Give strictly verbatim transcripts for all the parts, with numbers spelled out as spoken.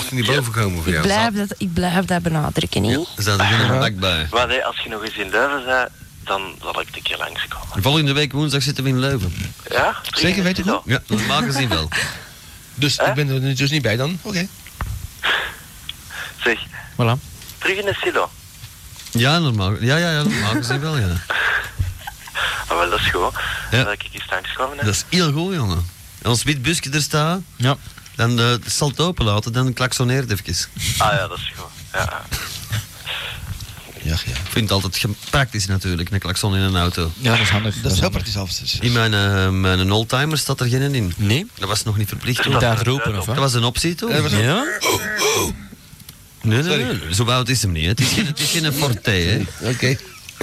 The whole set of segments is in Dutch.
mocht niet boven komen voor Ik jou. blijf dat, ik blijf dat benadrukken, hè. Ja. Er staat er geen bak bij. Maar nee, als je nog eens in Leuven bent, dan zal ik een keer langskomen. Volgende week woensdag zitten we in Leuven. Ja? Zeker weten wel. Ja, dat maken ze wel. Dus Hè? ik ben er nu dus niet bij dan. Oké. Okay. Zeg, Voilà. terug in de silo. Ja, normaal. Ja, ja, ja, dat maken ze wel, ja. Ah, wel, dat is goed. Ja. Dan zal ik eens langskomen, hè. Dat is heel goed, jongen. Als wit busje er staat, Ja. dan uh, zal het openlaten, dan klaksoneert het even. Ah ja, dat is goed. Ja. Ja, ja. Ik vind het altijd ge- praktisch natuurlijk, een klakson in een auto. Ja, dat is handig. Dat is heel handig. praktisch af. In mijn, uh, mijn oldtimer staat er geen in. Nee? Dat was nog niet verplicht Moet toen. daar roepen, of Dat wat? was een optie toen. Ja, dat was- Ja? Nee, nee, nee. Zo oud is hem niet. Hè. Het is geen, het is geen Forte, hè. Oké. Okay.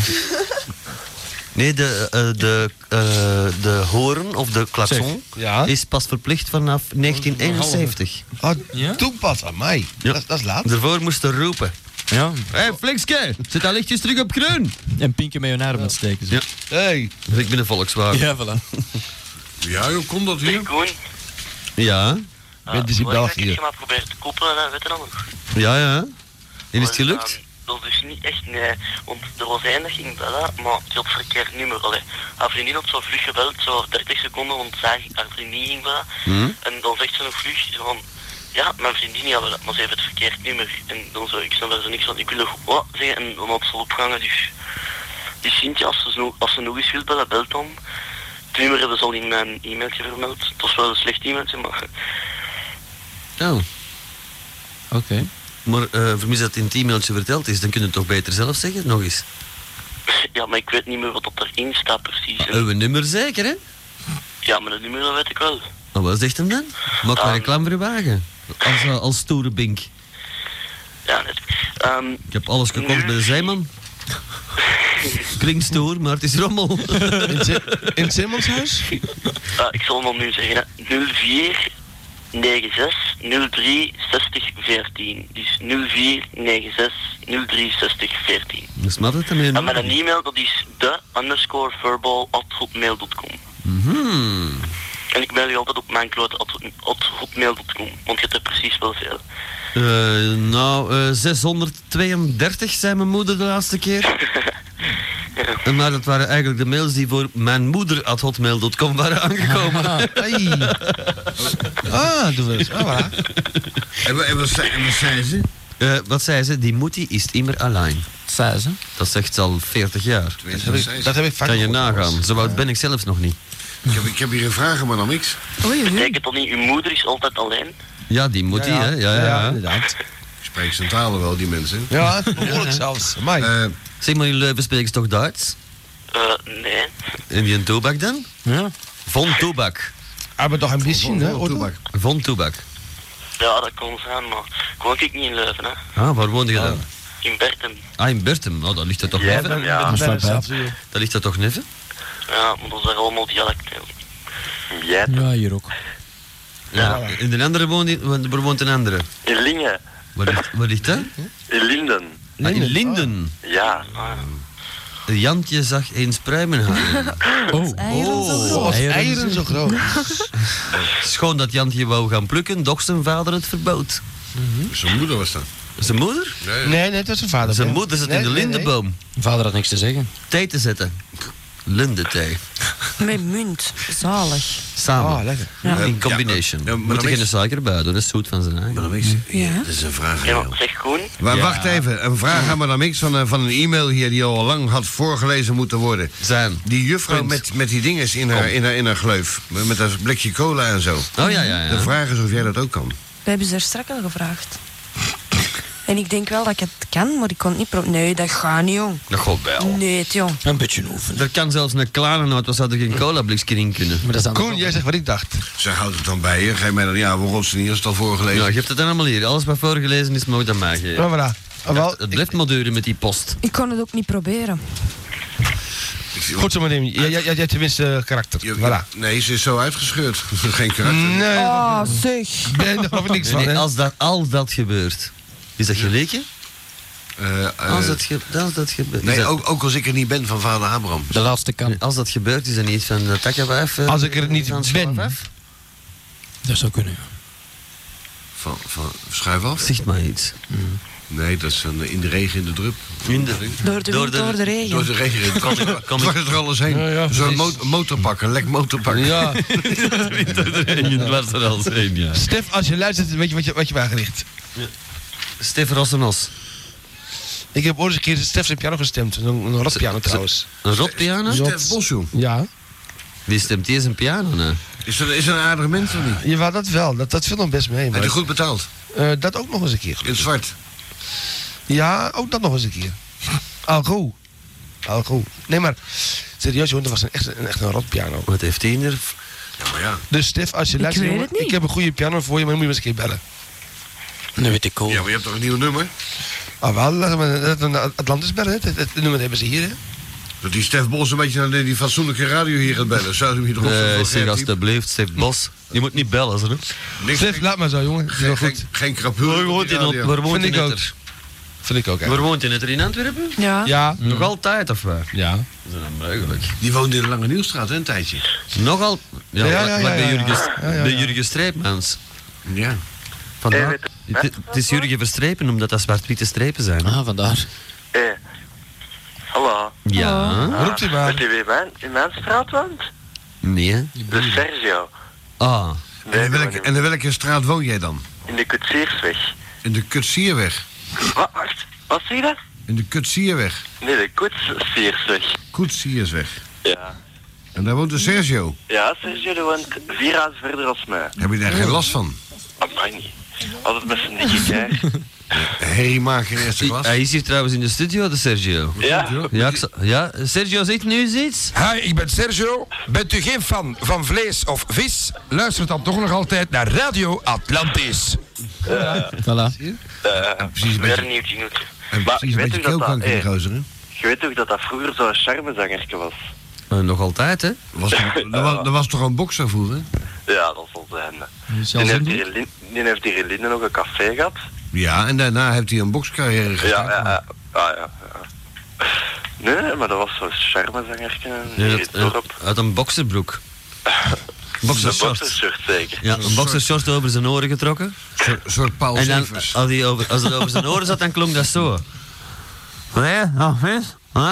Nee, de, uh, de, uh, de horen of de klakson Ja. is pas verplicht vanaf negentien eenenzeventig. Oh, Ja? toen pas aan mij. Ja. Dat, dat is laat. Daarvoor moest er roepen. Ja. Hé, hey, Flixke, zit dat lichtjes terug op groen? En pinken met je arm aan het steken. Zo. Ja. Hey. Dus ik ben een Volkswagen. Ja, voilà. Ja, hoe komt dat Zeg, hier? Koen. Ja, Ben dus in België. Ik heb maar proberen te koppelen, hè, weet je dat nog? ja, ja. En is het Maar, gelukt? ehm, dat is dus niet echt, nee. Want er was één dat ging bellen, maar die had verkeerd nummer. Allee, haar vriendin had zo vlug gebeld, zo dertig seconden, want zij, haar vriendin ging bellen. Hm? En dan zegt ze nog vlug zo van, ja, mijn vriendin had dat, maar ze heeft het verkeerd nummer. En dan zo, ik snap daar zo niks van, ik wil nog wat zeggen en dan had ze al opgehangen. Dus die Cynthia, als ze, zo, als ze nog eens wil bellen, belt dan. Het nummer hebben ze al in mijn e-mailtje vermeld. Het was wel een slecht e-mailtje, maar... Oh. Oké. Maar uh, vermis dat in het e-mailtje verteld is, dan kun je het toch beter zelf zeggen, nog eens. Ja, maar ik weet niet meer wat dat erin staat precies. En- Uw nummer zeker, hè? Ja, maar dat nummer dat weet ik wel. Maar wat zegt hem dan? Maak maar Um, reclame voor uw wagen. Als, uh, als stoere bink. Ja, net. Ehm, Ik heb alles gekocht bij de Zeeman. Klinkt stoer, maar het is rommel. In, Zi- in het Simonshuis? ah, ik zal hem nu zeggen, hè. nul vier negen zes nul drie zestig veertien. Dus nul vier negen zes nul drie zestig veertien. Dus maar dat dan En met een e-mail, dat is de underscore verbal at hotmail dot com. Mhm. En ik mail je altijd op mijn klote at, at hotmail dot com, want je hebt er precies wel veel. Uh, nou, uh, zeshonderdtweeëndertig zei mijn moeder de laatste keer. Ja. Maar dat waren eigenlijk de mails die voor mijn moeder at hotmail dot com waren aangekomen. Hey. Ah, doen we eens. Ah, voilà. En, wa- en, wat, zei, en wat zei ze? Uh, wat zei ze? Die moetie is immer alleen. Zij ze. Dat zegt ze al veertig jaar. Dat Tenminste, heb dat ik, zei ze. dat heb ik vaak Kan je gehoord, nagaan. trouwens. Zo oud ben ik zelfs nog niet. Ik heb, ik heb hier een vraag, maar dan niks. Oei, oei. Betekent dat niet, uw moeder is altijd alleen? Ja, die moet die, hè? Ja, ja, ja. inderdaad. Ik spreek centrale wel, die mensen. Ja, behoorlijk zelfs. Amai. Eh, Zeg maar, in Leuven spreken ze toch Duits? Uh, nee. En die een toebak dan? Ja. Von Toebak. Aber doch ein bisschen, vol- hè? vol oder? toebak. Von Toebak. Ja, dat kan zijn, maar ik woon ik niet in Leuven, hè. Ah, waar woonde je dan? In Bertem. Ah, in Bertem. Oh, dat ligt er toch Ja, neven? ja. Dat is wel bij. Dat ligt er toch neven? Ja, maar dat zijn allemaal dialecten. Ja. Ja, hier ook. Ja. In de andere woont, waar woont een andere. In Lingen. Waar ligt, waar ligt dat? In Linden. Ah, in Linden. Ja. Jantje zag eens pruimen hangen. Oh. Eieren zo Oh, groot. als Eieren eieren zo groot. Schoon dat Jantje wou gaan plukken, doch zijn vader het verbood. Zijn moeder was dat. Zijn moeder? Nee. Nee, nee, dat is zijn vader. Zijn hè? moeder zat Nee, in de nee, nee. lindenboom. Vader had niks te zeggen. Thee te zetten. Lindethee. Met munt. Zalig. Samen. Ah, lekker. Ja. In combination. Ja, maar Moet er dan geen is- suiker bij doen, dat is zoet van zijn eigen. Maar dan niks. Ja. Dat is een vraag aan Ja, jou. maar zeg Koen. Maar Ja. wacht even, een vraag aan Madame X van, een- van een e-mail hier die al lang had voorgelezen moeten worden. Zijn. Die juffrouw Punt. met, met die dinges in haar, Kom. in, haar, in haar gleuf. Met met dat blikje cola en zo. Oh ja, ja, De ja. vraag is of jij dat ook kan. We hebben ze er straks al gevraagd. En ik denk wel dat ik het kan, maar ik kon het niet pro... Nee, dat gaat niet, jong. Dat gaat wel. Nee, het, jong. Een beetje oefenen. Er kan zelfs een kleine noot, wat zou er geen cola blikje in kunnen? Maar dat is dan Koen, jij zegt wat ik dacht. Zij houdt het dan bij je. Geef mij dan, ja, waarom ze niet, is het al voorgelezen. Ja, je hebt het dan allemaal hier. Alles wat voorgelezen is, mag dat mij geven. Ja, voilà. Ah, wel, Het blijft maar duren met die post. Ik kon het ook niet proberen. Ik zie- Goed zo, meneer. Jij jij- jij hebt tenminste karakter. Je- Voilà. Nee, ze is zo uitgescheurd. Geen karakter. Nee, Oh, zeg. nee, daar geloof ik niks van. Nee, hè. als, dat, als dat gebeurt, is dat geleken? Eh, eh, Als dat, ge, als dat gebeurt. is nee, dat- ook, ook als ik er niet ben van vader Abraham. de laatste kan. Als dat gebeurt, is dat niet van de takkenwijf? eh, Als ik er niet van ben. Schoolwijf? Dat zou kunnen. Van, van schuif af? Zeg maar iets. Nee, dat is een, in de regen, in de drup. In de, Door de wind, door de regen. Door de regen. Kan ik, kan ik er alles heen. Ja, ja, Zo'n precies. mo- motorpak, een lek motorpak. Ja. Je was er al zijn, ja. Stef, als je luistert, weet je wat je, wat je bij gericht. Stef Rossenos. Ik heb ooit eens een keer Stef zijn piano gestemd. Een, een rotpiano trouwens. Een rotpiano? Stef Bosjoe. Ja. Wie stemt hier zijn piano na? Is dat is dat een aardige mens of niet? Ja, dat wel. Dat, dat viel nog best mee. Heb Maar, je goed betaald? eh, dat ook nog eens een keer. In het zwart. Ja, ook dat nog eens een keer. Algo. Algo. Nee, maar serieus, jongen, dat was een, echt, een, echt een rotpiano. Wat heeft hij er? Ja, maar ja. Dus Stef, als je Ik luistert, weet jongen, het niet. ik heb een goede piano voor je, maar dan moet je me eens een keer bellen. Nu weet ik cool. Ja, maar je hebt toch een nieuw nummer? Ah, wel, laten we het een Atlantis bellen. hè. Het, het nummer hebben ze hier, hè. Dat die Stef Bos een beetje naar die, die fatsoenlijke radio hier gaat bellen. Zou hem hier toch op Nee, zo'n zeg type? alsjeblieft, Stef Bos. Je moet niet bellen, hè? Niks, Stef, geen, laat maar zo, jongen. Dat is wel geen, goed. geen, geen krapul. Waar op woont die hij radio. in- waar woont Vind hij ik net ook. er? Vind ik ook, hè. Waar woont hij net er in Antwerpen? Ja. Ja. Nog altijd of waar? Ja. Dat is onmogelijk. Die woonde in de Lange Nieuwstraat, hè, een tijdje. Nogal? Ja, Ja, ja, ja, ja, bij ja, Jurgen, ja, ja, bij ja. Jurgen Streepmans. Ja. Vandaar. weet je- Het, het is Jurgen Verstrepen, omdat dat zwart-witte strepen zijn. hè? Ah, vandaar. Hé. Hallo. Ja? Roept u maar. Weet je wie in mijn, in mijn straat woont? Nee, hè? De Sergio. Ah. En in, Nee, welke, en in welke straat woon jij dan? in de Koetsiersweg. In de Kutsierweg. Wat, wacht, wat zie je dat? In de Kutsierweg. Nee, de Koetsiersweg. Koetsiersweg. Ja. En daar woont de Sergio. Ja, Sergio die woont vier huizen verder als mij. Heb je daar geen last van? Dat mag niet. Altijd met zijn dikke kei. Herriemaker eerste klas. Hij is hier trouwens in de studio, de Sergio. Ja. Ja, ik zal- ja, Sergio zegt nu eens iets. Hi, ik ben Sergio. Bent u geen fan van vlees of vis? Luister dan toch nog altijd naar Radio Atlantis. Voilà. Precies een Weer beetje, een nieuwtje, nieuwtje. en Maar precies je een weet beetje toch dat dat... keelkanker, die hé, gozer, hè? je weet toch dat dat vroeger zo'n charmezangertje was? Eh, nog altijd, hè? Was, er, er, was, er was toch een bokser vroeger? Ja, dat zal zijn. Dus Die heeft hier in Lin- die heeft hier in Linden nog een café gehad. Ja, en daarna heeft hij een bokscarrière Ja, gestart. ja, ja. Ah, ja, ja. Nee, nee, maar dat was zo'n charmezangertje hier in Ja, het dat- dorp. uit een boxerbroek. Een Boxershort. boxershirt zeker. Ja, een boxershort over zijn oren getrokken. Een soort Paul En dan, Severs. als, hij over, als het over zijn oren zat, dan klonk dat zo. Nee, nog vis?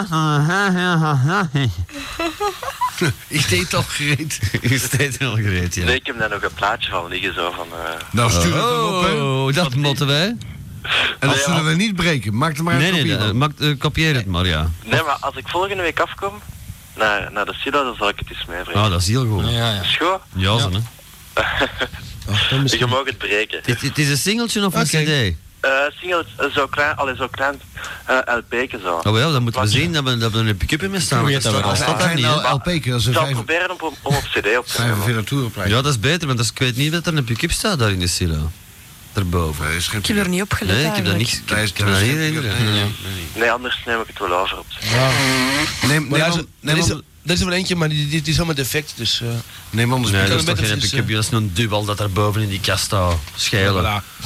Ik deed al gereed. Je steeds al gereed, ja. Nee, ik heb daar nog een plaatje van liggen, zo van... eh Nou, stuur het dan op, hè. Oh, dat motten wij. En dat zullen we niet breken. Maak er maar een Nee, nee, kopie nee, van. maak, eh, kopieer het maar, ja. Nee, maar als ik volgende week afkom, naar, naar de Silo, dan zal ik het eens meebrengen. Oh, dat is heel goed. Ja, ja. Is goed? Ja, zo, hè. Ach, dan Je misschien. mag het breken. Het, het is een singeltje of een Oké. cd? Eh single, eh, zo klein, allee, zo klein uh, L P'ken zo. Oh ja, dan moeten we Wat? zien dat we, dat we er een pick-up in mee staan. Hoe want heet Dat dat staat, wel? dat staat daar niet, hè. L P, dat is Ik een zal vijf- proberen om, om op cd op te nemen. vijfenveertig toerenplein. Ja, dat is beter, want als, ik weet niet dat er een pick-up staat daar in de silo. Daarboven. Nee, is geen Ik heb er niet op gelet Nee, ik heb dat eigenlijk. niet. Daar is- Ik heb dat daar niet is geen herinneren. pick-up, nee, Ja. Nee, anders neem ik het wel over op cd. Neem, Maar neem, er is, on- er, neem, is, on- er is er wel eentje, maar die, die, die is helemaal defect. Dus, eh neem anders. Nee, pick-up. dat is met toch een geen vis, pick-up, dat is een dubbel dat daar boven in die kast staat. Schelen. voilà.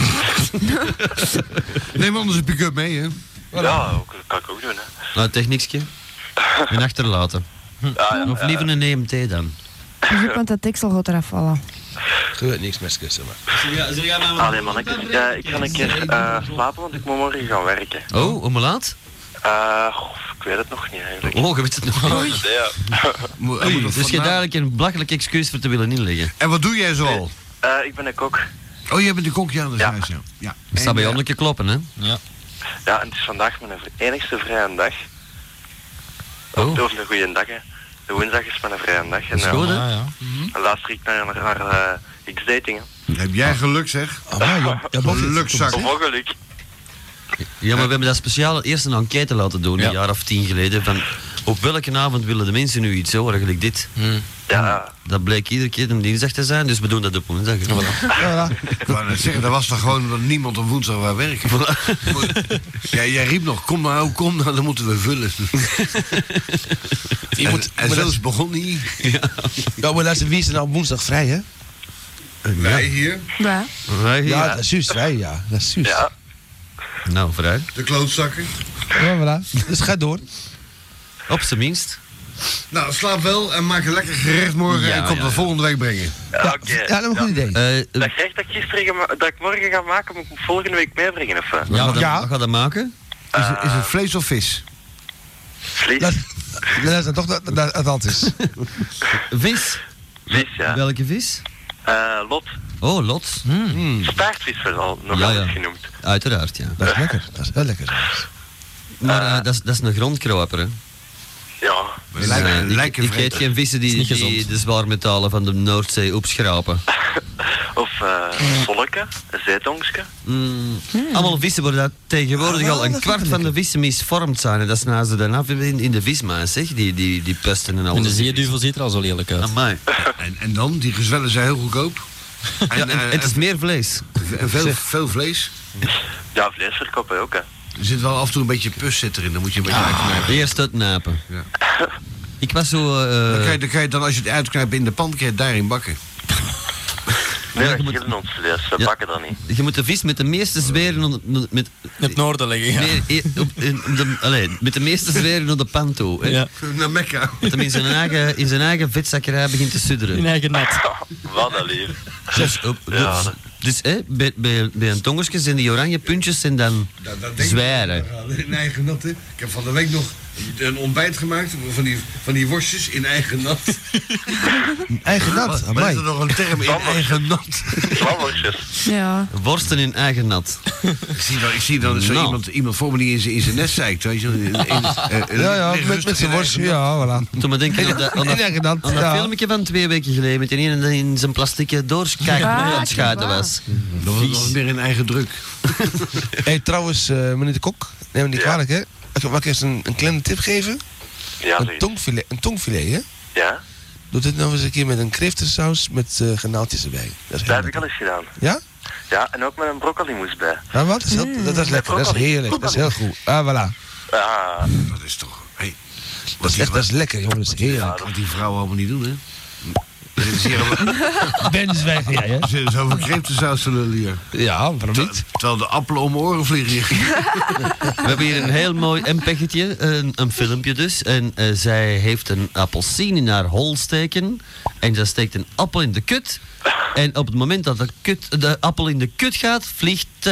Neem anders een pick-up mee, hè. Ja, ook, dat kan ik ook doen, hè. Nou, techniekje. En achterlaten. Ah, ja, Of ja. liever een E M T dan. Dus ook, want dat deksel gaat eraf vallen. Gebeurt niks met kussen, maar. Allee mannetjes, ja, ik ga een keer eh, slapen, want ik moet morgen gaan werken. Oh, om laat? Eh, goh, ik weet het nog niet eigenlijk. Oh, je weet het nog niet. Nee, ja. Moet- hij Oei, moet dus nog je hebt vandaan. eigenlijk een belachelijk excuus voor te willen inleggen. En wat doe jij zoal? Eh, ik ben een kok. Oh, jij bent de kok, ja, dat is Ja. juist, ja. ja. Ik sta bij En, Janneke kloppen, hè. Ja. Ja, en het is vandaag mijn enigste vrije dag. Oh, Of een goede dag, hè. De woensdag is mijn vrije dag. En dat is goed, ja, hè. Ah, ja. dan luister ik naar, naar, naar eh, X-dating, hè. eh, Heb jij geluk, zeg? Ah, maar, ja, ja, boven- Gelukzak. Of ook geluk. Ja, maar we hebben dat speciaal eerst een enquête laten doen, Ja. een jaar of tien geleden. Van op welke avond willen de mensen nu iets horen, gelijk dit? Hm. Ja, Dat bleek iedere keer een dinsdag te zijn, dus we doen dat op woensdag. Voilà. Ik wou net zeggen, dat was toch gewoon dat niemand op woensdag wou werken. Ja, jij riep nog, kom nou, kom nou, dan moeten we vullen. Je En, moet, en maar zo dat- is begon niet. ja, maar luister, wie is er nou op woensdag vrij, hè? Wij hier, Ja. Wij hier. Ja, dat is juist vrij, ja. Dat is juist. ja. Nou, vooruit. de klootzakken. Ja, voilà. Dus ga door. Op zijn minst. Nou, slaap wel en maak een lekker gerecht morgen Ja, en kom ja, dat ja. volgende week brengen. Ja, oké. Ja, dat is een goed idee. Eh, Dat gerecht dat ik gisteren gema- dat ik morgen ga maken, moet ik volgende week meebrengen of wat? ja, wat, Ja. wat gaat dat maken? Is, het- is het vlees of vis? Vlees? Dat, dat is dan toch dat, dat het hand is. Vis? Vis, ja. Welke vis? Eh, lot. Oh, lot. Staartvis wel, nog Ja, wel ja. eens genoemd. Uiteraard, ja. Dat is lekker. Dat is wel lekker. Maar eh, dat, is, dat is een grondkruiper, hè. Ja. Dus, Lijken- eh, ik- lijken ik eet vreemd. geen vissen die, Is niet die gezond. de zwaarmetalen van de Noordzee opschrapen. Of eh zolke, een zeetongske. Mm, Allemaal vissen worden dat tegenwoordig Ah, al een dat kwart vind ik van de vissen misvormd zijn. En dat is na ze dan af in, in de vismaas, zeg, die, die, die pesten en En alles. de zeeduvel ziet er al zo lelijk uit. Amai. En, en dan, die gezwellen zijn heel goedkoop. En, Ja, en, eh, en het is meer vlees. en veel, veel vlees. Ja, vlees verkopen ook, hè. Er zit wel af en toe een beetje pus zit erin, dan moet je een beetje Ah. uitknijpen. Eerst het napen. Ja. Ik was zo... eh, Dan kan, je, dan kan je dan, als je het uitknijpt in de pan, kan je het daarin bakken. Nee, Ja, dat je moet- gillen ons vlees, we Ja. bakken dat niet. je moet de vis met de meeste zweren... onder- onder- met, In het noorden liggen, ja. nee, e- op, in, op de, allee, met de meeste zweren op de pan toe. Hè. Ja, Naar Mekka. Dat hem in zijn eigen, in zijn eigen vetzakkerij begint te sudderen. in eigen net. Wat een lief. Dus, op, Ja, dus, dus hè, bij, bij, bij een tongersje zijn die oranje puntjes en dan Dat- dat denk ik zwijren. wel. In eigen nat, hè. Ik heb van de week nog een ontbijt gemaakt van die, van die worstjes in eigen nat. Eigen nat. Maar is Amai. er nog een term in eigen nat? Zalvertjes. Ja. Worsten in eigen nat. Ik zie dan, ik zie dan zo Nou. iemand, iemand voor me die in zijn, in zijn nest zeikt. Weet je, wel. In- in- eh, Ja, ja, ligt met, rustig met zijn in worst. eigen nat. Ja, voilà. Toen me denken aan dat, aan In dat, eigen nat. aan dat Ja. filmpje van twee weken geleden met die ene die in zijn plastieke doorskijk Ja, aan het schuiten waar. was. Dat was nog meer in eigen druk. Hey, trouwens, eh, meneer de Kok, neem me niet Ja. kwalijk, hè? Ik mag ik eerst een, een kleine tip geven? Ja, Een zoiets. tongfilet, een tongfilet, hè? Ja, Doe dit nou eens een keer met een kreeftensaus met eh granaaltjes erbij. Dat is dat heel heb ik al lekker. eens gedaan. Ja? Ja, en ook met een broccoli-moes bij. Ja, wat? Dat is, heel- dat, dat is lekker, dat is heerlijk, dat is heel goed. Ah, voilà. Ah, Dat is toch... Hey, Dat wat, is, die, echt, dat is lekker, jongen, dat is heerlijk. wat die vrouwen allemaal niet doen, hè? Er zitten hier Ben zwijgen jij, hè? er zitten zoveel kreeftensaus te lullen hier. Ja, waarom Ter- niet? Terwijl de appelen om mijn oren vliegen hier. We hebben hier een heel mooi M P G'tje, een, een filmpje dus. En eh, zij heeft een appelsien in haar hol steken. En zij steekt een appel in de kut. En op het moment dat de, kut, de appel in de kut gaat, vliegt eh,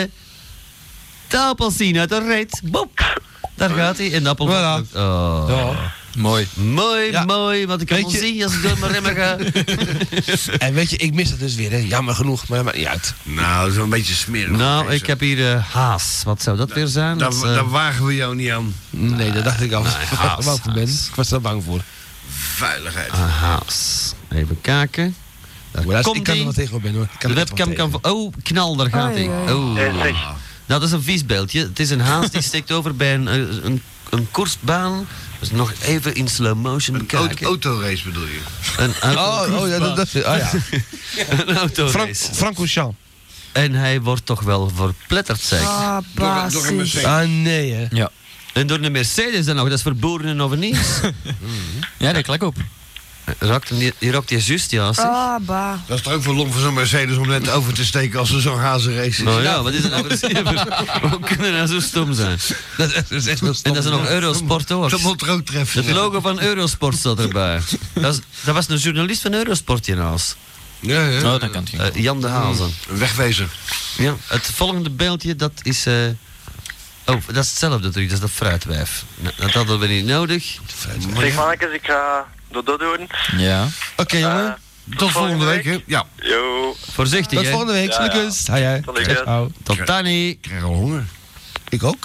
de appelsien uit de reet. Boep! Daar gaat hij. En de appel... Voilà. Oh. Ja, mooi. Mooi, Ja. mooi. Wat ik Weet allemaal je- zie als ik door mijn remmen ga. En weet je, ik mis dat dus weer, hè? Jammer genoeg, maar dat maakt niet uit. Nou, dat is wel een beetje smerig. Nou, Deze. ik heb hier eh, haas. Wat zou dat weer zijn? Daar, Dat, eh, daar wagen we jou niet aan. Nee, dat dacht ik al. nee, Ik haas, was bang voor ben. haas. Ik was er bang voor. Veiligheid. Ah, haas. Even kijken. Daar Maar dat is- komt ik kan er hij. wel tegen, Ben, hoor. Ik kan De er echt wel webcam tegen. kan... Oh, knal, daar gaat hij. Oei, oei. Oh. hey, zeg. Nou, dat is een viesbeeldje. Het is een haas die steekt over bij een, een, een, een koersbaan. Dus nog even in slow motion Een auto, bekijken. autorace bedoel je? Een auto, Oh, oh ja, dat, dat, oh, ja. een autorace. Frank, Franco Jean. En hij wordt toch wel verpletterd, zeg. Ah, Door, door een basis. Mercedes. Ah, nee, hè. Ja. En door een Mercedes dan nog. Dat is voor boeren en oveniers. Ja, dat klak op. Raakt hem niet- Die raakt hij juist, ja. zeg. Ah, bah. Dat is toch ook voor lomp van zo'n Mercedes om net over te steken als er zo'n hazenrace is. Nou ja, wat is een agressiever? Hoe kunnen nou zo stom zijn? Dat, dat is echt heel En stom. dat is nog Eurosport ook. Dat moet er ook treffen. Het logo van Eurosport staat erbij. Dat, is- dat was een journalist van Eurosport hiernaast. Ja, ja. Nou, dan kan het geen. Eh, Jan de Hazen. Een wegwezer. Ja. Het volgende beeldje, dat is... eh, oh, dat is hetzelfde terug, dat is dat fruitwijf. Nou, dat hadden we niet nodig. Zeg mannetjes, ik ga dodo doen. Ja. Oké, jongen. Eh, Tot volgende week, hè? Ja. Yo. Voorzichtig, Tot hè. volgende week. Ja, ja. Salukes. Hi, hi. Salukes. Ciao. Tot Danny. Ik krijg al honger. Ik ook.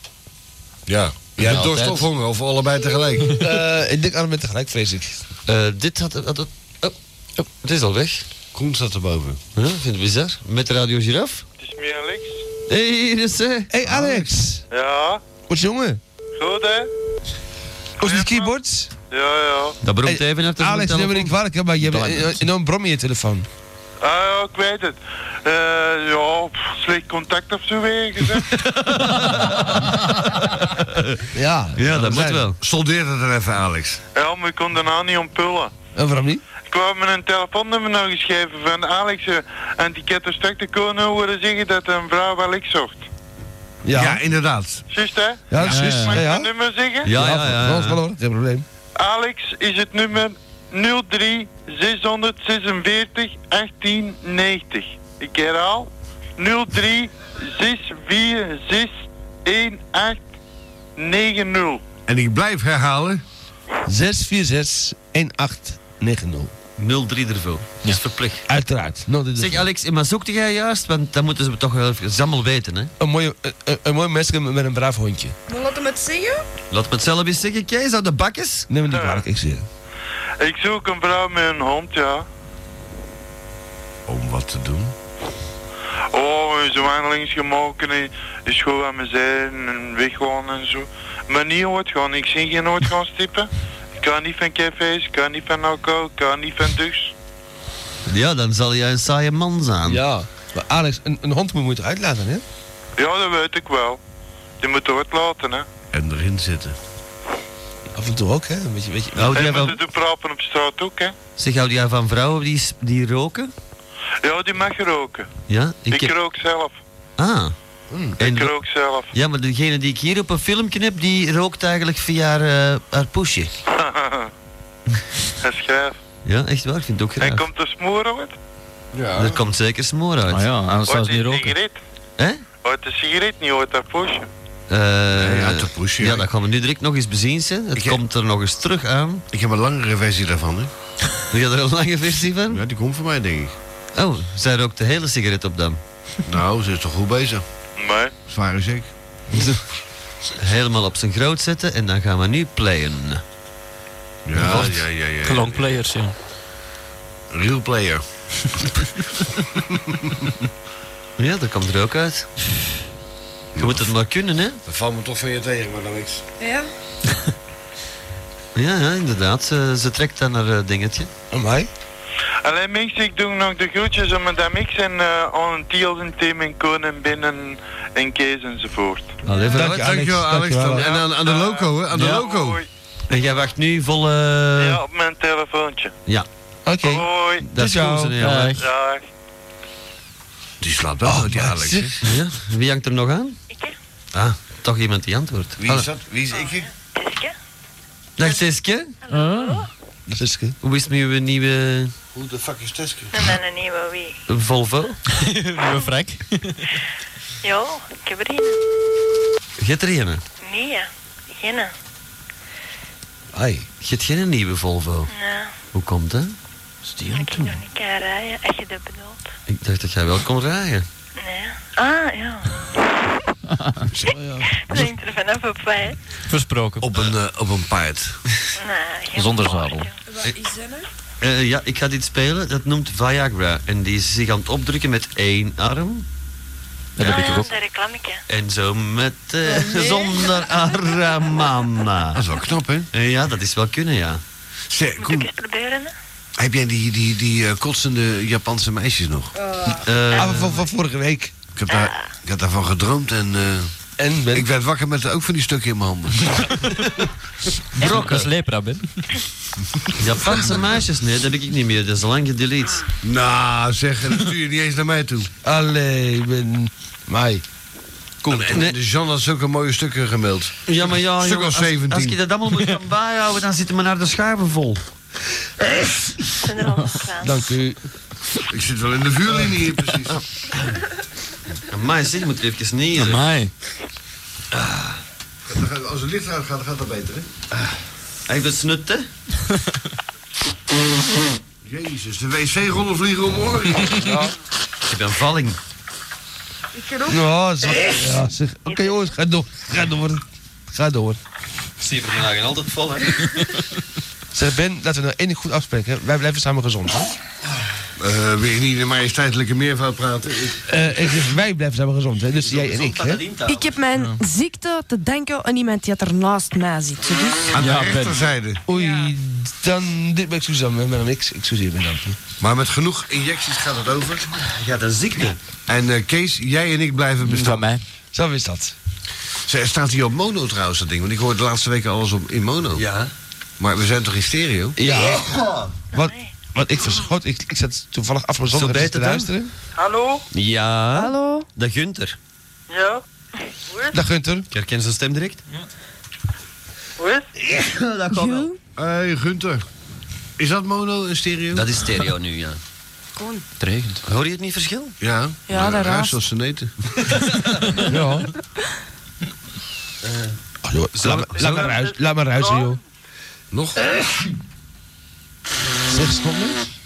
Ja. Jij Ja, dorst altijd. of honger, of allebei tegelijk? Eh, ik denk allemaal tegelijk, vrees ik. Eh, dit had... had het, oh, oh, het is al weg. Groen staat erboven. Ja, vind je het bizar? Met de Radio Giraffe. Het is meer Alex. Hé, hey, hier is ze. Hey, Alex. Ja, Wat is jongen? goed hè? Hoe is het keyboard? Ja, ja. Dat bromt Hey, even achter Alex, neem me niet kwalijk, hè, maar je hebt een- een enorm brom in je telefoon. Ah ja, ik weet het. Eh, ja, pff, slecht contact of zo weer gezegd. Ja, Ja, dat moet zijn. wel. Soldeer het er even, Alex. Ja, maar ik kon daarna niet ontpullen. En waarom niet? Ik wou met een telefoonnummer nou geschreven van Alex eh, en die ketten stuk te kunnen horen zeggen dat een vrouw wel ik zocht. Ja, Ja, inderdaad. Juist hè? ja, dat is Ja, juist. ja, Mag Ja, ik ja. mijn nummer zeggen? Ja, ja, voor ja. ons wel hoor, geen probleem. Alex is het nummer nul drie zeshonderdzesenveertig achttien negentig. Ik herhaal. nul drie zes vier zes een acht negen nul. En ik blijf herhalen. zes vier zes een acht negen nul. nul drie ervoor. Dat is verplicht. Uiteraard. nul drie Zeg Alex, maar zoekte jij juist? Want dat moeten ze toch wel even allemaal weten, hè? Een mooie, een, een mooi meisje met een braaf hondje. Maar laat hem het zeggen. Laat me het zelf eens zeggen. Kees, uit de bakkes? Neem me niet kwalijk, ik zie het. Ik zoek een vrouw met een hond, ja. Om wat te doen? Oh, zo wandelingsgemoken en is gewoon aan me zijn en weggaan en zo. Maar niet ooit gaan. Ik zie geen ooit gaan stippen. Ik kan niet van cafés, ik kan niet van alcohol, ik kan niet van drugs. Ja, dan zal jij een saaie man zijn. Ja. Maar Alex, een, een hond moet je toch uitlaten, hè? Ja, dat weet ik wel. Je moet het laten, hè. En erin zitten. Af en toe ook, hè? Een beetje, beetje... Hou En jij je moet van, het ook praten op straat ook, hè. zeg, hou jij van vrouwen die, s- die roken? Ja, die mag roken. Ja? Ik, heb- rook zelf. Ah. En, Ik rook zelf. ja, maar degene die ik hier op een filmpje heb, die rookt eigenlijk via haar, eh, haar poesje. Dat is gaaf. Ja, echt waar, ik vind het ook En graag. komt er smoor uit? Ja. Er komt zeker smoor uit. Ah ja, anders zou Uit ze niet de roken. sigaret? Hè? Uit de sigaret, niet uit dat postje. Eh, Nee, uit de poesje, ja, ja. dat gaan we nu direct nog eens bezien. Hè. Het Ik heb- komt er nog eens terug aan. Ik heb een langere versie daarvan, hè. Doe je er een lange versie van? Ja, die komt van mij, denk ik. Oh, zij rookt de hele sigaret op dan. Nou, ze is toch goed bezig. Nee. Zware zeker. Helemaal op zijn groot zetten en dan gaan we nu playen. Ja, ja, ja, ja. ja. Longplayers, ja. Real player. Ja, dat komt er ook uit. Je moet het maar kunnen, hè? Dat valt me toch van je tegen, maar dan niks. Ja. Ja, ja inderdaad. Ze, ze trekt dan haar eh, dingetje. Aan mij? Alleen mensen, ik doe nog de groetjes aan Madame X en uh, aan een Tiel en Tim en Koen en Ben en, en Kees enzovoort. Allee, Dank vooruit. je, Alex. Dankjewel, Alex. Dankjewel. En aan, aan de loco, hè? Aan de Ja, loco. hoi. En jij wacht nu volle... Ja, op mijn telefoontje. Ja, Oké. Hoi. dat is Ciao. goed. Zo, ja. Dag. Dag. Die slaat wel Oh, uit, die maar Alex. zeg. hè? Ja, wie hangt er nog aan? Ik, hè? Ah, toch iemand die antwoordt. Wie is dat? Wie is ik? Tiske. Dag Siske. Dat is goed. Hoe is het met uw nieuwe Hoe de fuck is Teske? En dan een nieuwe wie? Volvo? Nieuwe frak. Ja, ik heb er een. Je hebt er een. Nee, ja. Geen. Nee. Ai. Je hebt geen nieuwe Volvo. Hoe komt dat? Ik kan nog niet kan rijden, als je dat bedoelt. Ik dacht dat jij wel kon rijden. Nee. Ah, ja. Dat hangt er vanaf op wat, hè. Versproken. Op een, uh, op een paard. Nee, geen Zonder paard, zadel. hè. Wat is dat nou? Uh, ja, ik ga dit spelen. Dat noemt Viagra. En die is zich aan het opdrukken met één arm. Dat heb Ah, ik ja, ook. dat reclameke. En zo met uh, zonder arm, mama. Dat is wel knap, hè? Uh, ja, dat is wel kunnen, ja. Zeg, Moet ik Koen, eens proberen, hè? heb jij die, die, die uh, kotsende Japanse meisjes nog? Uh, Ah, van, van vorige week. Ik heb, daar, ik heb daarvan gedroomd en uh, En ben ik werd wakker met ook van die stukken in mijn handen. Dat is lepra, Ben. Japanse meisjes, nee, dat heb ik niet meer. Dat is al lang gedelete. Nou, zeg, dat stuur je niet eens naar mij toe. Allee, ben... Mij. Cool. En Nee. de Jean had zulke mooie stukken gemaild. Ja, maar ja, Stuk jongen, of als, zeventien. als je dat allemaal moet gaan bijhouden, dan zitten we naar de schuiven vol. Zijn er al klaar? Dank u. Ik zit wel in de vuurlinie hier, precies. Maar zeg, moet er even sneeuwen. Amai. Als het licht uit gaat, dan gaat dat beter, hè? Heb je snut, hè? Jezus, de wc-rollen vliegen omhoog. Ik heb een valling. Ik kan ook. Ja, zeg. Ja, zeg. Oké, jongens, ga door. Ga door. Ga door. Zie je vandaag altijd vol, hè? Zeg, Ben, laten we nou één ding goed afspreken. Wij blijven samen gezond, hè? Uh, wil je niet in de majesteitelijke meervoud praten? Ik- Eh, ik zeg, wij blijven samen gezond, hè? Dus jij en ik, hè? Ik heb mijn ziekte te danken aan iemand die er naast mij zit. Dus Aan Ja, de Ben. rechterzijde. Oei, dan dit ben ik excuus aan met een niks. Excuseer me dan. Maar met genoeg injecties gaat het over. Ja, dat is ziekte. En uh, Kees, jij en ik blijven bestaan. Van mij. Zo is dat. Ze staat hier op mono trouwens, dat ding. Want ik hoor de laatste weken alles op, in mono. Ja. Maar we zijn toch in stereo? Ja. Wat, wat ik verschot, ik, ik zat toevallig afgelopen zondag Zo eens te beter dan? luisteren. Hallo? Ja. hallo? Dat Gunther. Ja? Hoe is Dag Gunther. Ik herken zijn stem direct. Hoe is Goed. Hey, Gunther. Is dat mono en stereo? Dat is stereo nu, ja. Koen. Het regent. Hoor je het niet verschil? Ja, Ja, maar dat ruist raast. als ze neten. Ja. Oh, joh, laat, maar- laat maar ruis, laat maar ruisen, joh. Nog? Zes seconden?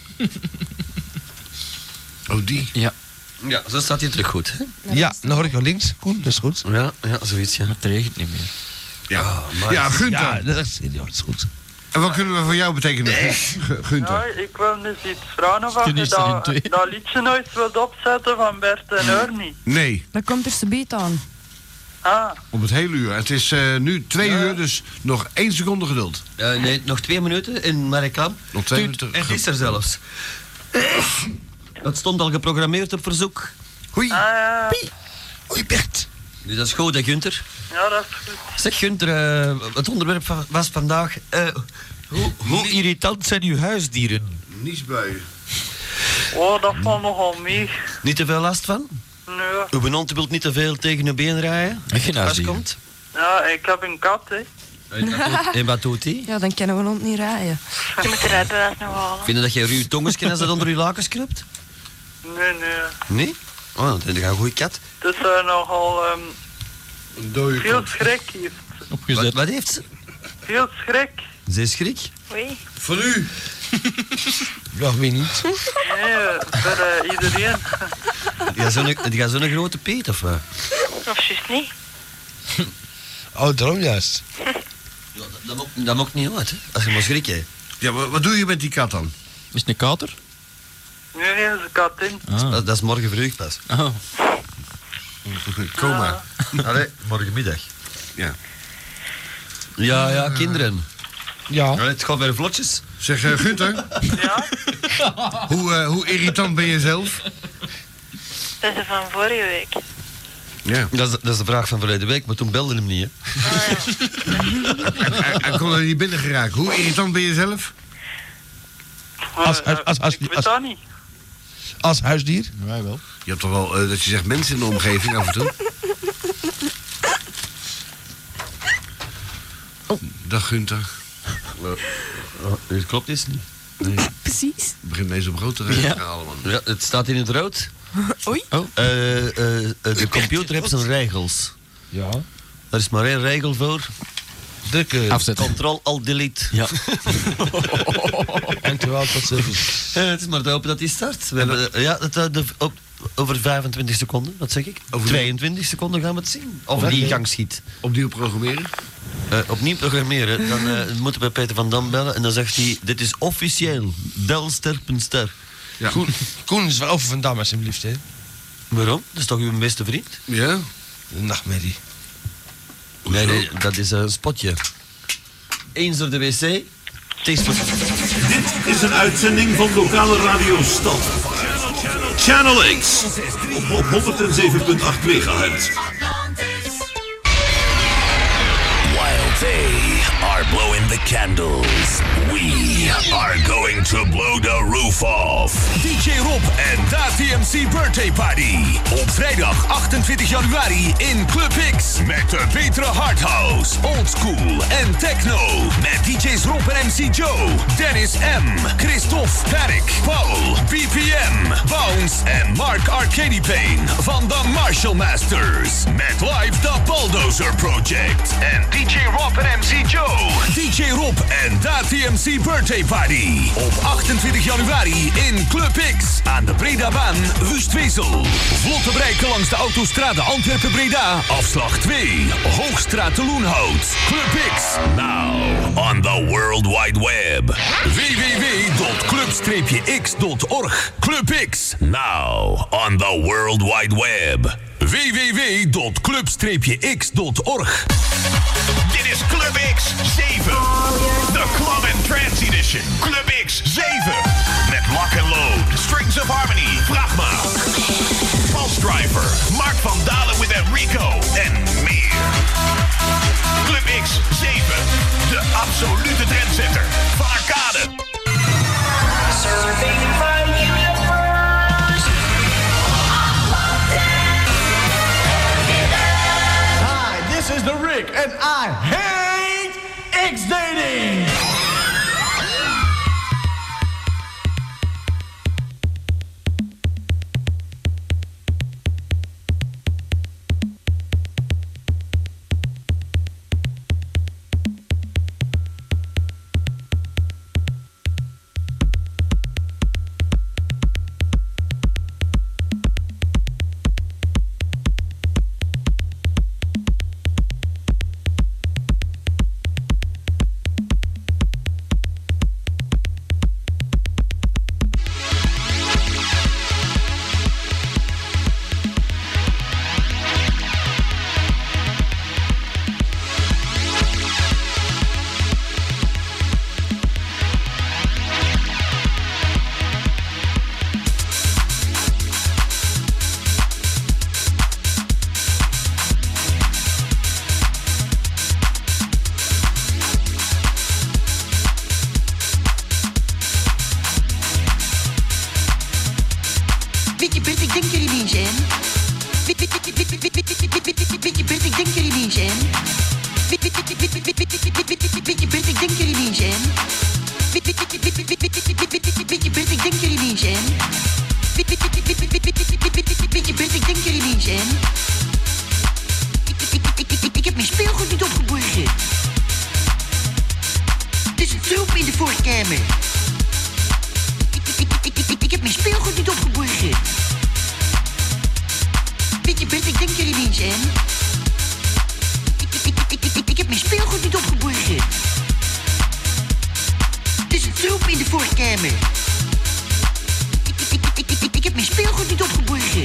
Oh, die. Ja, Ja, zo staat hij terug goed. Hè? Ja, dan hoor ik jou links. Koen, dat is goed. Ja, ja, zoiets, ja. maar het regent niet meer. Ja, ja Gunther. Ja, dat is, ja, dat is goed. En wat kunnen we voor jou betekenen, Gu- Ja, Gunther? ik wil dus iets vragen of Kun je je ze in dat, twee? dat liedje nooit wilt opzetten van Bert en Ernie. Nee, Dat komt er subiet aan. Ah, op het hele uur. Het is eh, nu twee uur, dus nog één seconde geduld. Eh, nee, nog twee minuten in mijn reclame. Nog twee Tuut, minuten. En is er zelfs. Het stond al geprogrammeerd op verzoek. Hoi. ah ja, Oei, Bert. Dus dat is goed, hè, Gunther. ja, dat is goed. Zeg, Gunther, eh, het onderwerp va- was vandaag... eh, hoe, Hoe irritant zijn uw huisdieren? Niesbuien. Oh, dat valt nogal mee. niet te veel last van? Nee. Uw hond wilt niet te veel tegen uw been rijden? Heb je Als huisdieren? komt? Ja, ik heb een kat, hè. En wat doet- En wat doet hij? Ja, dan kunnen we ons niet rijden. Je moet de rijbewijs nog halen. Vind je dat je ruw tongesken als dat onder uw lakens kruipt? Nee, nee. Nee? Oh, dan heb je een goede kat. Het is uh, nogal ehm, Een dode veel kat. schrik heeft. Wat, Opgezet. wat heeft ze? Veel schrik. Ze is schrik. Oei. Van u. Ja, weet niet. Nee, voor eh, iedereen. Die zo'n zo zo'n grote peet, of wat? Of juist niet. Oh, daarom juist. Ja, dat, dat, maakt, dat maakt niet uit, hè. Als je maar schrik hebt. Ja, maar wat doe je met die kat dan? Is het een kater? Nee, nee, is een kat in. Ah. Dat, dat is morgen vroeg pas. Oh. Kom maar. Allee, morgenmiddag. Ja. Ja, ja, kinderen. Ja. Allee, het gaat weer vlotjes. Zeg, eh, Gunther, Ja? hoe, eh, hoe irritant ben je zelf? Dat is er van vorige week. Ja. Dat is, dat is de vraag van verleden week, maar toen belde hem niet, hè. Hij, hij kon er niet binnen geraken. Hoe irritant ben je zelf? Als- Eh, als- als- als- ik weet als- dat niet. Als huisdier. Wij wel. Je hebt toch wel eh, dat je zegt mensen in de omgeving af en toe? Oh. Dag Gunther. Dat klopt is niet. Precies. Het begint ineens op rood te rijden. Ja. allemaal. Ja, het staat in het rood. Oei. Oh. Eh, eh, eh, de computer heeft zijn regels. Ja. Er is maar één regel voor. Drukken. Afzetten. Control-Alt-Delete. Ja. En terwijl tot service. Eh, het is maar te hopen dat hij start. We hebben, eh, ja, het, eh, de, op, over vijfentwintig seconden, wat zeg ik? Over tweeëntwintig seconden gaan we het zien. Of Oké. die in gang schiet. Opnieuw programmeren? Eh, opnieuw programmeren. Dan eh, moeten we Peter van Dam bellen. En dan zegt hij, dit is officieel. Del sterpenster. Ja. Koen, Koen is wel over Van Dam, alsjeblieft, hè. Waarom? Dat is toch uw beste vriend? Ja? Een nachtmerrie. Nee, nee, dat is een spotje. Eens door de wc. Taste for... Dit is een uitzending van lokale radio Stad. Channel X op honderdzeven komma acht megahertz. While they are blowing the candles, we are going to blow the roof off. D J Rob en Da T M C Birthday Party. Op vrijdag achtentwintig januari in Club X. Met de betere hardhouse, oldschool en techno. Met D J's Rob en M C Joe, Dennis M, Christophe, Parik, Paul, B P M, Bounce en Mark Arcady Payne van de Marshall Masters. Met live The Bulldozer Project. En D J Rob en M C Joe. D J Rob en Da T M C Birthday Party. Op achtentwintig januari in Club X. Aan de Bredabaan, Wustwezel. Vlotte bereiken langs de autostrade Antwerpen-Breda. Afslag twee, Hoogstraat te Loenhout. Club X. Now on the World Wide Web. w w w dot club x dot org. Club X. Now on the World Wide Web. w w w dot club x dot org. Dit is Club X zeven. De Club and Trance Edition. Club X zeven. Met Lock and Load, Strings of Harmony, Fragma, Pulse Driver, Mark van Dalen with Enrico en meer. Club X zeven. De absolute trendsetter van arcade. Surfing the universe. Hi, this is the Rick, and I hate X-dating. Weet je Bert, ik denk er ineens aan. Weet je Bert, ik denk er ineens aan. Weet je Bert, ik denk er ineens aan. Weet je Bert, ik denk er ineens aan. Ik heb mijn speelgoed niet opgeborgen. Het is een troep in de voorkamer. Ik heb mijn speelgoed niet opgeborgen. Weet je Bert, ik denk er ineens aan. Ik heb mijn speelgoed niet opgeborgen. Het is een troep in de voorkamer. Ik heb mijn speelgoed niet opgeborgen.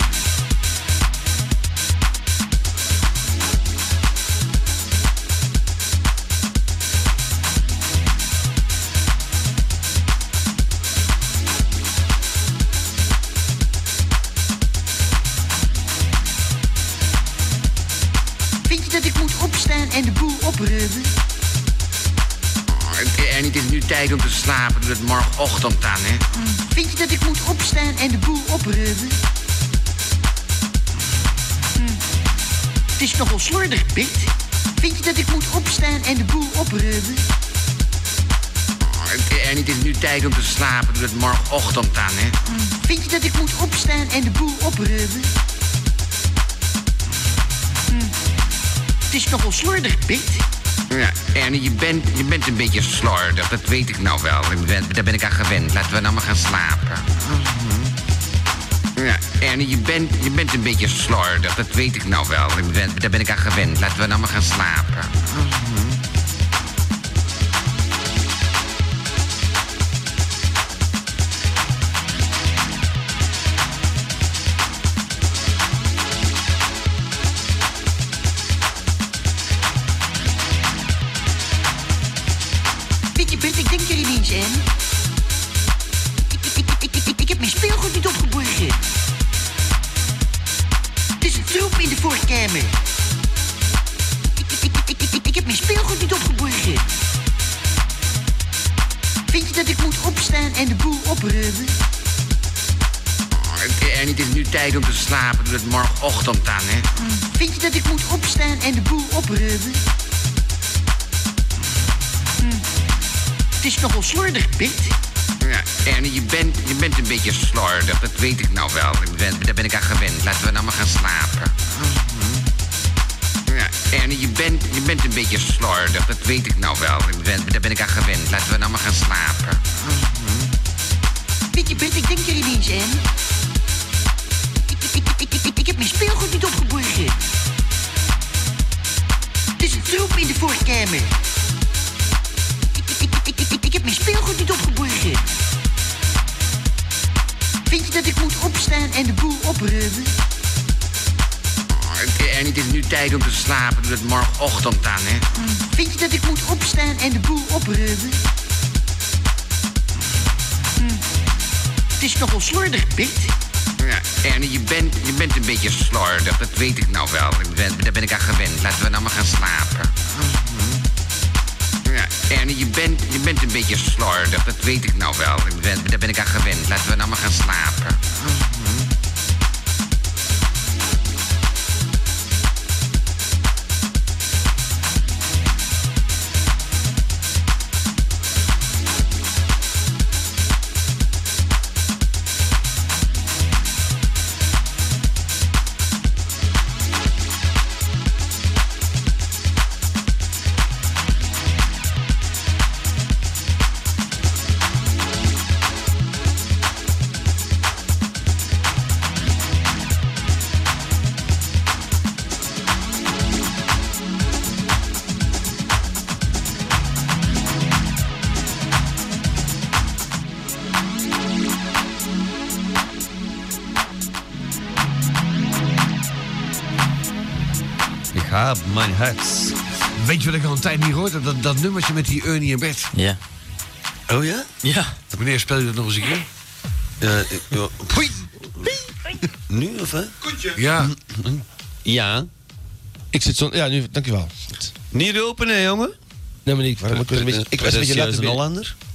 Vind je dat ik moet opstaan en de boel opruimen? En het is nu tijd om te slapen, doe het morgenochtend dan, hè? Vind je dat ik moet opstaan en de boel opruimen? Hm. Het is nogal slordig, Bert. Vind je dat ik moet opstaan en de boel opruimen? En het is nu tijd om te slapen, doe het morgenochtend dan, hè? Vind je dat ik moet opstaan en de boel opruimen? Hm. Het is nogal slordig, Bert. Ja, Ernie, je bent, je bent een beetje slordig, dat weet ik nou wel. Ik ben, daar ben ik aan gewend. Laten we nou maar gaan slapen. Ja, Ernie, je bent, je bent een beetje slordig, dat weet ik nou wel. Ik ben, daar ben ik aan gewend. Laten we nou maar gaan slapen. Weet je Bert, ik denk er ineens aan. Ik, ik, ik, ik, ik, ik heb mijn speelgoed niet opgeborgen. Het is een troep in de voorkamer. Ik, ik, ik, ik, ik, ik heb mijn speelgoed niet opgeborgen. Vind je dat ik moet opstaan en de boel opruimen? En het is nu tijd om te slapen, doe het morgenochtend dan, hè? Vind je dat ik moet opstaan en de boel opruimen? Hm. Het is nogal slordig, Bert. Ja, Ernie, je bent, je bent een beetje slordig, dat weet ik nou wel. Ik ben, daar ben ik aan gewend. Laten we nou maar gaan slapen. Ja, Ernie, je bent, je bent een beetje slordig, dat weet ik nou wel. Ik ben, daar ben ik aan gewend. Laten we nou maar gaan slapen. Weet je Bert, ik denk er ineens aan. Ik, ik, ik, ik, ik, ik heb mijn speelgoed niet opgeborgen. Het is een troep in de voorkamer. Ik, ik, ik, ik, ik heb mijn speelgoed niet opgeborgen. Vind je dat ik moet opstaan en de boel opruimen? En het is nu tijd om te slapen, doe het morgenochtend dan, hè? Vind je dat ik moet opstaan en de boel opruimen? Hm. Het is nogal slordig, Bert. Ja, Ernie, je bent, je bent een beetje slordig, dat weet ik nou wel. Ik ben, daar ben ik aan gewend. Laten we nou maar gaan slapen. Ja, Ernie, je bent, je bent een beetje slordig, dat weet ik nou wel. Ik ben, daar ben ik aan gewend. Laten we nou maar gaan slapen. Ja, mijn hart. Weet je wat ik al een tijd niet gehoord heb? Dat, dat nummertje met die Ernie en Bert. Ja. Oh ja? Ja. Wanneer speel je dat nog eens een keer? Ja, ik- ja. Hoi. Nu of hè? Ja. Ja. Ik zit zo... Ja, nu, dankjewel. Niet open, hè, jongen? Nee, maar niet. Waarom? Ik was een beetje, ik was een beetje laat een binnen. Hollander.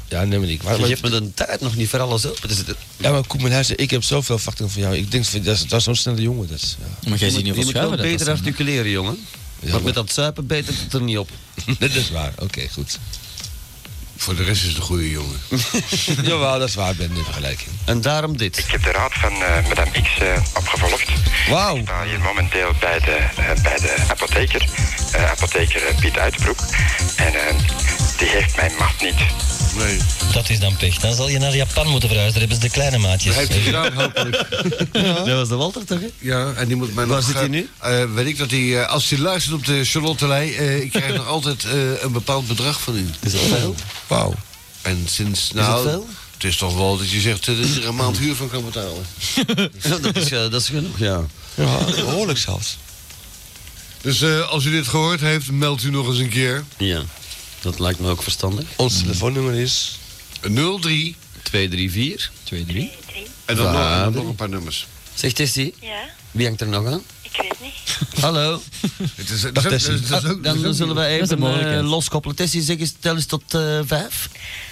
Ja, neem me niet. Je geeft me de tijd nog niet voor alles open te zitten. Ja, maar Koen Huizen, ik heb zoveel verwachtingen van jou. Ik denk, dat is, dat is zo'n snelle jongen. Dat is, ja. Maar jij Je ziet moet, niet je veel moet wel schuiven. beter articuleren, jongen. Ja, Want met dat zuipen beter het er niet op. Dat is waar, oké, okay, goed. Voor de rest is het een goede jongen. Jawel, dat is waar, Ben, in vergelijking. En daarom dit. Ik heb de raad van uh, madame X uh, opgevolgd. Wauw. Ik sta hier momenteel bij de, uh, bij de apotheker. Uh, apotheker uh, Piet Uitenbroek. En uh, die heeft mijn maat niet. Nee. Dat is dan pech. Dan zal je naar Japan moeten verhuizen. Daar hebben ze de kleine maatjes. Dat heeft hij gedaan, hopelijk. Ja. Dat was de Walter toch, hè? Ja, en die moet mij Waar nog... zit hij nu? Uh, weet ik dat hij, uh, als hij luistert op de Charlottelei... Uh, ik krijg nog altijd uh, een bepaald bedrag van u. Is dat veel? Wauw. En sinds... Is Nou, het veel? Het is toch wel dat je zegt uh, dat je er een maand huur van kan betalen. Ja, dat, is, uh, dat is genoeg, ja. Ja, behoorlijk zelfs. Dus uh, als u dit gehoord heeft, meldt u nog eens een keer. Ja, dat lijkt me ook verstandig. Ons telefoonnummer is... nul drie twee drie vier twee drie En dan Ja, nog, nog een paar nummers. Zeg Tessie, Ja, wie hangt er nog aan? ik weet niet. Hallo. Het is, Dag, Tessie. dat is ook- dat is Dan ook- zullen we Dat is een even mogelijkheid. uh, loskoppelen. Tessie, zeg eens, tel eens tot uh, vijf.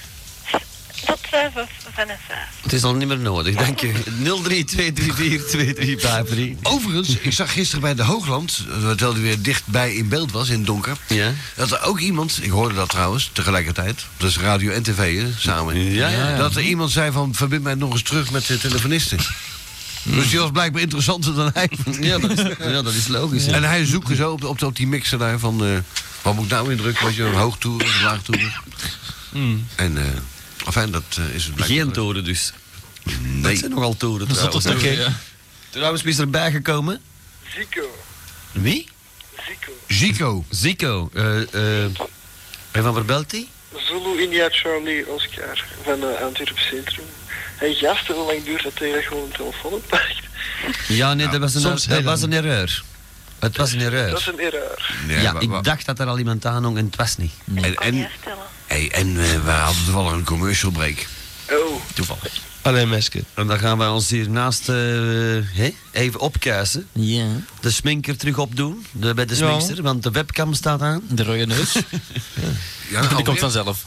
Tot vijf of van een vijf. Het is al niet meer nodig, dank je. nul drie twee drie vier twee drie vijf drie. Overigens, ik zag gisteren bij de Hoogland, terwijl hij weer dichtbij in beeld was, in het donker, Ja. dat er ook iemand, ik hoorde dat trouwens, tegelijkertijd, dus radio en tv, hè, samen, Ja, ja, ja. dat er iemand zei van, verbind mij nog eens terug met de telefonisten. Dus die was blijkbaar interessanter dan hij. Ja, dat is, ja, dat is logisch. Ja. En hij zoekt zo op, op, op die mixer daar van, uh, wat moet ik nou indrukken, weet je, een hoogtoer, een laagtoer. Mm. En, uh, enfin, dat uh, is het blijkbaar. Geen toren dus. Nee. Dat zijn nogal toren trouwens. Oké. Okay. Trouwens, wie is erbij gekomen? Zico. Wie? Zico. Zico. Zico. Uh, uh, en van waar belt hij? Zulu India Charlie Oscar van uh, Antwerpen Centrum. Hey gasten, hoe lang duurt dat tegen dat gewoon een telefoon oppakt? Ja, nee, Ja, dat was een, soms dat heel was lang. een erreur. Het was een Dat erreur. is een erreur. Nee, Ja, wa- ik wa- dacht dat er al iemand aan hong en het was niet. En, Kan en, jij stellen? hey, en uh, we hadden toevallig een commercial break. Oh, Toevallig. Alleen Meske. En dan gaan wij ons hier naast uh, hè, even opkuisen. Ja. De sminker terug opdoen, de, bij de Ja. sminkster, want de webcam staat aan. De rode neus. Ja, Die alweer. komt vanzelf.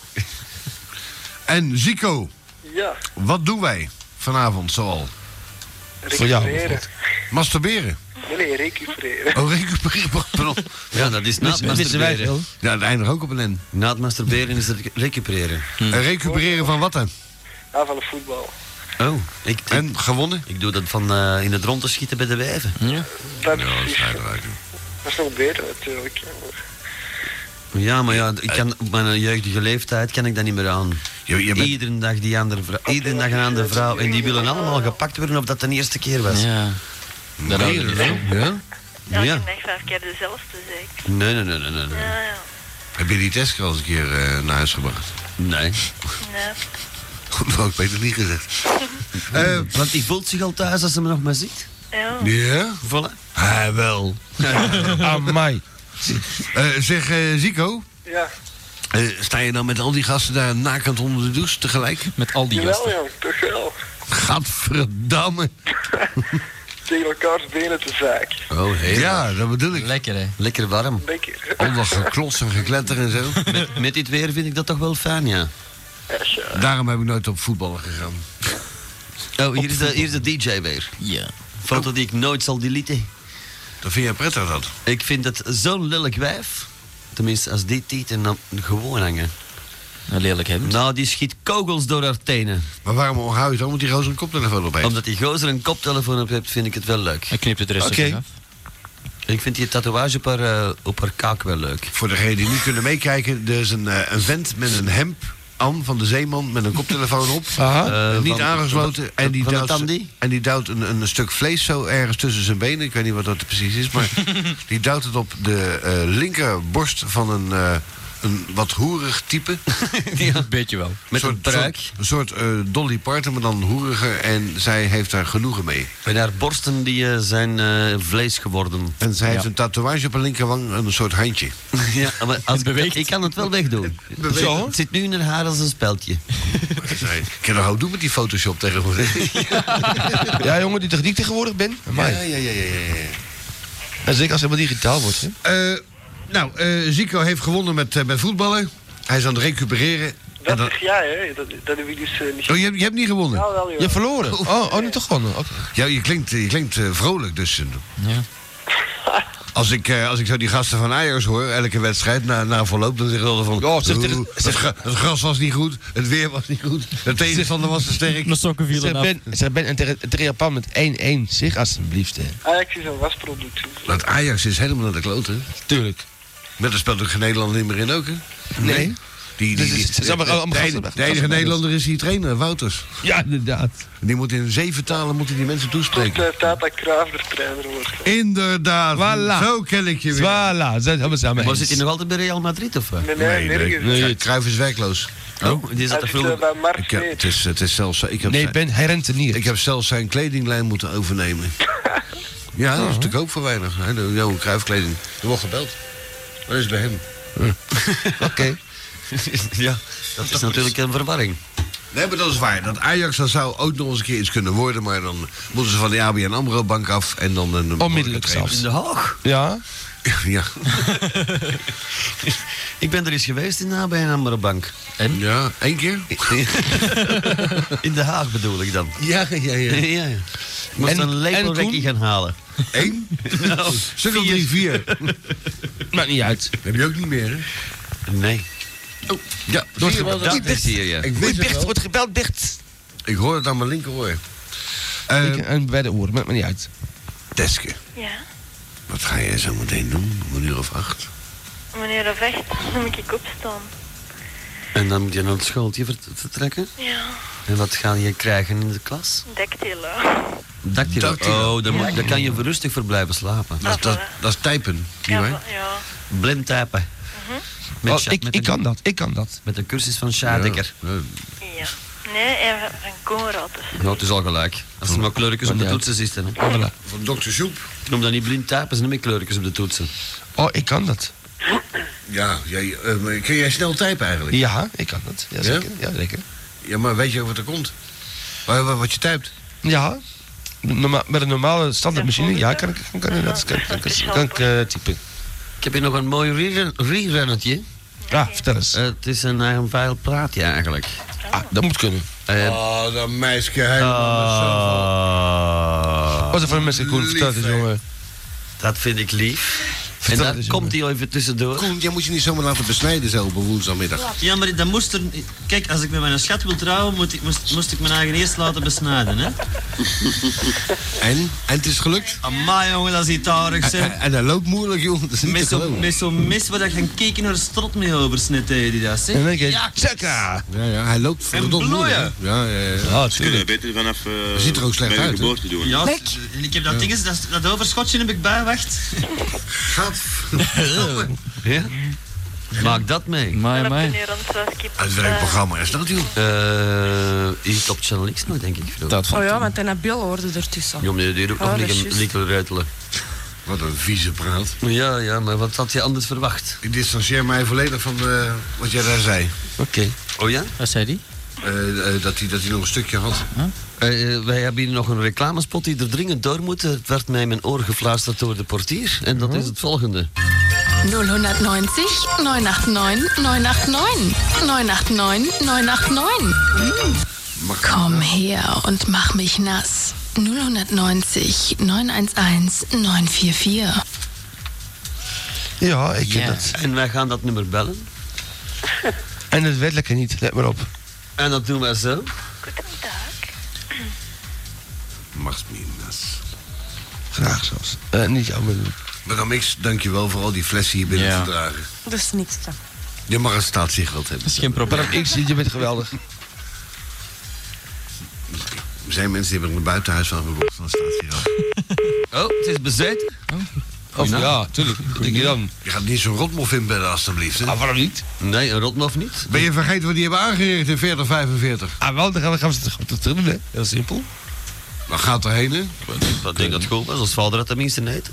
En Zico, ja. wat doen wij vanavond zoal? Voor jou, Recupereren. Masturberen. Nee, nee, recupereren. Oh, recupereren. Pardon. Ja, dat is na het Wisten wij masturberen. veel? Ja, het eindigt ook op een N. Na het masturberen is het recupereren. En recupereren van wat dan? Ja, van de voetbal. Oh, ik, ik, En gewonnen? ik doe dat van uh, in het rond te schieten bij de wijven. Ja. Dat, Ja, dat is, is eruit. dat is nog beter natuurlijk. ja, maar- Ja, maar ja, ik kan, op mijn jeugdige leeftijd kan ik dat niet meer aan. Je, je bent, Iedere dag, die andere vrouw, iedere dag een andere vrouw. En die willen allemaal gepakt worden of dat de eerste keer was. Ja. Dat Nee, houden we hè? niet van. Ja? Elke Ja. dag vijf keer dezelfde, zeker. Nee, nee, nee, nee, nee. Nee. Ja, ja. Heb je die test al eens een keer uh, naar huis gebracht? nee. Nee. Dat had ik beter niet gezegd. uh, Want die voelt zich al thuis als ze me nog maar ziet. Ja. ja? Voilà. Ah, wel. Amai. Uh, zeg, uh, Zico, Ja, uh, sta je dan met al die gasten daar nakend onder de douche tegelijk? Met al die jawel gasten. jong, toch wel. Gadverdamme. Tegen elkaars benen te zaken. Oh, heel Ja, dat bedoel ik. Lekker, hè? lekker warm. Lekker. Onder geklots en gekletter en zo. Met, met dit weer vind ik dat toch wel fijn, ja. Ja, Daarom heb ik nooit op voetballen gegaan. Oh, hier is de, hier is de D J weer. Ja. Foto die ik nooit zal deleten. Dat vind jij prettig, dat? Ik vind het zo'n lelijk wijf. Tenminste, als die tiet en dan gewoon hangen. Een lelijk hemd. Nou, die schiet kogels door haar tenen. Maar waarom hou je dan? Omdat die gozer een koptelefoon op heeft. Omdat die gozer een koptelefoon op heeft, vind ik het wel leuk. Hij knipt het rest Oké. okay. af. Ik vind die tatoeage op haar, uh, op haar kaak wel leuk. Voor degenen die niet kunnen meekijken, er is een, uh, een vent met een hemp aan van de Zeeman met een koptelefoon op. Aha. Uh, niet van- aangesloten. van- En die van de duwt, Tandy? en die duwt een, een stuk vlees zo ergens tussen zijn benen. Ik weet niet wat dat precies is. Maar die duwt het op de uh, linkerborst van een, uh, een wat hoerig type. Een beetje wel. Met een pruik. Soort, een soort uh, Dolly Parton, maar dan hoeriger. En zij heeft daar genoegen mee. En haar borsten die, uh, zijn uh, vlees geworden. En zij heeft Ja. een tatoeage op haar linkerwang, een soort handje. Ja, maar als ik, beweegt. ik kan het wel wegdoen. Zo? Het zit nu in haar haar als een speldje. Zij, ik kan er ook doen met die Photoshop tegenwoordig. Ja, jongen, die techniek tegenwoordig, Ben. Amai. Ja, ja, ja, ja, ja. En zeker als het helemaal digitaal wordt, hè. Uh, nou, uh, Zico heeft gewonnen met, uh, met voetballen. Hij is aan het recupereren. Dat dat- is jij, hè? Dat, dat heb ik dus eh, niet. Oh, je hebt, je hebt niet gewonnen? Ja, wel, ja. Je hebt verloren. Oh, oh niet toch gewonnen. Oké. Ja, je klinkt, je klinkt eh, vrolijk, dus... eh, Ja. Als ik, eh, als ik zo die gasten van Ajax hoor, elke wedstrijd, na, na verloop, dan zeggen ze altijd van... Oh, zeg tegen- "Oeh, het, gra- het gras was niet goed, het weer was niet goed, de tegenstander was te sterk. Mijn sokken Zeg vielen af. Ben, zeg Ben en tegen, tegen Japan met één-één. Zeg alsjeblieft, hè. Ajax is een wasproduct. Dat Ajax is helemaal naar de kloten. Tuurlijk. Met er speelt ook geen Nederlander niet meer in ook, hè? Nee. Die, die, Dus die, het is allemaal- de- allemaal de, gasten- de, gasten- enige Nederlander is die trainer, Wouters. Ja, inderdaad. Die moet in zeven talen moet hij die mensen Tot toespreken. de tijd dat Cruijff de trainer wordt. Inderdaad, Voilà. zo ken ik je weer. Voilà, zijn we samen Maar eens. zit hij nog altijd bij Real Madrid of wat? Nee, nee, nergens. nee, Cruijff is werkloos. Oh, die zat Hij er zit vroeger... eh, bij Mark Ik heb, Smeet. het, is, het is zelfs... Ik heb Nee, zijn- Ben, hij rent er niet. Ik heb zelfs zijn kledinglijn moeten overnemen. Ja, dat is natuurlijk ook voor weinig. Hè? De Johan Cruijff kleding. Er wordt gebeld. Dat is bij hem. Oké. Ja, dat is natuurlijk een verwarring. Nee, maar dat is waar. Dat Ajax dat zou ook nog eens een keer iets kunnen worden. Maar dan moeten ze van de A B N AMRO bank af. En dan een... Onmiddellijk trainer. zelfs. In de Haag? Ja? Ja. Ik ben er eens geweest in de A B N AMRO Bank. En? Ja, één keer? In de Haag bedoel ik dan. Ja, ja, ja. ja, ja. Ik moest En- een en lepelrekje toen? gaan halen. Eén? Nou, Stuk of drie, vier. Maakt niet uit. Heb je ook niet meer, hè? Nee. Oh, ja. Door zie je wel Dat is hier, ja. Ik Oei, weet het Bert wel. wordt gebeld, Bert. Ik hoor het aan mijn linkeroor. Eh Ik- En bij de oren, maakt me niet uit. Teske, Ja. wat ga jij zo meteen doen? Om een uur of acht? Meneer de Vecht, dan moet ik opstaan. En dan moet je naar het schooltje vert- vertrekken. Ja. En wat ga je krijgen in de klas? Dactylo. Dactylo. Dactylo. Oh, dan, moet, dan kan je rustig voor blijven slapen. Dat, is- dat, dat is typen, niet Ja, waar? va- ja. Blind typen. Met Oh, Sja- ik, met ik een- kan dat, ik kan dat. Met een cursus van Schadekker. Ja. Ja. Nee, even van Koenraad. Dus. Nou, het is al gelijk. Als er maar kleurtjes op de Ja. toetsen zitten. Hè. Voilà. Van dokter Soep. Noem dat niet blind typen, ze niet kleurtjes op de toetsen. Oh, ik kan dat. Ja, jij, eh, maar kun jij snel typen eigenlijk? Ja, ik kan dat. Ja, zeker. Ja, zeker. Ja, maar weet je ook wat er komt? Wat, wat, wat je typt? Ja. Norma met een normale standaardmachine, ja, kan ik, kan, kan, dat, kan, kan, kan, kan ik eh, typen. Ik heb hier nog een mooi rerun- rerunnetje. Ja, vertel eens. Eh, het is een, een vuil praatje eigenlijk. Ah, dat moet kunnen. Eh, Oh, dat meisje helemaal met zoveel... ah, Wat is er voor een mensen, Koen? Vertel het eens, Lief, hè. jongen. dat vind ik lief. En Vertel daar het eens, komt hij even tussendoor. Koen, jij moet je niet zomaar laten besnijden zo op een woensdagmiddag. Ja, maar dat moest er... Kijk, als ik met mijn schat wil trouwen, moet ik, moest, moest ik mijn eigen eerst laten besnijden, hè? En? En het is gelukt? Amai, jongen, dat is iets aardigs, En, hè? en, en dat loopt moeilijk, jongen. Dat is niet Met te zo'n geloven. met zo'n mes waar je een keken naar de strot mee oversnit, hè, die dat, hè? En dan denk Ja, je, tjaka! Ja, ja, hij loopt En verdomd moeilijk. bloeien. hè? Ja, ja, ja. Ja, Ze kunnen tuurlijk. beter vanaf uh, Dat ziet er ook slecht uit, hè? geboorte doen. Ja, Lek. en ik heb dat ding, dat, dat overschotje heb ik bijwacht. Gaat. Ja? Maak dat mee. Maar, Dan heb je maar. nu rond uh, skip. Uit welk programma is dat, joh? Eh iets op Channel X nog, denk ik. Dat Oh ja, want een Bill hoorde ertussen. Ja, meneer, die ook Oh, nog dat is niet juist. nikkel ruitelen. Wat een vieze praat. Ja, ja, maar wat had je anders verwacht? Ik distancieer mij volledig van eh, wat jij daar zei. Oké. Oh ja? Wat zei die? Eh, eh, dat hij dat hij nog een stukje had. Eh, eh, wij hebben hier nog een reclamespot die er dringend door moet. Het werd mij in mijn oor gefluisterd door de portier. En dat is het volgende. null neunzig, neunhundertneunundachtzig, neunhundertneunundachtzig, neunhundertneunundachtzig, neunhundertneunundachtzig. Komm her und mach mich nass. null neunzig, neunhundertelf, neunhonderdvierentveertig. Ja, ik ken Ja. dat. En wij gaan dat nummer bellen. En het werd lekker niet, let maar op. En dat doen wij zo. Macht me nas. Graag zelfs. Eh, niet jou, maar... Madame X, dankjewel voor al die flessen hier binnen Ja. te dragen. Dat is niks dan. Je mag een staatsiegeld hebben. Dat is geen probleem. Maar ik zie, je bent geweldig. Er zijn mensen die hebben er een buitenhuis van geboekt van een staatsiegeld. Oh, het is bezet. Of ja, tuurlijk. Wat denk je dan? Je gaat niet zo'n rotmof inbedden, alstublieft. Hè? Ah, waarom niet? Nee, een rotmof niet. Ben je vergeten wat die hebben aangericht in veertig vijfenveertig? Ah, wel, dan gaan we, gaan we ze toch terug doen, hè? Heel simpel. Dan gaat erheen, hè? Ik denk dat het goed was, als vader het tenminste niet.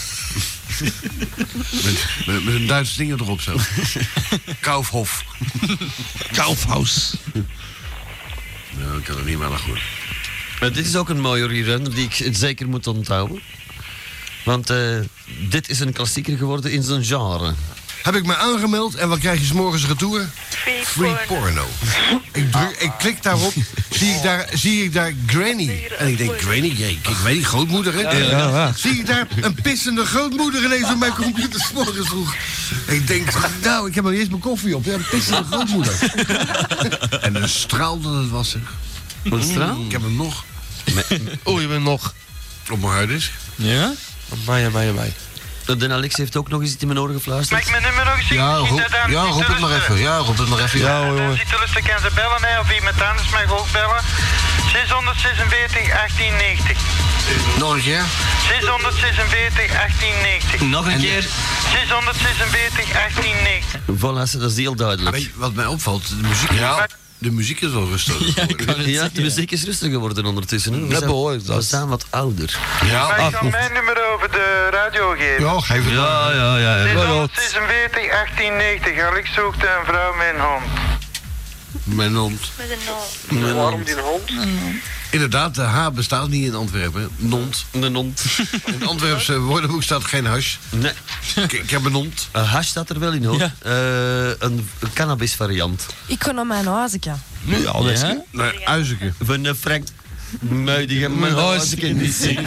Met, met, met een Duits ding erop zo. Kaufhof. Kaufhaus. Nou, ik kan er niet meer aan goed. Maar dit is ook een mooie rerun die ik zeker moet onthouden. Want eh, dit is een klassieker geworden in zijn genre. heb ik me aangemeld en wat krijg je 's morgens retour? Free, Free porno. Ik, druk, ik klik daarop, zie ik daar, zie ik daar Granny. En ik denk, Granny, jee, ik weet niet, grootmoeder, hè? Ja, ja, ja. Zie ik daar een pissende grootmoeder ineens op mijn computer 's morgens vroeg. Ik denk, nou, ik heb nog niet eens mijn koffie op. Ja, een pissende grootmoeder. En een straal dat het was, zeg. Een straal? Ik heb hem nog. Oh, je bent nog. Op mijn harddisk. Ja? Amai, amai, amai. De Alex heeft ook nog eens iets in mijn oren gefluisterd. Mag ik mijn nummer nog eens zien? Ja, roep, ja, roep het maar even. Ja, roep het maar even. Ja, hoor, Dan hoor. zit de lustig kan ze bellen, hè, of iemand anders mag ook bellen. zeshonderdzesenveertig achttien negentig. Nog een keer. zeshonderdzesenveertig achttien negentig. Nog een keer. zeshonderdzesenveertig achttien negentig. Voilà, dat is heel duidelijk. Weet je wat mij opvalt? De muziek, ja. de muziek is wel rustig. Ja, de muziek is rustiger geworden ondertussen. Hè. We, Dat zijn, behoort we dat. zijn wat ouder. Ja, Mag ik dan mijn nummer over de radio geven? ja, geef het maar. Ja, ja, ja. ja. zeshonderdzesenveertig achttien negentig. Alex zoekt een vrouw met een hond. Mijn hond. Met een naam. Waarom die hond? Inderdaad, de H bestaat niet in Antwerpen. Nont. Een hond. In het Antwerpse woordenboek staat geen hash. Nee. Ik, ik heb een hond. Een hash staat er wel in, hoor. Ja. Uh, een, een cannabis variant. Ik ga naar mijn huisje. Nu al eens. Ja? Nee, uizeke. Van de Frank. Muidige mijn huis niet zien.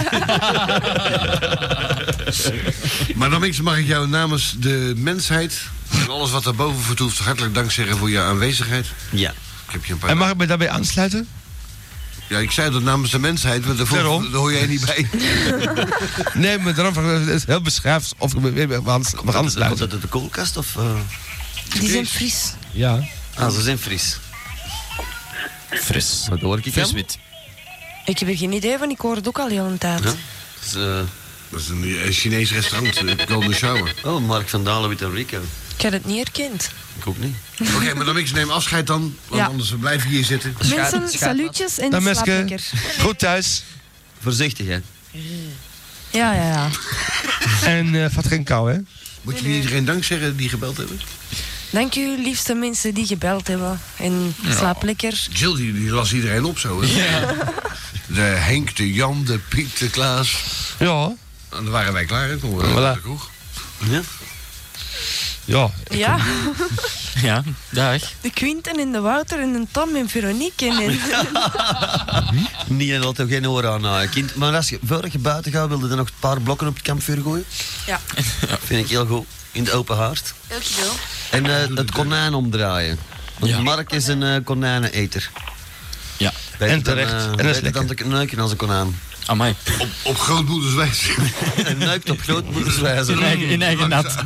Maar dan niks mag ik jou namens de mensheid en alles wat daarboven vertoeft hartelijk dank zeggen voor je aanwezigheid. Ja. Ik heb je een paar En mag ik me daarbij aansluiten? Ja, ik zei dat namens de mensheid, want daarvoor, Waarom? daar hoor jij niet bij. Nee, maar daarom het is heel beschaafd of ik me weer mag Komt aansluiten. dat uit de koelkast of... Uh... Die zijn fris. Ja. Ah, ze zijn fris. Fris. Wat hoor ik Fris hem? wit. Ik heb er geen idee van, ik hoor het ook al heel een tijd. Ja. Dus, uh... Dat is een, een Chinees restaurant, uh, Golden Shower. Oh, Mark van Dalen met Enrico. Ik had het niet herkend. Ik ook niet. Oké, okay, maar dan niks, neem afscheid dan, want Ja. anders blijven we hier zitten. Mensen, salutjes en Dan slaap Meske, lekker. goed thuis. Voorzichtig, hè. Ja, ja, ja. En uh, vat geen kou, hè? Moet je niet iedereen dank zeggen die gebeld hebben? Dank u, liefste mensen die gebeld hebben. En slaap lekker. Jill, die, die las iedereen op zo, hè? Ja. De Henk, de Jan, de Piet, de Klaas. Ja. En dan waren wij klaar, hè? Kom, Voilà. de kroeg. Ja. Ja. Ja, Ja, dag. de Quinten en de Wouter en de Tom en Veronique en... en Niet en dat er geen oor aan, uh, kind. Maar als je, voordat je buiten gaat, wilde er nog een paar blokken op het kampvuur gooien. Ja. Vind ik heel goed. In de open haard. Dankjewel. En uh, het konijn omdraaien. Want Ja. Mark is een uh, konijneneter. Ja. Beter En terecht. Dan, uh, En dat is beter dan lekker. te neuken als een konijn. Amai. Op, op grootmoeders wijze. En neukt op grootmoederswijze. In eigen, in eigen nat.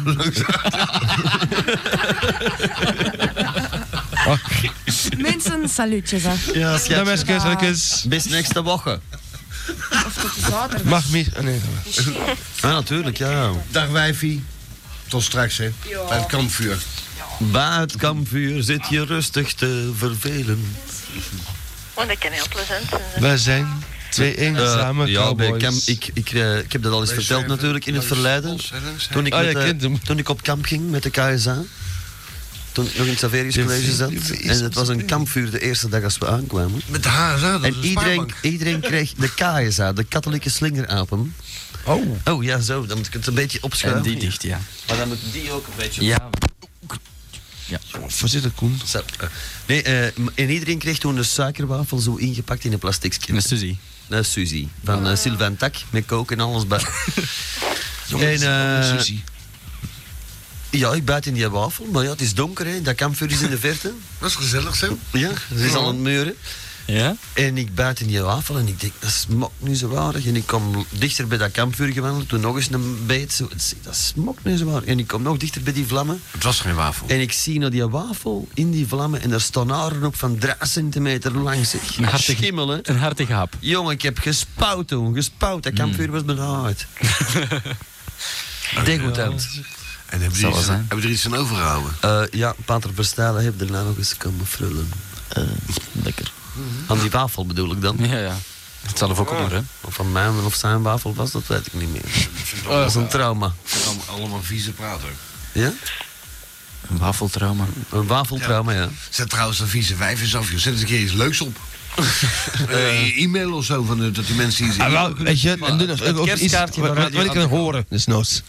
Mensen, salutjes, hè. Ja, Dan schat. Meske, salutjes. Bis nächste woche. Of tot de zaterdag. Mag me... Oh, nee. Ja, natuurlijk, ja. Dag wijfie. Tot straks, hè. Bij het kampvuur. Bij het kampvuur zit je rustig te vervelen. Oh, dat kan heel plezant zijn. Wij zijn twee eenzame Uh, ja, bij cowboys. camp, ik, ik, uh, ik heb dat al eens Wij verteld zijn natuurlijk in het langs verleden. ons, hè, langs Toen ik, Oh, met, je uh, kent hem. toen ik op kamp ging met de K S A. Toen ik nog in het Saverius De College zat. vierde is En het was een kampvuur de eerste dag als we aankwamen. Met de H S A, dat En is een iedereen, spaarbank. iedereen kreeg de K S A, de katholieke slingerapen. Oh. Oh ja, zo. Dan moet ik het een beetje opschuiven. En die dicht, ja. Maar dan moet die ook een beetje... Ja. Ja. Voorzitter Koen. Zo, uh, nee, uh, en iedereen kreeg toen een suikerwafel zo ingepakt in een plastic En een Suzy. Een Suzy. Van uh, Sylvain Tak, met kook en alles bij. Jongens, en, uh, Suzy. Ja, ik buit in die wafel, maar ja, het is donker, hè. Dat kampvuur is in de verte. Dat is gezellig, zo. Ja, ze is al aan het meuren. Ja? En ik buit in die wafel en ik denk, dat smokt nu zo waardig. En ik kom dichter bij dat kampvuur gewandeld, toen nog eens een beet. Zo, dat smokt nu zo waardig. En ik kom nog dichter bij die vlammen. Het was geen wafel. En ik zie naar die wafel in die vlammen en er staan haren op van drie centimeter lang. Zeg. Een hartige- Schimmel, hè. Een hartige hap. Jongen, ik heb gespouwd toen, gespouwd. Dat kampvuur was bijna uit. Degoutant. En hebben, die Zal wel iets, zijn. hebben we er iets aan overgehouden? Uh, ja, Pater Verstalen heeft daarna nog eens komen frullen. Uh, lekker. Aan die wafel bedoel ik dan. Ja, ja. Het zal er ook onder, hè. Of van mijn of zijn wafel was, dat weet ik niet meer. Dat is een trauma. Allemaal, allemaal vieze praten. Ja? Een wafeltrauma. Een wafeltrauma, ja. Zet trouwens een vieze wijf eens af, joh. Zet eens een keer iets leuks op. Uh, e-mail of zo, van, uh, dat die mensen hier zien. Ah, wel, weet je, en doe nog- het ook iets kerstkaartje wat, van wat, Radio wat ik kan Antico. horen, dus noods.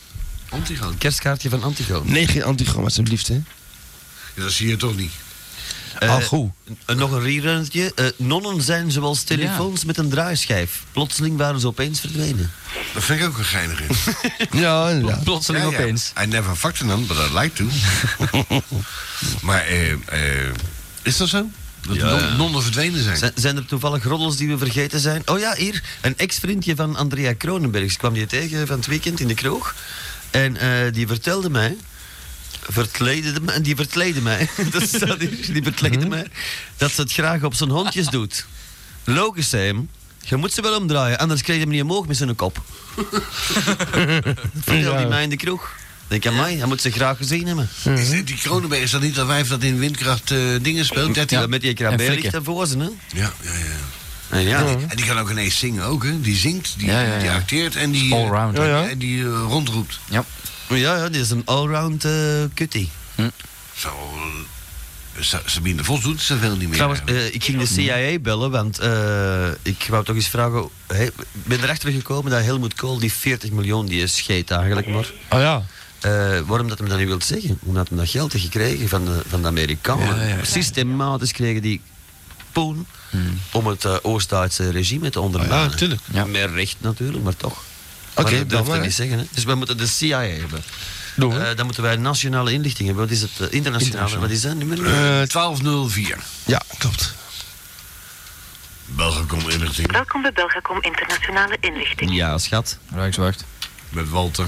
Antigoon. Kerstkaartje van Antigoon. Nee, geen Antigoon, alsjeblieft, hè. Ja, dat zie je toch niet. Uh, Al goed. Uh, nog een rerunnetje. Uh, nonnen zijn zoals telefoons ja. met een draaischijf. Plotseling waren ze opeens verdwenen. Dat vind ik ook een geinig in. Ja, inderdaad. Plotseling ja, ja. opeens. I never fucked them, but I'd like to. Maar uh, uh, is dat zo? Dat ja. non- nonnen verdwenen zijn. zijn. Zijn er toevallig roddels die we vergeten zijn? Oh ja, hier. Een ex-vriendje van Andrea Kronenbergs kwam die tegen van het weekend in de kroeg. En uh, die vertelde mij... Verkleedde me, die verkleedde mij. Dat staat hier. Die verkleedde mij. Dat ze het graag op zijn hondjes doet. Logisch, zei hem. Je moet ze wel omdraaien, anders krijg je hem niet omhoog met zijn kop. Dat vertelde hij mij in de kroeg. Ik denk, amai, hij moet ze graag gezien hebben. Is die, die Kronenberg, is dat niet dat wijf dat in Windkracht uh, dingen speelt? Ja, ja, met die krabbe ligt daarvoor ze, hè? Ja, ja, ja. En, ja. En, die, en die kan ook ineens zingen ook, hè? Die zingt, die, ja, ja, ja. die acteert en die, Allround, uh, ja, ja. en die uh, rondroept. Ja. Ja, ja, die is een allround uh, kuttie. Hm. Zo, uh, Sabine de Vos doet ze veel niet meer. Trouwens, uh, ik ging de C I A bellen, want uh, ik wou toch eens vragen... Hey, ik ben erachter gekomen dat Helmut Kohl die veertig miljoen, die scheet eigenlijk maar. Oh ja. Uh, waarom dat hem dat niet wil zeggen? Omdat hij dat geld heeft gekregen van de, van de Amerikanen. Ja, ja, ja. Systematisch kregen die poen hmm. om het uh, Oost-Duitse regime te ondermijnen. Ah, ja, natuurlijk. Ja. Meer recht natuurlijk, maar toch. Oké, okay, dat durf ik niet zeggen. Hè? Dus we moeten de C I A hebben. Doe, uh, dan moeten wij nationale inlichting hebben. Wat is het? Uh, internationale? Wat is dat? Nummer? Uh, twaalf nul vier. Ja, klopt. Belgacom inlichting. Welkom bij Belgacom Internationale Inlichting. Ja, schat. Rijkswacht. Met Walter.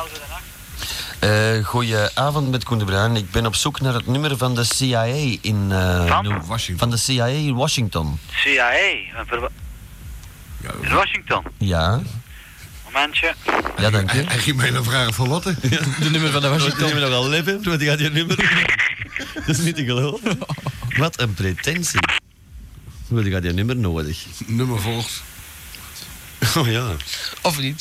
Uh, goedenavond met Koen de Bruin. Ik ben op zoek naar het nummer van de C I A in... Uh, van? Washington. Van de C I A in Washington. C I A? In Washington? Ja. Momentje. Ja, dank je. Hij ging mij dan vragen van wat? Ja, de nummer van de Washington. Die hebben nogal lef, hè? Want die gaat je nummer... Dat is niet te geloven. Wat een pretentie. Want die gaat je nummer nodig. Nummer volgt. Oh ja. Of niet.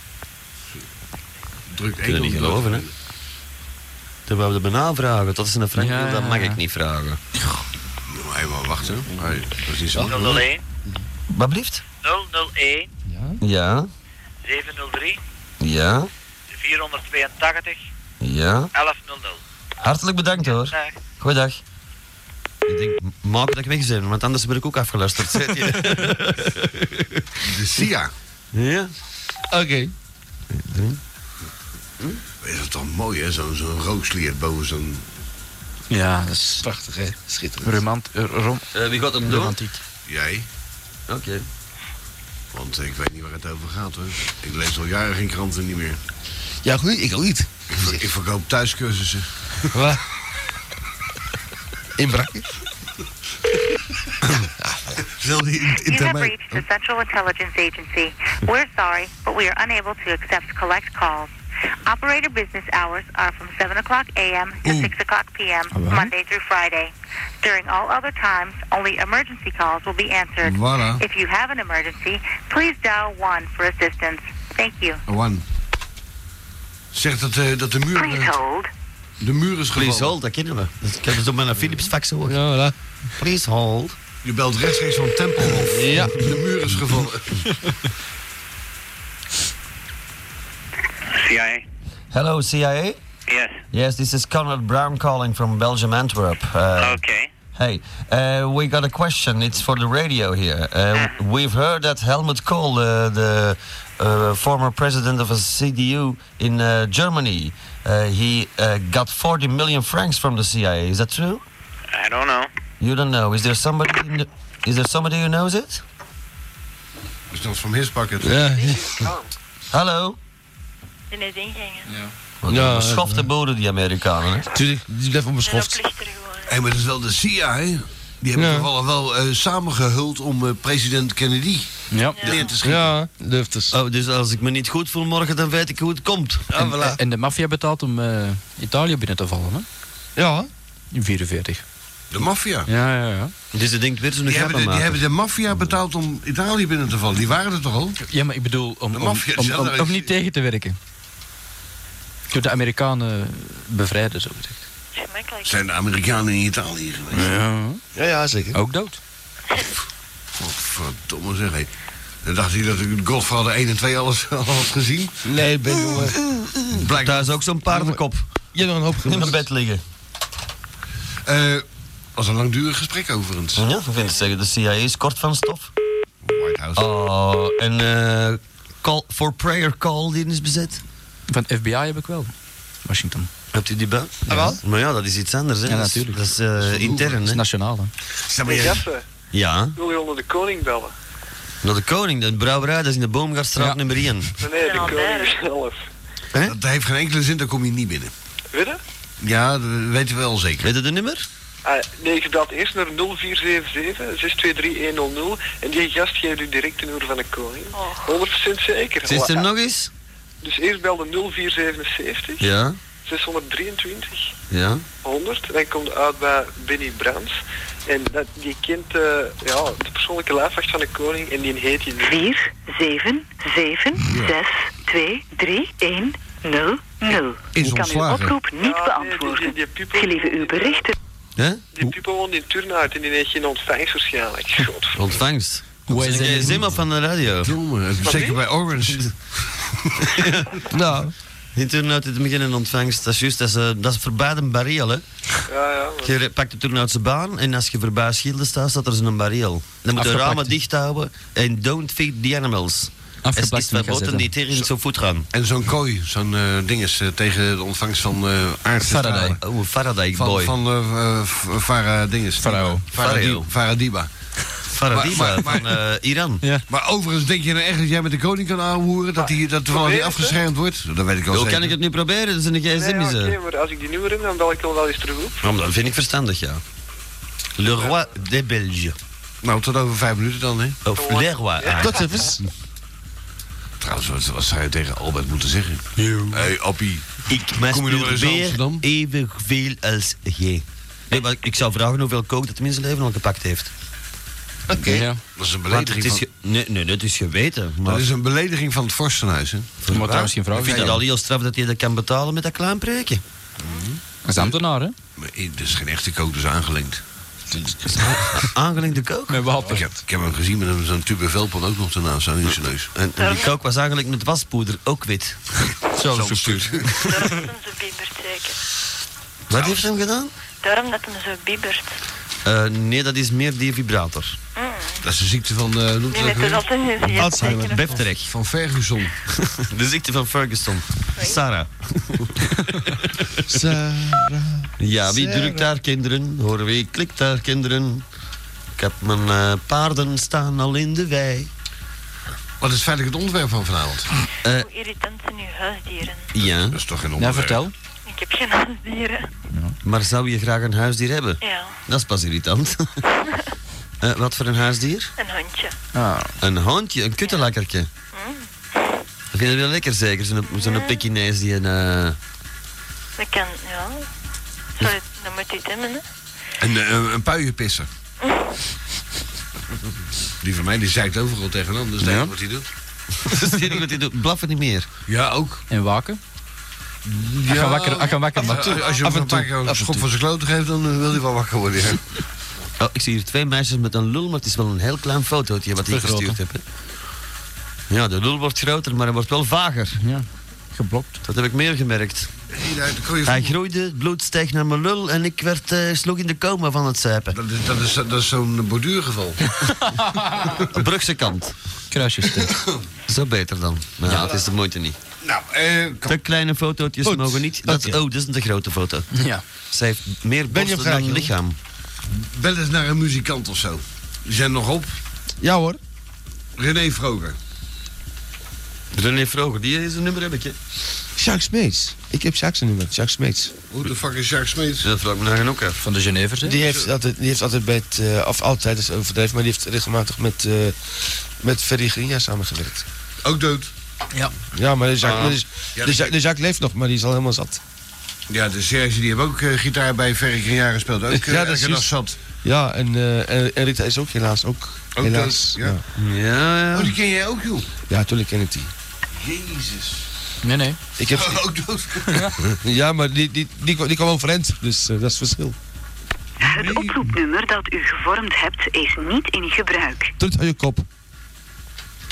Druk één. Dat niet geloven, hè. Dan wou je de bijna vragen. Tot ze een Frank wil, dat mag ik niet vragen. Nou, even wachten. Hey, dat is niet zo. nul nul één. Wat blieft? nul nul één. Ja. zeven nul drie. Ja. vierhonderdtweeëntachtig. Ja. elf nul nul. Hartelijk bedankt hoor. Dag. Goeiedag. Ik denk, maak dat ik weg ben, want anders ben ik ook afgeluisterd. De S I A. Ja. Oké. Okay. Hm? Is dat toch mooi, hè? Zo'n zo rookslier boven zo'n... Ja, dat is... Prachtig, hè? Schitterend. Romant... Uh, rom uh, wie gaat hem doen? Romantiek. Jij. Oké. Okay. Want ik weet niet waar het over gaat, hoor. Ik lees al jaren geen kranten niet meer. Ja, goed, ik ook niet. Ik, ver, ik verkoop thuiscursussen. Wat? Inbraken? You have reached the Central Intelligence Agency. We're sorry, but we are unable to accept collect calls. Operator business hours are from seven o'clock a m to Ooh. six o'clock p m Right. Monday through Friday. During all other times, only emergency calls will be answered. Voilà. If you have an emergency, please dial one for assistance. Thank you. One. Zeg dat, uh, dat de muur... Please hold. De muur is gevallen. Please hold, dat kennen we. Dat hebben ze op mijn Philips fax gehoord. Ja, voilà. Please hold. Je belt rechtstreeks van Tempelhof. Ja. De muur is gevallen. C I A. Hello, C I A? Yes. Yes, this is Conrad Brown calling from Belgium, Antwerp. Uh, Okay. Hey, uh, we got a question. It's for the radio here. Uh, we've heard that Helmut Kohl, uh, the uh, former president of a C D U in uh, Germany, uh, he uh, got forty million francs from the C I A. Is that true? I don't know. You don't know. Is there somebody? In the, is there somebody who knows it? Is dat from his pocket? Ja. Hallo. In het ingingen. Ja. Ja, Beschofte boeren, die Amerikanen. Hè? Tuurlijk, die blijven onbeschoft. Hé, maar dat is wel de C I A, hè? Die hebben Ja. toevallig wel uh, samengehuld om uh, president Kennedy Ja. neer te schieten. Ja, durft dus. Oh, dus als ik me niet goed voel morgen, dan weet ik hoe het komt. En, en de maffia betaalt om uh, Italië binnen te vallen, hè? Ja. In vierenveertig. De maffia. Ja, ja, ja. Dus je denkt weer zo'n Die, grap hebben de, aan die maken. hebben de maffia betaald om Italië binnen te vallen. Die waren er toch al? Ja, maar ik bedoel, om, De om, maffia, om, ja, om, dat om is- niet tegen te werken. Door de Amerikanen bevrijden, zo gezegd. Zijn de Amerikanen in Italië geweest? Ja. Ja, ja, zeker. Ook dood. Wat verdomme zeg, hé. Dan dacht hij dat ik Godfather één en twee alles al had gezien. Nee, Ben, jongen. Blijkt daar is ook zo'n paardenkop. Je hebt nog een hoop in gemist. mijn bed liggen. Eh, was een langdurig gesprek overigens. Ja, ik vind het zeggen. De C I A is kort van stof. White House. Oh, en eh call for prayer call die is bezet. Van het F B I heb ik wel. Washington. Hebt u die bij? Ja. Wel? Maar ja, dat is iets anders, hè. Ja, Dat is- natuurlijk. Dat is, eh, intern, hè. Dat is nationaal, hè. Zeg Hey, gasten, Ja, wil je onder de koning bellen? naar de koning, de brouwerij, dat is in de Boomgaardstraat Ja. nummer één. Nee, nee, de koning zelf. Hè? Dat heeft geen enkele zin, dan kom je niet binnen. Weet je? Ja, dat weten we wel zeker. Weet je de nummer? Ah, nee, je belt eerst naar nul vier zeven zeven, zes twee drie, een nul nul en die gast geeft u direct de nummer van de koning. honderd procent zeker. Zit er Voilà. nog eens? Dus eerst bel de nul vier zevenenzeventig, Ja, zeshonderddrieëntwintig, ja. honderd. En dan komt uit bij Benny Brands. En dat, die kent uh, ja, de persoonlijke lijfwacht van de koning en die heet je vier zeven zeven zes twee drie een nul nul. Is Ik kan uw ontslagen. oproep niet beantwoorden. Gelieve uw berichten. Hè? Die Pipo woont in Turnhout en die heeft geen ontvangst waarschijnlijk. Godver- Ontvangst. Hoe is Zeg jij het? Zimmer van de radio? Jongen, zeker bij Orange. Nou, In Turnhout is het begin een ontvangst. Dat is juist, dat is, eh, dat is voorbij een barriel, hè. Ja, ja. maar- Je pakt de Turnhoutse baan en als je voorbij Schilde staat, staat er zo'n barriel. Dan moet je de Afgeplakt. ramen dicht houden en don't feed the animals. Het Afgeplakt is met verboden gazetten. die tegen zo voet gaan. En zo'n kooi, zo'n eh dinges eh, tegen de ontvangst van eh aardse Faraday. stralen. Oh, Faraday Van, boy. van eh eh, F- Farah dinges. Farao. Faradi- Faradiba. Faradiba maar- maar- van eh, Iran. Ja. Maar overigens, denk je nou echt dat jij met de koning kan aanhoeren? Dat hij dat toevallig niet probeer het, afgeschermd wordt? Dat weet ik wel Hoe zeker. kan ik het nu proberen? Dat is een Nee, gsm. ja, is, oké, eh. maar als ik die nummer heb, dan bel ik hem wel eens terug op. Nou, dat vind ik verstandig, ja. Le roi des Belges. Nou, tot over vijf minuten dan, hè? Of Le roi. ah. tot even. Trouwens, wat, wat zou je tegen Albert moeten zeggen? Hé, hey, Appie. Ik Kom je nog wel eens in masturbeer Amsterdam? evenveel als jij. Nee, maar ik zou vragen hoeveel kook dat tenminste leven al gepakt heeft. Oké. Ja. Dat is een Want het belediging is van... ge- nee, nee, dat is geweten. Maar Dat is een belediging van het vorstenhuis, hè? Maar trouwens geen vrouw ik vind het al heel straf dat je dat kan betalen met dat klein preekje. Dat is ambtenaar, hè? Maar i- dat is geen echte kook, dat is aangelengd. Aangelengde kook. Met Ik water. heb, ik heb hem gezien met een- zo'n tube velpan ook nog daarnaast zo in zijn neus. En, en die kook was eigenlijk met waspoeder ook wit. Zo Zo'n structuur. stuk. Daarom dat hem zo biebert zeker. Wat heeft hem gedaan? Daarom dat hem zo biebert. Eh, nee, dat is meer die vibrator. Dat is de ziekte van... eh noemt Nee, het met ook dat weer? altijd niet Alzheimer. Befterek. Van Ferguson. De ziekte van Ferguson. Sarah. Sarah. Ja, wie Sarah. drukt daar kinderen? Hoor wie klikt daar kinderen? Ik heb mijn eh, paarden staan al in de wei. Wat is feitelijk het onderwerp van vanavond? Eh, Hoe irritant zijn uw huisdieren? ja, Dat is toch geen Ja, onderwerp? vertel. Ik heb geen huisdieren. maar zou je graag een huisdier hebben? Ja, Dat is pas irritant. Eh, wat voor een huisdier? een hondje. Ah. Een hondje, een kuttelakkertje. Dat vind je wel lekker zeker, zo'n zo'n Pekinees die een... eh, Dat kan, ja. Sorry, dan moet je het hebben, hè. Een, eh, een, een puienpisser. Die van mij die zeikt overal tegenaan, dus dat is Ja. wat hij doet. Dat is het enige wat hij doet. Blaffen niet meer. Ja, ook. En waken? Hij gaat wakker, hij gaat wakker Af en toe, maken. als je Af hem en een paar toe. keer een Af en schop toe. van zijn kloten geeft, dan eh, wil hij wel wakker worden. Ja. Oh, ik zie hier twee meisjes met een lul, maar het is wel een heel klein fotootje wat ik Vergroten. gestuurd heb. Hè. Ja, de lul wordt groter, maar hij wordt wel vager. Ja, geblokt. Dat heb ik meer gemerkt. Nee, daar kon je Hij vroeger- groeide, het bloed steeg naar mijn lul en ik werd, eh, sloeg in de coma van het zuipen. Dat is, dat is, dat is zo'n borduurgeval. Brugse kant. Kruisjes. Zo beter dan. Nou, ja, het is de moeite niet. Nou, eh, Te kleine fotootjes Goed. mogen niet. Dat, Oké. Oh, dit is een te grote foto. Ja. Zij heeft meer Ben je borsten op dan vraag, lichaam. bel eens naar een muzikant of zo. Die zijn nog op. Ja hoor. René Vroger. René Vroger, die is een nummer heb ik, hè? Jacques Smeets. Ik heb Jacques een nummer. Jacques Smeets. Hoe de fuck is Jacques Smeets? Dat vraag ik me nou ook af. Van de Genevers, hè? Die heeft altijd, die heeft altijd bij het, eh, of altijd is overdreven, maar die heeft regelmatig met, eh met Ferry Grinja samengewerkt. Ook dood. Ja. Ja, maar de Jacques, Ah. de, Ja, de, Jacques, de Jacques leeft nog, maar die is al helemaal zat. Ja, de Serge die heeft ook eh, gitaar bij Ferry Grinja gespeeld. Ook Ja, ja, dat dat is is juist. zat. Ja, en, eh, en, en Rita is ook helaas ook. Ook helaas. dood, ja. Ja, ja. Oh, die ken jij ook, joh. Ja, natuurlijk ken ik die. Jezus. Nee, nee. Ik heb, Ook dood. ja, maar die, die, die, kwam- die kwam overeind, dus eh, dat is het verschil. Het oproepnummer dat u gevormd hebt is niet in gebruik. Druk aan je kop.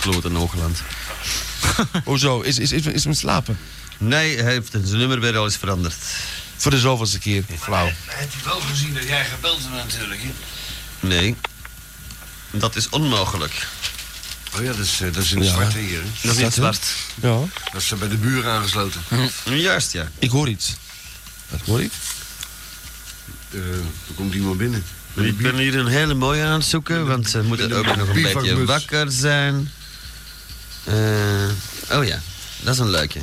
kloot in Hoogland. Hoezo? Is, is, is, is hem slapen? Nee, hij heeft zijn nummer weer al eens veranderd. Voor de zoveelste keer. Flauw. Hij heeft wel gezien dat jij gebeld hebt natuurlijk, hè? Nee. Dat is onmogelijk. Oh ja, dat is, uh, dat is in de Ja. zwarte hier, hè? Dat is in het zwart. Ja. Dat is uh, bij de buren aangesloten. Juist, ja. Ik hoor iets. Wat hoor ik? Uh, er komt iemand binnen. Ik ben hier een hele mooie aan het zoeken, want ze moeten ook nog een beetje bivakmuts. wakker zijn. Uh, oh ja, dat is een leuke.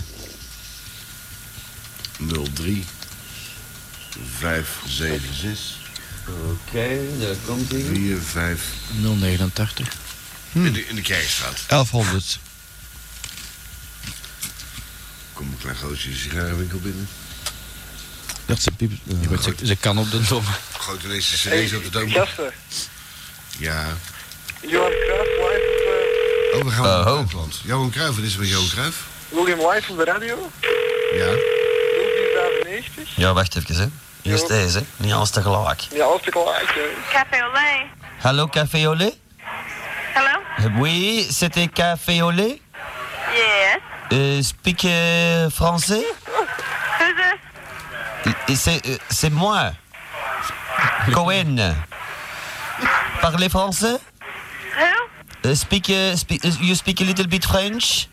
nul drie vijf zeven zes. Oké, okay, daar komt hij. vier vijf nul negenentachtig. Hm. In, de, in de Kerkstraat. elfhonderd. Kom een klein gootje de sigarenwinkel binnen. Dat ze piep. Je weet, ze, ze kan op de dom. Gooit ineens de cd's op de doom. Gasten, Ja. Johan Cruijff live op, Oh, we gaan Uh, naar het ho. buitenland. Johan Cruijff, wat is er met Johan Cruijff? uh, wil je hem live op de radio? Ja. nul vier vijfennegentig? Ja, wacht even, hè. Juist Ja. deze, niet alles tegelijk. Ja, als ik al uit, hè. Café au lait. Hallo, café au lait? Hello? Oui, c'était café au lait? Yes. Euh, speak euh, français? Who's this? Et C'est euh, c'est moi. Cohen. Parlez français? Who? Uh, speak, uh, speak, uh, you speak a little bit French?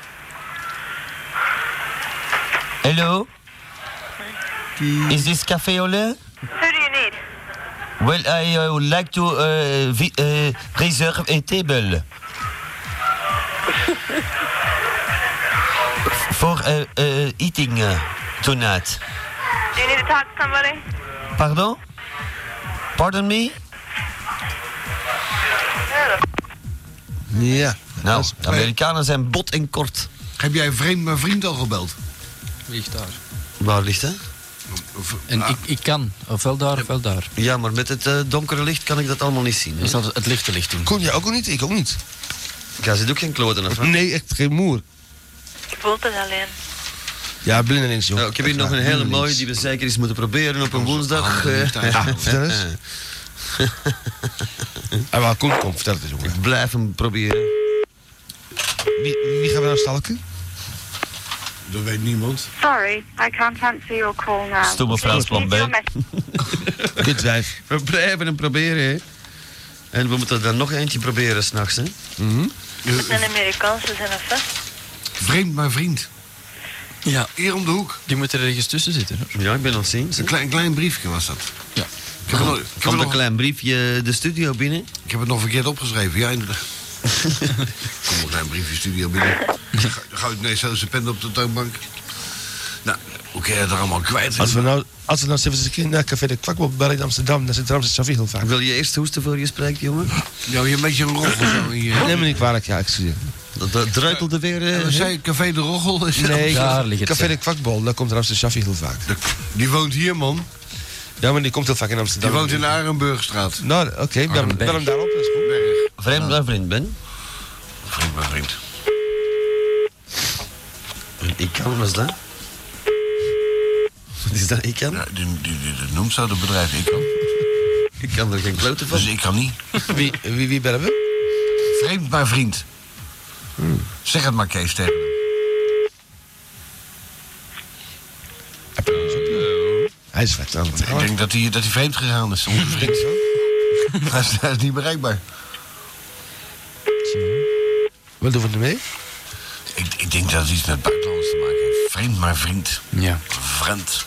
Hello? Is this café au lait? Who do you need? Well, I uh, would like to uh, vi- uh, reserve a table. For uh, uh, eating uh, tonight. Do you need to talk to somebody? Pardon? Pardon me? Ja. Nou, de Amerikanen zijn bot en kort. Heb jij vreemd mijn vriend al gebeld? Ligt daar. Waar ligt hij? En Ah. ik, ik kan, ofwel daar, ofwel daar. Ja, maar met het uh, donkere licht kan ik dat allemaal niet zien. Is dat het lichte licht doen? Kon jij ook niet? Ik ook niet. Ja, zit ook geen kloten af. Nee, echt geen moer. Ik voel het alleen. Ja, blinden links, joh. Nou, ik heb hier nog een hele mooie die we zeker eens moeten proberen op een woensdag. Ja, vertel eens. En waar komt, kom, vertel het eens, jongen. Ik blijf hem proberen. Wie, wie gaan we nou stalken? Dat weet niemand. Sorry, I can't answer your call now. Stomme Frans plan B. Dit wijf. We blijven hem proberen, hè. En we moeten er nog eentje proberen s'nachts, hè. Mm-hmm. Het zijn Amerikaanse zijn een vast. Vreemd mijn vriend. Ja. Hier om de hoek. Die moeten er ergens tussen zitten. Hoor. Ja, ik ben aan het zien. Een klein, klein briefje was dat. Ja. Ik heb, het nog, ik, heb Komt het een nog, klein briefje de studio binnen. ik heb het nog verkeerd opgeschreven. Ja, inderdaad. Kom een klein briefje studio binnen. Dan ga- dan ga ik ineens zo zijn pen op de toonbank. Nou, hoe kun je dat er allemaal kwijt? Als we nou, als we nou eens een keer naar Café de Kwakbol bellen in Amsterdam, dan zit Ramses Shafi heel vaak. Wil je eerst hoesten voor je spreekt, jongen? Ja, je een beetje een roggel zo in je... Neem me niet kwalijk, ja, excuseer. Dat, dat druipelde weer... Ja, eh, we zei Café de Roggel. Is Nee, Daar ligt het, Café ja. de Kwakbol, daar komt Ramses Shafi heel vaak. Die woont hier, man. Ja, maar die komt heel vaak in Amsterdam. Die woont in de Arenburgstraat. Nou, oké, okay, bel, bel hem daarop, dat is goed. Berg. Vreemd mijn vriend ben. Vriend, mijn vriend. En ik kan, wat is dat? Wat is dat, ik kan? Ja, die, die, die, dat noemt zo het bedrijf. Ik kan. Ik kan er geen kloten van. Dus ik kan niet. Wie, wie, wie bellen we? Vreemd, mijn vriend. Hmm. Zeg het maar, Kees, tegen hem. Hij is vet aan het Ik denk dat hij, dat hij vreemd gegaan is. Onze vriend. hij, is, hij is niet bereikbaar. Wat doen we ermee? Ik, ik denk dat het iets met buitenlanders te maken heeft. Vreemd, maar vriend. Ja. Vreemd.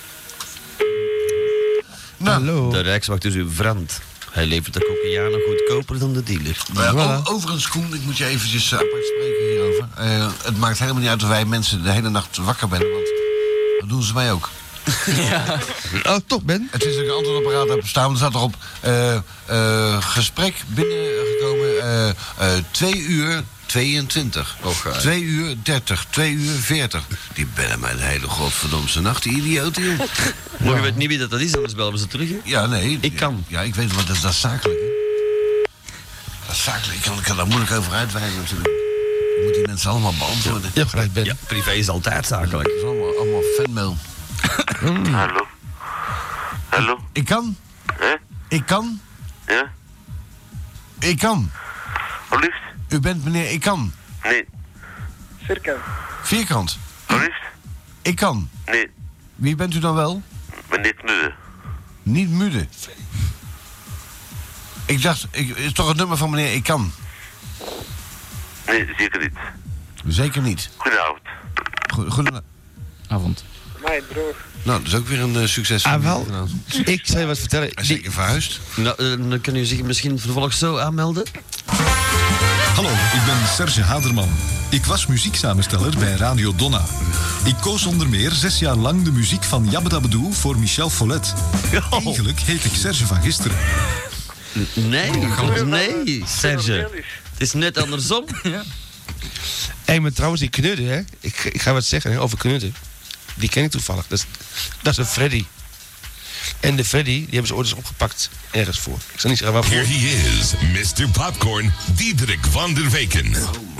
Nou, Hallo. De Rijkswacht is uw vriend. Hij levert de cocaïne goedkoper dan de dealer. maar ja, Voilà. o- overigens, Koen, ik moet je eventjes uh, apart spreken hierover. Eh, het maakt helemaal niet uit of wij mensen de hele nacht wakker zijn, want dat doen ze mij ook. Oh, toch, Ben? Het is een antwoordapparaat op staan. Er staat erop eh, eh, gesprek binnengekomen eh eh, twee uur tweeëntwintig. Och, twee uur dertig. twee uur veertig. Die bellen mij de hele godverdomse nacht, die idioten, joh. Maar je weet niet wie dat, dat is, anders bellen we ze terug. Hè? Ja, nee. Ik kan. Ja, ik weet wat dat, dat is zakelijk, hè. Dat is zakelijk. Ik kan, ik kan daar moeilijk over uitwijken, natuurlijk. Je moet die mensen allemaal beantwoorden. Ja, gelijk, Ben. Ja, privé is altijd zakelijk. Dat is allemaal, allemaal fanmail. Hallo? Hallo? Ik kan. Hè? Ik kan. Ja? Ik kan. Alsjeblieft? U bent meneer Ik kan. Nee. Vierkant. Vierkant. Wat is het? Ik kan. Nee. Wie bent u dan wel? Maar niet Mudde. Niet Mudde. Ik dacht, ik, het is toch het nummer van meneer Ik kan? Nee, zeker niet. Zeker niet. Goedenavond. Go- Goedenavond. Mijn droog. Nou, dat is ook weer een uh, succes. Ah, wel. Ik zal je wat vertellen. Hij is zeker verhuisd. Nou, uh, dan kun je zich misschien vervolgens zo aanmelden. Hallo, ik ben Serge Haderman. Ik was muzieksamensteller bij Radio Donna. Ik koos onder meer zes jaar lang de muziek van Jabbedabbedoe voor Michel Follet. Eigenlijk heet ik Serge van gisteren. Nee, nee, Serge. Het is net andersom. Ja. Hé, maar trouwens, die knudden, hè. Ik, ik ga wat zeggen hè, over knudden. Die ken ik toevallig. Dat is, dat is een Freddy. En de Freddy, die hebben ze ooit eens opgepakt ergens voor. Ik zal niet zeggen waarvoor. Here he is, mister Popcorn, Diederik van der Weken.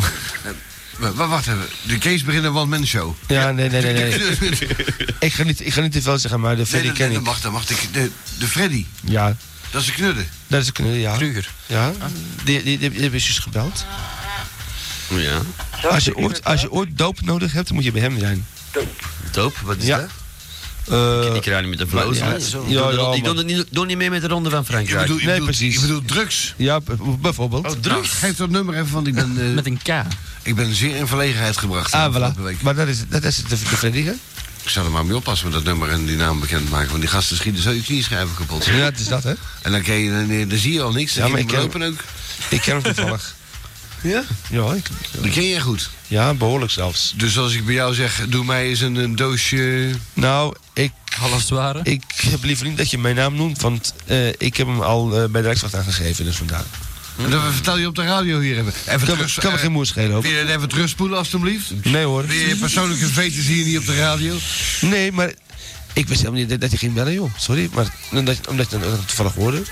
Oh. Wacht even, de Kees beginnen one man show. Ja, nee, nee, nee. nee. ik, ga niet, ik ga niet te veel zeggen, maar de Freddy nee, ken nee, ik. Wacht, dan wacht ik. De, de Freddy. Ja. Dat is een knudden. Dat is een knudden, ja. Kruger. Ja, ah. die, die, die, die hebben dus gebeld. Ja. Als je, ooit, als je ooit doop nodig hebt, dan moet je bij hem zijn. Doop? Doop, wat is ja. dat? Uh, ik krijg niet met de flow. Ja, ja, ja, ik doe niet, doe niet mee met de Ronde van Frankrijk. Je bedoelt, je nee, bedoelt, precies. Je bedoelt drugs? Ja, bijvoorbeeld. Oh, drugs? Nou, geef dat nummer even, want ik ben... Uh, met een K. Ik ben zeer in verlegenheid gebracht. Ah, voilà. Week. Maar dat is, dat is de, de Freddy, hè? Ik zou er maar mee oppassen met dat nummer en die naam bekend maken. Want die gasten schieten zo je knieschijven kapot. Ja, het is dat, hè? En dan, je, dan, dan zie je al niks. Dan ja, maar ik ken hem ook. Ik ken hem toevallig. Ja? Ja, ik, ja. Die ken jij goed? Ja, behoorlijk zelfs. Dus als ik bij jou zeg, doe mij eens een, een doosje... Nou, ik... Half zware? Ik heb liever niet dat je mijn naam noemt, want uh, ik heb hem al uh, bij de Rijkswacht aangegeven, dus vandaar. En dat vertel je op de radio hier even. even kan terug, kan me uh, geen moer schelen over. Wil je het even terugspoelen, alstublieft? Nee hoor. Wil je persoonlijke weten zie je niet op de radio? Nee, maar ik wist helemaal niet dat je ging bellen, joh. Sorry, maar omdat, omdat je het toevallig hoorde.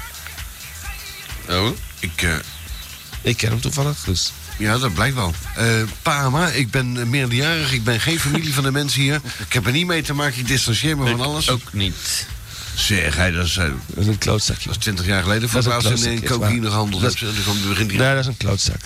Oh? Ik, uh... ik ken hem toevallig, dus... Ja, dat blijkt wel. Uh, Pama, ik ben meerderjarig, ik ben geen familie van de mensen hier. Ik heb er niet mee te maken, ik distancieer me van alles. Ook niet. Zeg, hij, dat is... Uh, dat is een klootzakje. Dat is twintig jaar geleden voor het laatst in cocaïne gehandeld. Dat, dat, dat, nee, dat is een klootzak.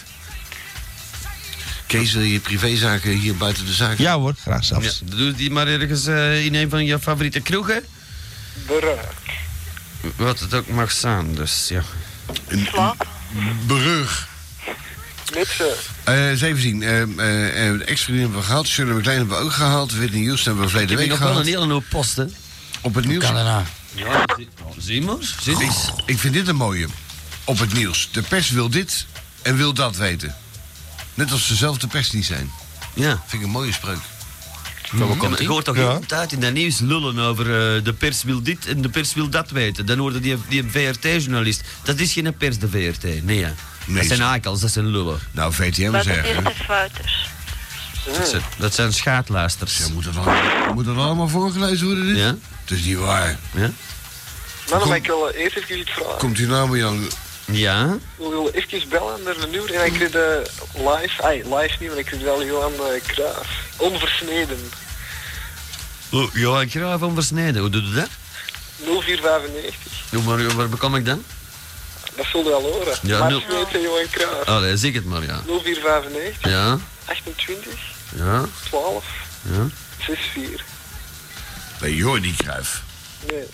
Kees, wil je privézaken hier buiten de zaak? Ja hoor, graag zelfs. Ja, doe die maar ergens uh, in een van je favoriete kroegen. Brug. Wat het ook mag zijn, dus ja. Slaap. Brug. Niks. Uh, eens even zien. Uh, uh, de ex-vriendin hebben we gehad. Shirley MacLaine hebben we ook gehaald. Whitney Houston hebben we verleden week gehad. Ik heb nog wel een hele hoop posten. Op het nieuws. Kan daarna. Ja, zie maar. Zie ik, ik vind dit een mooie. Op het nieuws. De pers wil dit en wil dat weten. Net als ze zelf de pers niet zijn. Ja. Vind ik een mooie spreuk. Mm-hmm. Ik hoor toch ja. de tijd in dat nieuws lullen over uh, de pers wil dit en de pers wil dat weten. Dan hoorde die, die V R T-journalist. Dat is geen pers, de V R T. Nee, ja. Nee, dat zijn eikels, dat zijn lullen. Nou, V T M Dat zeggen. is fouters. Dat zijn, dat zijn schaatluisters. Ja, moet, dat allemaal, moet dat allemaal voorgelezen worden, dit? Ja. Het is niet waar. Ja. Maar dan mag ik wel eerst even iets vragen. Komt u nou met jou... Ja? Ik wil even bellen naar de nummer en ik kreeg de live, ay, live niet, maar ik kreeg wel Johan uh, Cruijff. Onversneden. Oh, Johan Cruijff onversneden, hoe doe je dat? nul vier vijfennegentig. Hoe, waar, waar bekom ik dan? Dat zul je wel horen. Ja, maar nul... ik weet Johan Cruijff. Allee, zeg het maar, ja. nul vier vijfennegentig. Ja. achtentwintig. Ja. twaalf. Ja. zes vier. Nee, joh, die Cruijff. Nee.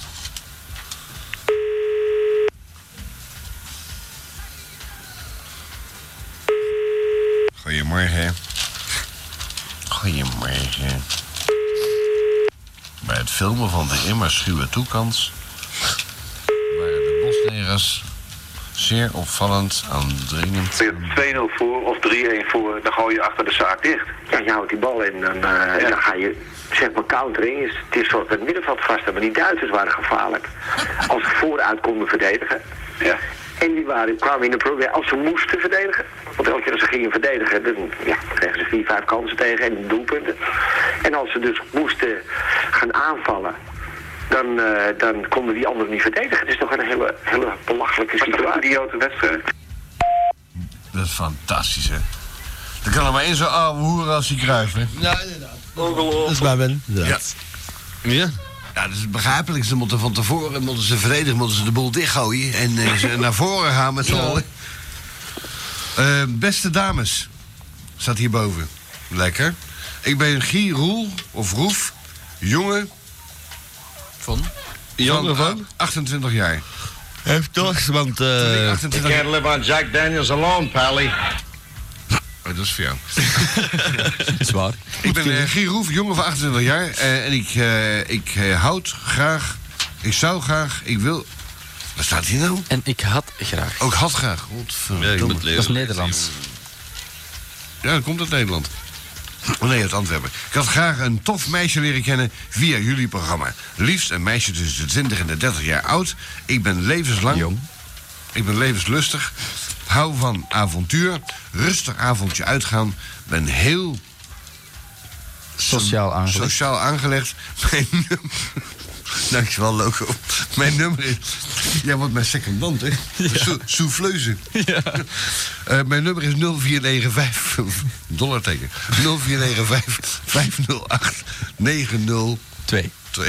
Goedemorgen. Goedemorgen. Bij het filmen van de immer schuwe toekans waren de boslegers zeer opvallend aandringend. twee nul voor of drie een voor, dan gooi je achter de zaak dicht. Ja, je houdt die bal in, dan, uh, ja. dan ga je zeg maar countering. Is, het is soort het middenveld vast, maar die Duitsers waren gevaarlijk. Als ze vooruit konden verdedigen. Ja. En die waren, kwamen in de probleem als ze moesten verdedigen. Want elke keer als ze gingen verdedigen, dan ja, kregen ze vier, vijf kansen tegen en doelpunten. En als ze dus moesten gaan aanvallen, dan, uh, dan konden die anderen niet verdedigen. Het is toch een hele, hele belachelijke situatie. Een idiote wedstrijd. Dat is fantastisch, hè. Er kan er maar één zo'n oude hoer als die Cruijff, hè. Ja, inderdaad. Ongelooflijk. Dat is waar, Ben. Ja. Ja. Ja, dat is begrijpelijk. Ze moeten van tevoren moeten ze verdedigen, moeten ze de boel dichtgooien en uh, ze naar voren gaan met z'n allen. Uh, beste dames, staat hierboven. Lekker. Ik ben Guy Roel, of Roef, jongen... Van? Jongen van? achentwintig jaar. Heeft toch, want... Uh, you can't live on Jack Daniels alone, Pally. Oh, dat is voor jou. Dat is waar. Ik ben uh, Guy Roef, jongen van achtentwintig jaar. Uh, en ik, uh, ik uh, houd graag... Ik zou graag... Ik wil... Wat staat hier nou? En ik had graag. Ook had graag. Godverdomme. Dat is Nederlands. Ja, dat komt uit Nederland. Oh nee, uit Antwerpen. Ik had graag een tof meisje leren kennen via jullie programma. Liefst een meisje tussen de twintig en de dertig jaar oud. Ik ben levenslang. Jong. Ik ben levenslustig. Hou van avontuur. Rustig avondje uitgaan. Ben heel... Sociaal aangelegd. Sociaal aangelegd. Mijn nummer... Dankjewel, Loco. Mijn nummer is... Jij wordt mijn secondant, hè? Ja. Souffleuze. Ja. Uh, mijn nummer is nul vier negen vijf... Dollarteken. nul vier negen vijf vijf nul acht negen nul twee.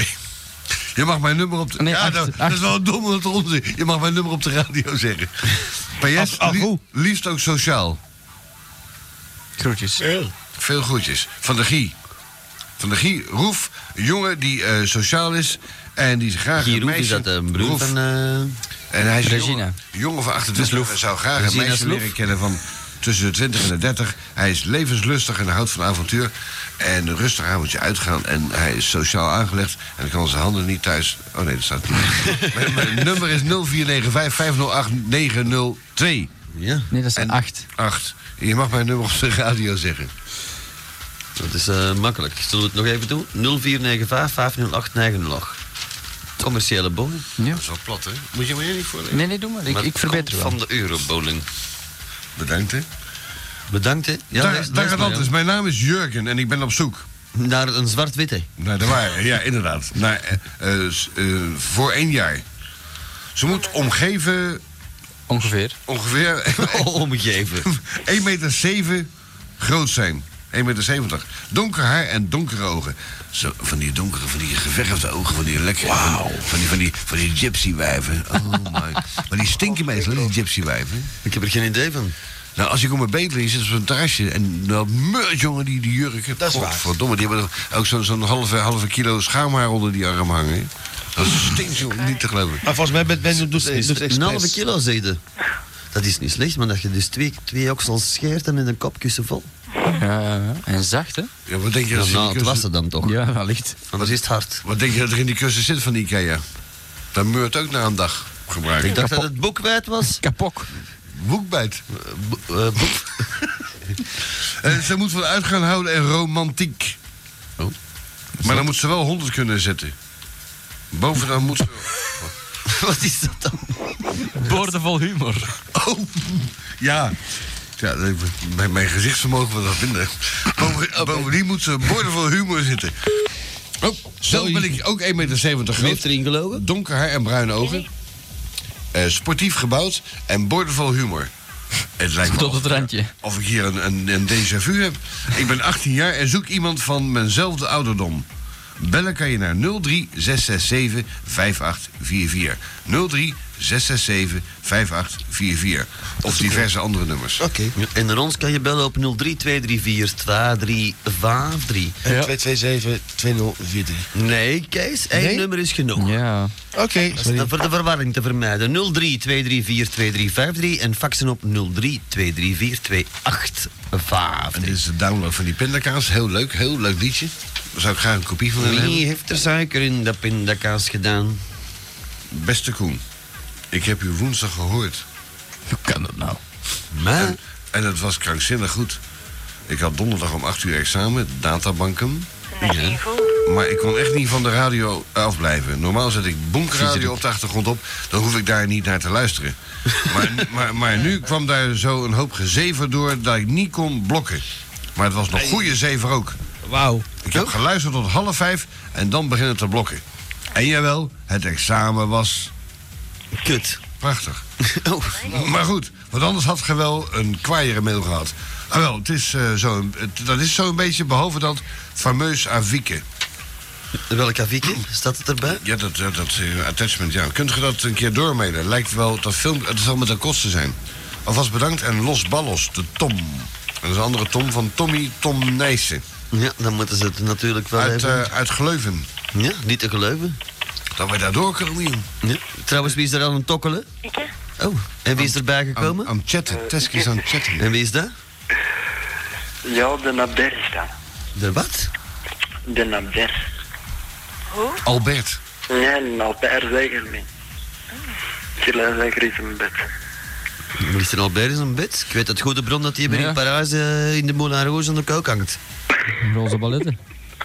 Je mag mijn nummer op de... Nee, ja, acht, dat, acht. dat is wel dom dat onzin. Je mag mijn nummer op de radio zeggen. P S, li liefst ook sociaal. Groetjes. Ja. Veel groetjes. Van de Guy. Van de Guy Roef, een jongen die uh, sociaal is en die graag Guy een Roef, meisje... is dat een broer Roef. van... Uh, En hij is een Regina. jongen, jongen van achtentwintig en zou graag Regina een meisje Sloef. leren kennen van tussen de twintig en de dertig. Hij is levenslustig en hij houdt van avontuur. En een rustig avondje uitgaan. En hij is sociaal aangelegd. En dan kan zijn handen niet thuis... Oh nee, dat staat niet. mijn, mijn nummer is nul vier negen vijf vijf nul acht negen nul twee. Ja. Nee, dat is een acht. acht. Je mag mijn nummer op de radio zeggen. Dat is uh, makkelijk. Zullen we het nog even doen? nul vier negen vijf vijf nul acht negen nul acht. Commerciële bon. Ja. Dat is wel plat, hè? Moet je maar niet voorlezen? Nee, nee, doe maar. Ik, Maar ik verbeter komt wel. van de euroboning. Bedankt, hè? Bedankt, hè. Ja, Daar, lees- daar lees gaat maar, het dus. Mijn naam is Jurgen en ik ben op zoek. Naar een zwart-witte. Naar de waarheid, ja, inderdaad. Naar, eh, eh, s- eh, voor één jaar. Ze moet omgeven... Ongeveer. Ongeveer... Omgeven. één meter zeven groot zijn. één meter zeventig. Donker haar en donkere ogen. Zo, van die donkere, van die geverfde ogen, van die lekkere... Van, van die, van die, van die gypsy-wijven. Oh my. Maar die stinken meestal, die gypsy-wijven. Ik heb er geen idee van. Nou, als je komt met Beetler, je zit op zo'n terrasje en dat meurt, jongen, die, die jurken. Dat is waar. Verdomme, die hebben ook zo'n zo'n halve, halve kilo schaamhaar onder die arm hangen. Dat stinkt, jongen, niet te geloven. Maar volgens mij, Ben, ben doet, doet, doet Een expres. halve kilo, zeg je. Dat is niet slecht, maar dat je dus twee, twee oksels scheert en met een kopkussen vol. Ja, en zacht, hè? Ja, wat denk je Ja, dat er in nou, die het was kussen- het dan toch. Ja, wellicht. Anders is het hard. Wat denk je dat er in die kussen zit van Ikea? Dat meurt ook na een dag gebruiken. Ik dacht dat het boekwijd was. Kapok. Boekbijt. Bo- eh, boek. En ze moet van uitgaan houden en romantiek. Oh. Maar dan moet ze wel honderd kunnen zetten. Bovenaan moet ze... Wat is dat dan? Boordevol humor. Oh, ja. Ja, bij mijn gezichtsvermogen was dat minder. Boven, Bovendien moet ze boordevol humor zitten. Oh, zo ben ik ook één meter zeventig Wie heeft groot. erin gelogen? Donker haar en bruine ogen. Eh, sportief gebouwd en boordevol humor. Het lijkt me Tot of- het randje. Of ik hier een, een, een déjà vu heb. Ik ben achttien jaar en zoek iemand van mijnzelfde ouderdom. Bellen kan je naar nul drie zes zes zeven vijf acht vier vier. nul drie zes zes zeven vijf acht vier vier. Of diverse andere nummers. Oké. En naar ons kan je bellen op nul drie twee drie vier twee drie vijf drie. En twee twee zeven twee nul vier drie. Nee, Kees, één Nee? nummer is genoeg. Ja. Oké, okay, Dat is dan voor de verwarring te vermijden. nul drie twee drie vier twee drie vijf drie en faxen op nul drie twee drie vier twee acht vijf En dit drie. is de download van die pindakaas. Heel leuk, heel leuk liedje. Daar zou ik graag een kopie van willen hebben. Wie heeft er suiker in de pindakaas gedaan? Beste Koen, ik heb u woensdag gehoord. Hoe kan dat nou? Maar, En het was krankzinnig goed. Ik had donderdag om acht uur examen, databanken. Ja. Maar ik kon echt niet van de radio afblijven. Normaal zet ik bonkradio op de achtergrond op. Dan hoef ik daar niet naar te luisteren. Maar, maar, maar nu kwam daar zo een hoop gezever door dat ik niet kon blokken. Maar het was nog goede zever ook. Wauw. Ik heb geluisterd tot half vijf en dan beginnen te blokken. En jawel, het examen was kut. prachtig. Oh. Maar goed, want anders had je wel een kwaaiere mail gehad. Ah wel, het is, uh, zo, een- het, dat is zo'n beetje, behalve dat fameus avieke. Welk avieke? Staat het erbij? Ja, dat, dat, dat eh, attachment, ja. Kunt je dat een keer doormailen? Lijkt wel, dat film, het zal met een kosten zijn. Alvast bedankt en los ballos, de Tom. dat is een andere Tom van Tommy Tom Nijssen. Ja, dan moeten ze het natuurlijk wel uit, even... Uh, uit Geleuven. Ja, niet te geloven. Dat wij daardoor komen, Jan. Ja. Trouwens, wie is er aan het tokkelen? Ik, hè? Oh, en wie is erbij gekomen? Aan, aan chatten, uh, Teske is aan het chatten. En wie is dat? Ja, de Naber is dat. De wat? De Naber. Hoe? Albert. Nee, een Albert zeker niet. Ik leg zeker iets in mijn bed. mister Albert is een bed. Ik weet uit goede bron dat hij bij Ja. in Parijs uh, in de Moulin Rouge aan de kook hangt. Roze balletten.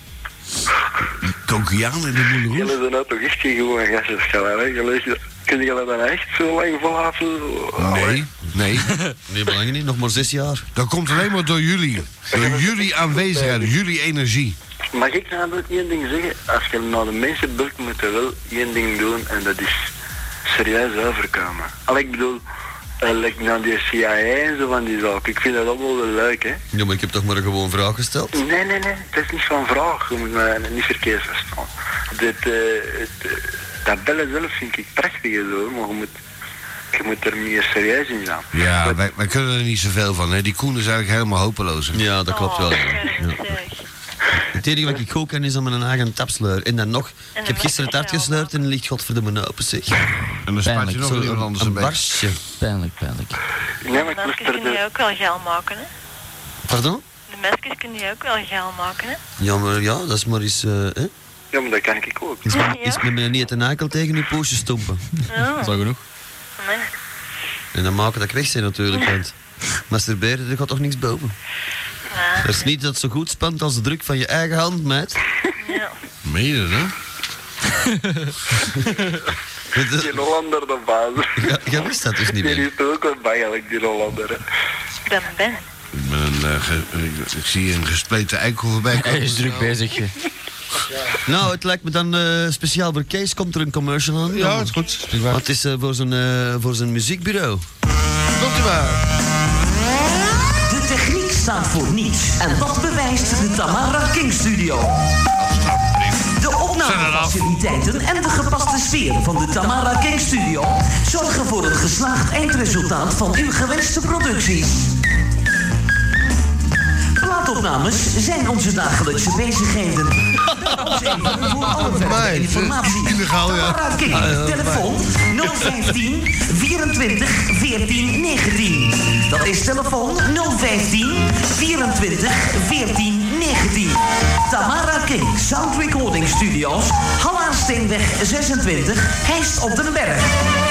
Kokiaan in de Moulin Rouge? Jullie zijn nou toch echt geen gewoon gastschalen, hè? Kun je dat dan echt zo lang volhouden? Nee, nee. Nee, belangrijk niet. Nog maar zes jaar. Dat komt alleen maar door jullie. Door jullie aanwezigheid, jullie energie. Mag ik nou ook één ding zeggen? Als je naar de mensen belt, moet je wel één ding doen en dat is serieus overkomen. Al ik bedoel, uh, like naar die C I A en zo van die zaken. Ik vind dat allemaal wel leuk, hè? Ja, maar ik heb toch maar een gewoon vraag gesteld? Nee, nee, nee. Het is niet van vraag. Je moet me niet verkeerd verstaan. Dit, uh, het, uh, dat bellen zelf vind ik prachtig zo, maar je moet, je moet er meer serieus in zijn. Ja, maar, wij, wij kunnen er niet zoveel van, hè. Die Koen is eigenlijk helemaal hopeloos. Hè? Ja, dat klopt wel. Ja. Ja. Het enige wat ik goed kan is aan mijn eigen tapsleur. En dan nog, ik heb gisteren het hart gesleurd en ligt godverdomme open, zeg. En dan spuit je nog Zo, iemand anders een een beetje. barstje. Pijnlijk, pijnlijk. Nee, maar ik moest Mesjes er kun je de... ook wel geil maken, hè? Pardon? De mesjes kun je ook wel geil maken, hè? Ja, maar ja, dat is maar eens... Uh, hè? Ja, maar dat kan ik ook. Is, is met mij niet een eikel tegen uw poosje stompen. Ja. Dat is al genoeg. Nee. En dan maken dat ik weg zijn natuurlijk, want masturberen, er gaat toch niks boven. Ja. Dat is niet dat het zo goed spant als de druk van je eigen hand, meid. Ja. Meen je dat, hè? Die Hollander de baas. Ja, jij wist dat dus niet Die meer. is toch ook wel bijgelijk, die Hollander, hè? Ik ben Ben. Ik, ben een, uh, ge, ik, ik zie een gespleten eikel voorbij komen. Hij is druk bezig. hè. Nou, het lijkt me dan uh, speciaal voor Kees komt er een commercial aan. Ja, dat is goed. Want het is uh, voor zijn uh, voor zijn muziekbureau. Komt u maar. De techniek staat voor niets. En dat bewijst de Tamara King Studio. De opnamefaciliteiten en de gepaste sfeer van de Tamara King Studio zorgen voor een geslaagd eindresultaat van uw gewenste producties. Plaatopnames zijn onze dagelijkse bezigheden. Bel ons even voor alle verdere informatie. Tamara King, telefoon nul vijftien vierentwintig veertien negentien. Dat is telefoon nul vijftien vierentwintig veertien negentien. Tamara King Sound Recording Studios, Hallaarsteenweg zesentwintig, Heist op den Berg.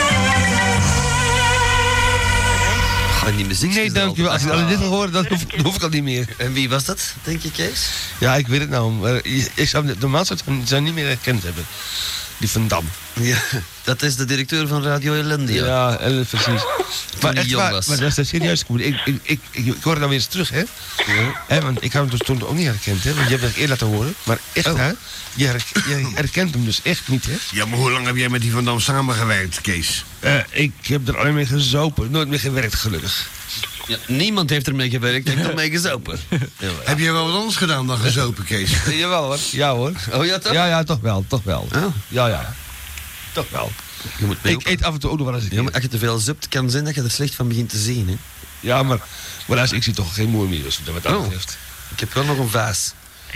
En die muziek Nee, dankjewel. Als ik al dit hoor, dan hoef, dan hoef ik al niet meer. En wie was dat, denk je, Kees? Ja, ik weet het nou. Maar ik zou, normaal zou ik hem zou niet meer herkend hebben. Die Van Dam. Ja, dat is de directeur van Radio Elendia. Ja, eh, precies. maar hij echt jong waar, was. maar dat is serieus. Ik, ik, ik, ik, ik hoor het dan weer eens terug, hè? Ja. Hè, want ik had hem dus toen ook niet herkend, hè? Want je hebt het eerder laten horen. Maar echt, Oh. hè? Je, her, je herkent hem dus echt niet, hè? Ja, maar hoe lang heb jij met die Van Dam samengewerkt, Kees? Uh, ik heb er alleen mee gezopen. Nooit meer gewerkt, gelukkig. Ja, niemand heeft ermee gewerkt, heeft ermee gezopen. Heb je wel wat anders gedaan dan gezopen, Kees? Jawel hoor, ja hoor. Oh ja, toch? Ja, ja, toch wel, toch wel. Oh. Ja, ja. Toch wel. Je moet mee Ik eet af en toe ook nog wel eens een ja, keer. maar als je te veel zupt, kan zijn dat je er slecht van begint te zien, hè? Ja, maar, maar als, ik zie toch geen moer meer, dus wat dat Oh. betreft. Ik heb wel nog een vaas.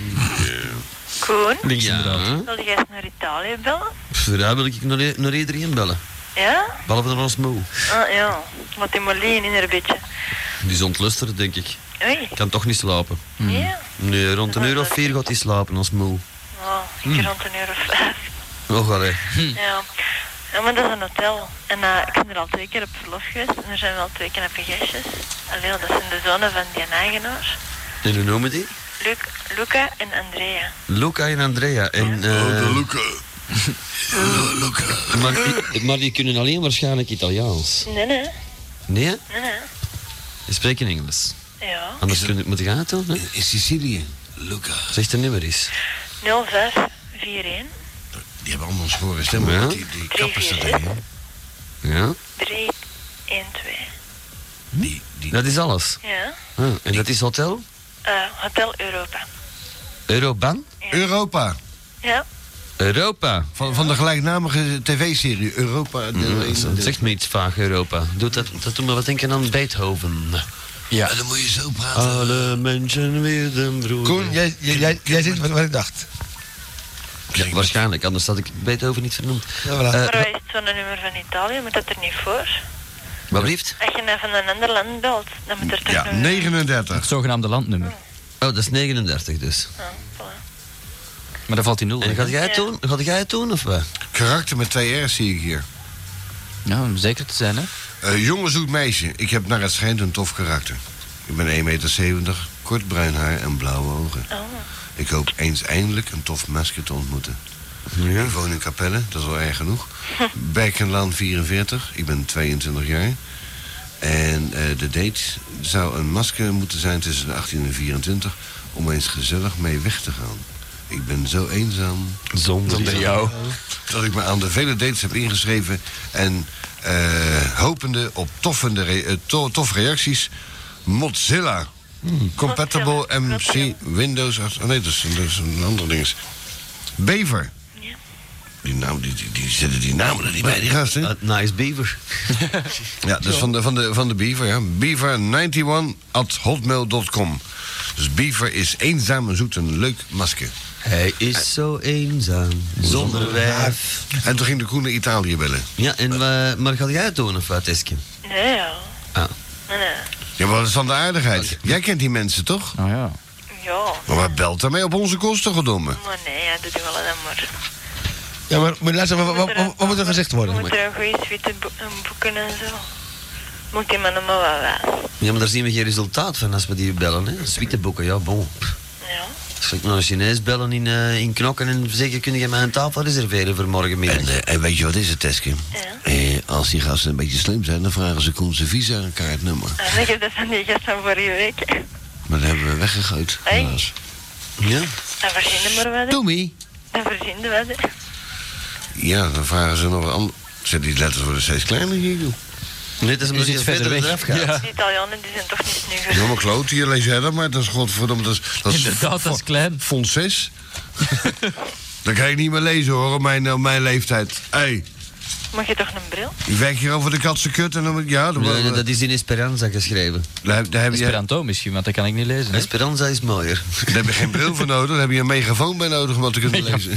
Koen, Links Ja. inderdaad. wil jij eens naar Italië bellen? Pff, daar wil ik nog, e- nog iedereen bellen. Ja? Behalve dan ons moe. Ah ja, want die Marleen in er een beetje. Die is ontlusterd, denk ik. Oei. Kan toch niet slapen. Ja? Nee, rond een uur of vier gaat hij slapen als moe. Oh, ik Hmm. rond een uur of vijf. Och, allee. Ja. Ja, maar dat is een hotel. En uh, ik ben er al twee keer op verlof geweest. En er zijn wel twee knappe gastjes. Allee, dat zijn de zonen van die eigenaar. En hoe noemen die? Luc, Luca en Andrea. Luca en Andrea. En, uh, de Luca. Luca. maar, die, maar die kunnen alleen waarschijnlijk Italiaans. Nee, nee. Nee? Nee, nee. Die spreken Engels. Ja. Anders kun je het moeten gaan doen, hè? In Sicilië. Luca. Zeg de nummer eens. nul vijf vier een Die hebben allemaal schore stemmen. Ja. Die, die kappers dat hè? Ja? drie een twee. Die, die. Dat is alles. Ja. Ah, en dat is hotel? Uh, Hotel Europa. Euroban? Europa. Ja. Europa. Van, van de gelijknamige tv-serie Europa. deel Ja, één, dat deel zegt me iets vaag, Europa. Doet dat, dat doet me wat denken aan Beethoven. Ja. En dan moet je zo praten. Alle mensen weer de broer. Koen, jij, jij, jij, jij zit wat, wat ik dacht. Ja, waarschijnlijk, anders had ik Beethoven niet vernoemd. Ja, voilà. Uh, Maar wij is zo'n nummer van Italië, moet dat er niet voor? Wat blieft? Als je naar van een ander land belt, dan moet er toch Ja, nog... negenendertig. Het zogenaamde landnummer. Oh, dat is negenendertig dus. Ja, voilà. Maar dan valt hij nul. En gaat jij het doen? Gaat jij het doen of wat? Karakter met twee R's zie ik hier. Ja, om zeker te zijn, hè? Uh, jongen zoet meisje. Ik heb naar het schijnt een tof karakter. Ik ben één meter zeventig, kort bruin haar en blauwe ogen. Oh. Ik hoop eens eindelijk een tof masker te ontmoeten. Ja. Ik woon in Capelle, dat is wel erg genoeg. Berkenlaan vierenveertig, ik ben tweeëntwintig jaar. En uh, de date zou een masker moeten zijn tussen de achttien en vierentwintig... om eens gezellig mee weg te gaan. Ik ben zo eenzaam. Zonder, Zonder jou. Dat ik me aan de vele dates heb ingeschreven. En uh, hopende op toffende re- uh, to- tof reacties. Mozilla. Hmm. Compatible M C Windows. Oh nee, dat is, dat is een ander ding. Beaver. Ja. Die, naam, die, die, die zetten die namen er niet bij, die gasten. Uh, nice Beaver. Ja, dat is van de, van de, van de Beaver, ja. Beaver eenennegentig at hotmail dot com. Dus Beaver is eenzaam en zoekt een leuk masker. Hij is zo eenzaam, zonder wijf. En toen ging de Koen naar Italië bellen. Ja, en, uh, maar gaat jij het doen of wat, Eske? Nee, ja. Ah. Nee, nee. Ja, maar wat is dan de aardigheid? Jij kent die mensen, toch? Oh ja. Ja. Maar wat belt daarmee op onze kosten, gedomme? Maar nee, ja, doe wel dan maar. Ja, maar, maar luister, wat, wat, wat, wat moet er gezegd worden? Moet er een goede suite bo- boeken en zo. Moet die man maar wel wijs. Ja, maar daar zien we geen resultaat van als we die bellen, hè. Suite boeken, ja, bon. Ja. Als ik naar een Chinees bellen in, uh, in Knokken en zeggen, kun je mij een tafel reserveren voor morgenmiddag? En, uh, en weet je wat is het, Teske? Ja. Eh, als die gasten een beetje slim zijn, dan vragen ze Koen zijn visa-kaartnummer. En ik heb dat van die gast van vorige week. Maar dat hebben we weggegooid, Hey. helaas. Ja? En verzinnen maar wat, hè. Tommy. En verzinnen wat, hè. Ja, dan vragen ze nog wat anders. Zet die letters worden steeds kleiner hier, joh. Net als omdat je verder weg eraf gaat. Ja. Die Italianen die zijn toch niet snugger. Ja, maar kloot, hier lees jij dat maar. Dat is godverdomme, dat is... Dat is Inderdaad, dat is klein. Font zes. Dat kan ik niet meer lezen, hoor, op mijn, op mijn leeftijd. Hé, hey, Mag je toch een bril? ik werk hier over de katse kut en dan... moet- Ja, dan, Nee, nee, dat is in Esperanza geschreven. daar, heb- daar heb je, Esperanto misschien, want dat kan ik niet lezen. Hè? Esperanza is mooier. daar heb je geen bril voor nodig, daar heb je een megafoon bij nodig om wat te kunnen lezen.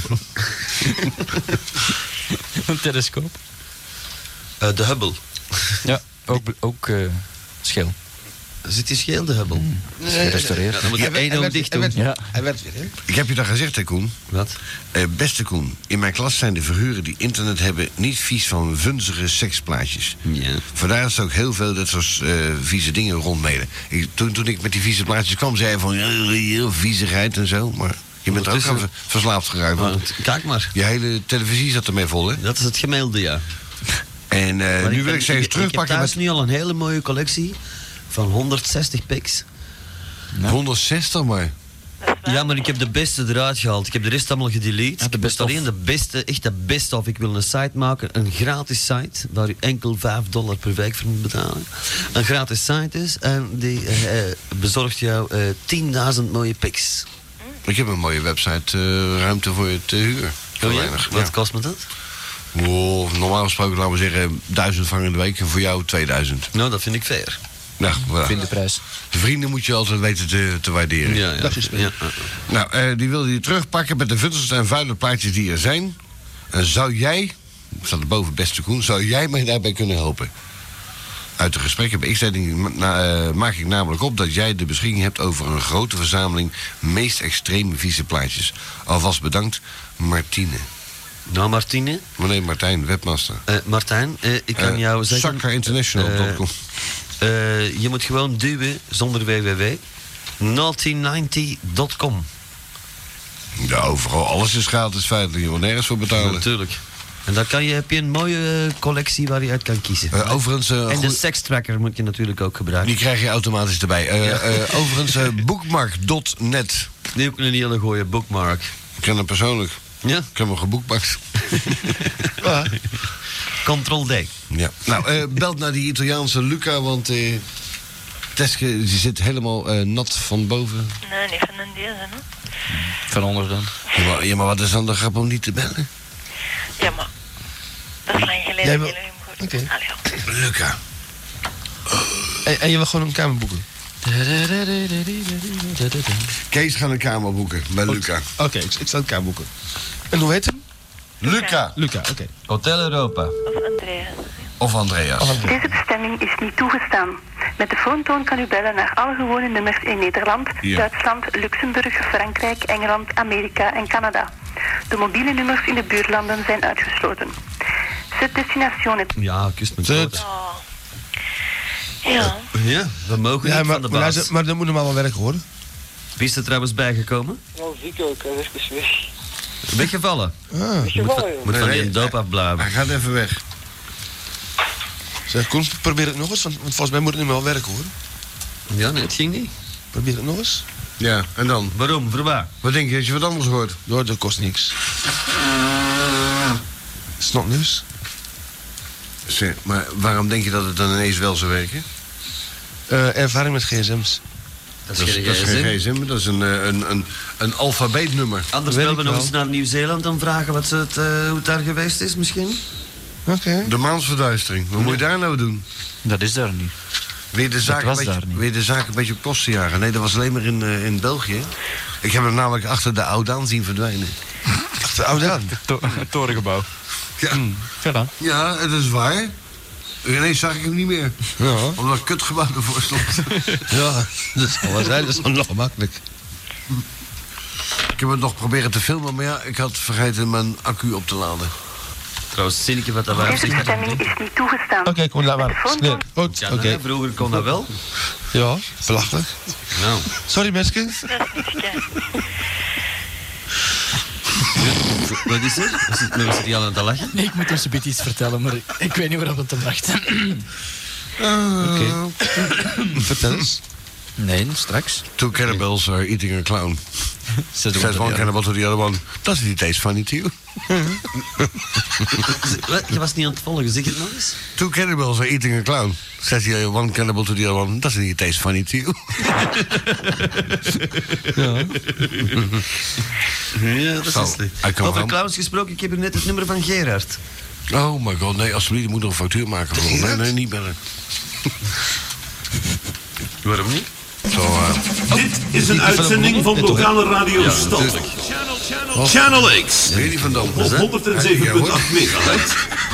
Een telescoop. Uh, de Hubble. Ja, ook, ook uh, scheel. Zit die scheel, de Hubble? Mm. Dat is gerestaureerd. Ja, dan moet je Hij één werd- oog hij dicht werd- doen. hij werd- Hij werd weer, hè? Ik heb je dat gezegd, hè, Koen? Wat? Eh, beste Koen, in mijn klas zijn de figuren die internet hebben niet vies van vunzige seksplaatjes. Ja. Vandaar is ook heel veel dat soort eh, vieze dingen rondmeden. Ik, toen, toen ik met die vieze plaatjes kwam, zei hij van eh, heel viezigheid en zo. Maar je bent er ook aan ver- verslaafd geraakt. Maar, Want kijk maar. je hele televisie zat ermee vol, hè? Dat is het gemelde, ja. En eh, Maar nu wil ben- ik ze eens Ik terugpakken heb thuis met nu al een hele mooie collectie van honderdzestig pics. honderdzestig, maar... Ja, maar ik heb de beste eruit gehaald. Ik heb de rest allemaal gedelete. Ja, de ik best heb alleen de beste, echt de beste of. Ik wil een site maken, een gratis site, waar u enkel vijf dollar per week voor moet betalen. Een gratis site is en die eh, eh, bezorgt jou eh, tienduizend mooie pics. Ik heb een mooie website, eh, ruimte voor je te huur. Voor Oh ja? weinig. Wat Ja. kost me dat? Oh, normaal gesproken, laten we zeggen, duizend vang in de week en voor jou tweeduizend. Nou, dat vind ik fair. Nou, voilà. Vind de prijs. Vrienden moet je altijd weten te, te waarderen. Ja, ja. Dat is ja. Nou, eh, die wilde je terugpakken met de vunzigste en vuile plaatjes die er zijn. En zou jij, staat er boven beste Koen, zou jij mij daarbij kunnen helpen? Uit de gesprekken bij X-Dating na, uh, maak ik namelijk op dat jij de beschikking hebt over een grote verzameling meest extreme vieze plaatjes. Alvast bedankt, Martine. Nou, Martine. Maar nee, Martijn, webmaster. Uh, Martijn, uh, ik kan Uh, jou zeggen... Sakka International punt com. Uh, uh, je moet gewoon duwen zonder www. naughty ninety dot com. Ja, overal. Alles is gratis feitelijk. Je moet nergens voor betalen. Natuurlijk. En dan kan je, heb je een mooie uh, collectie waar je uit kan kiezen. Uh, overigens... Uh, en de goed- sextracker moet je natuurlijk ook gebruiken. Die krijg je automatisch erbij. Uh, Ja. uh, overigens, uh, bookmark dot net. Die is ook een hele goeie bookmark. Ik ken hem persoonlijk. Ja? Ik heb hem geboekmarkt. Control D. Ja. Nou, uh, belt naar die Italiaanse Luca, want uh, Teske die zit helemaal uh, nat van boven. Nee, niet van een deze, hè. Van onder dan. Ja maar, ja, maar wat is dan de grap om niet te bellen? Ja, maar... Dat is lang geleden Jij dat wil- jullie hem gehoord. Oké. Allee, ja. Luca. En, en je wil gewoon een kamer boeken? Kees gaat een kamer boeken bij Luca. Oké, okay, ik, ik zal een kamer boeken. En hoe heet hem? Luca. Luca, oké. Okay. Hotel Europa. Of Andreas. Of Andreas. Of Andreas. Deze bestemming is niet toegestaan. Met de foontoon kan u bellen naar alle gewone nummers in Nederland, ja. Duitsland, Luxemburg, Frankrijk, Engeland, Amerika en Canada. De mobiele nummers in de buurlanden zijn uitgesloten. Cette destination est... Ja, kust me dood. Oh. Ja. Ja, we mogen ja, niet maar, van de maar, baas. maar dat moet hem allemaal werken, hoor. Wie is er trouwens bijgekomen? Nou, ziek ook, hij is even weg. Weggevallen? Ah. Weggevallen, Moet, moet van die doop afblaven. Hij gaat even weg. Zeg, kom, probeer het nog eens, want, want volgens mij moet het nu wel werken, hoor. Ja, nee, het ging niet. Probeer het nog eens. Ja, en dan? Waarom? Voor waar? Wat denk je, dat je wat anders hoort? Ja, dat kost niks. Snotneus. Zeg, maar waarom denk je dat het dan ineens wel zou werken? Uh, ervaring met gsm's. Dat is, dat is, dat is geen gsm, dat is een, een, een, een alfabeetnummer. Anders willen we nog eens naar Nieuw-Zeeland en vragen wat ze het, uh, hoe het daar geweest is misschien. Oké. Okay. De maansverduistering, wat ja. moet je daar nou doen? Dat is daar niet. Weer de zaak, een beetje, weer de zaak een beetje op kosten jagen. Nee, dat was alleen maar in, uh, in België. Ik heb hem namelijk achter de Oudaan zien verdwijnen. Achter de Oudaan? Het torengebouw. Ja. Mm, verder. Ja, het is waar. Ineens zag ik hem niet meer. Ja. Omdat kutgebouw ervoor stond. Ja, dat zal wel zijn. Dat is nog makkelijk. Ik heb het nog proberen te filmen, maar ja, ik had vergeten mijn accu op te laden. Trouwens, zinnetje wat dat was. Deze bestemming is niet toegestaan. Oké, okay, kom laat maar. Snel. Goed, ja, oké. Okay. Vroeger kon dat wel. Ja, belachelijk. Nou. Sorry, mensen. Wat is er? Was het, was het die aan het lachen? Nee, ik moet ons een beetje iets vertellen, maar ik, ik weet niet waarom het te lacht. uh, Oké. Okay. Vertel eens. Nee, straks. Two cannibals are eating a clown. Says one cannibal to the other one. Does it taste funny to you? Je was niet aan het volgen, zeg het nog eens. Two cannibals are eating a clown. Says the one cannibal to the other one. Does it taste funny to you? Ja. Ja, dat so, is slecht. Over clowns gesproken, ik heb hier net het nummer van Gerard. Oh my god, nee, alsjeblieft, ik moet nog een factuur maken. Voor nee, nee, niet bellen. Waarom niet? Zo, uh, Dit is een uitzending van lokale radio ja, Stad. Channel, Channel, Channel X. Weet je van dan? Op honderd zeven komma acht megahertz.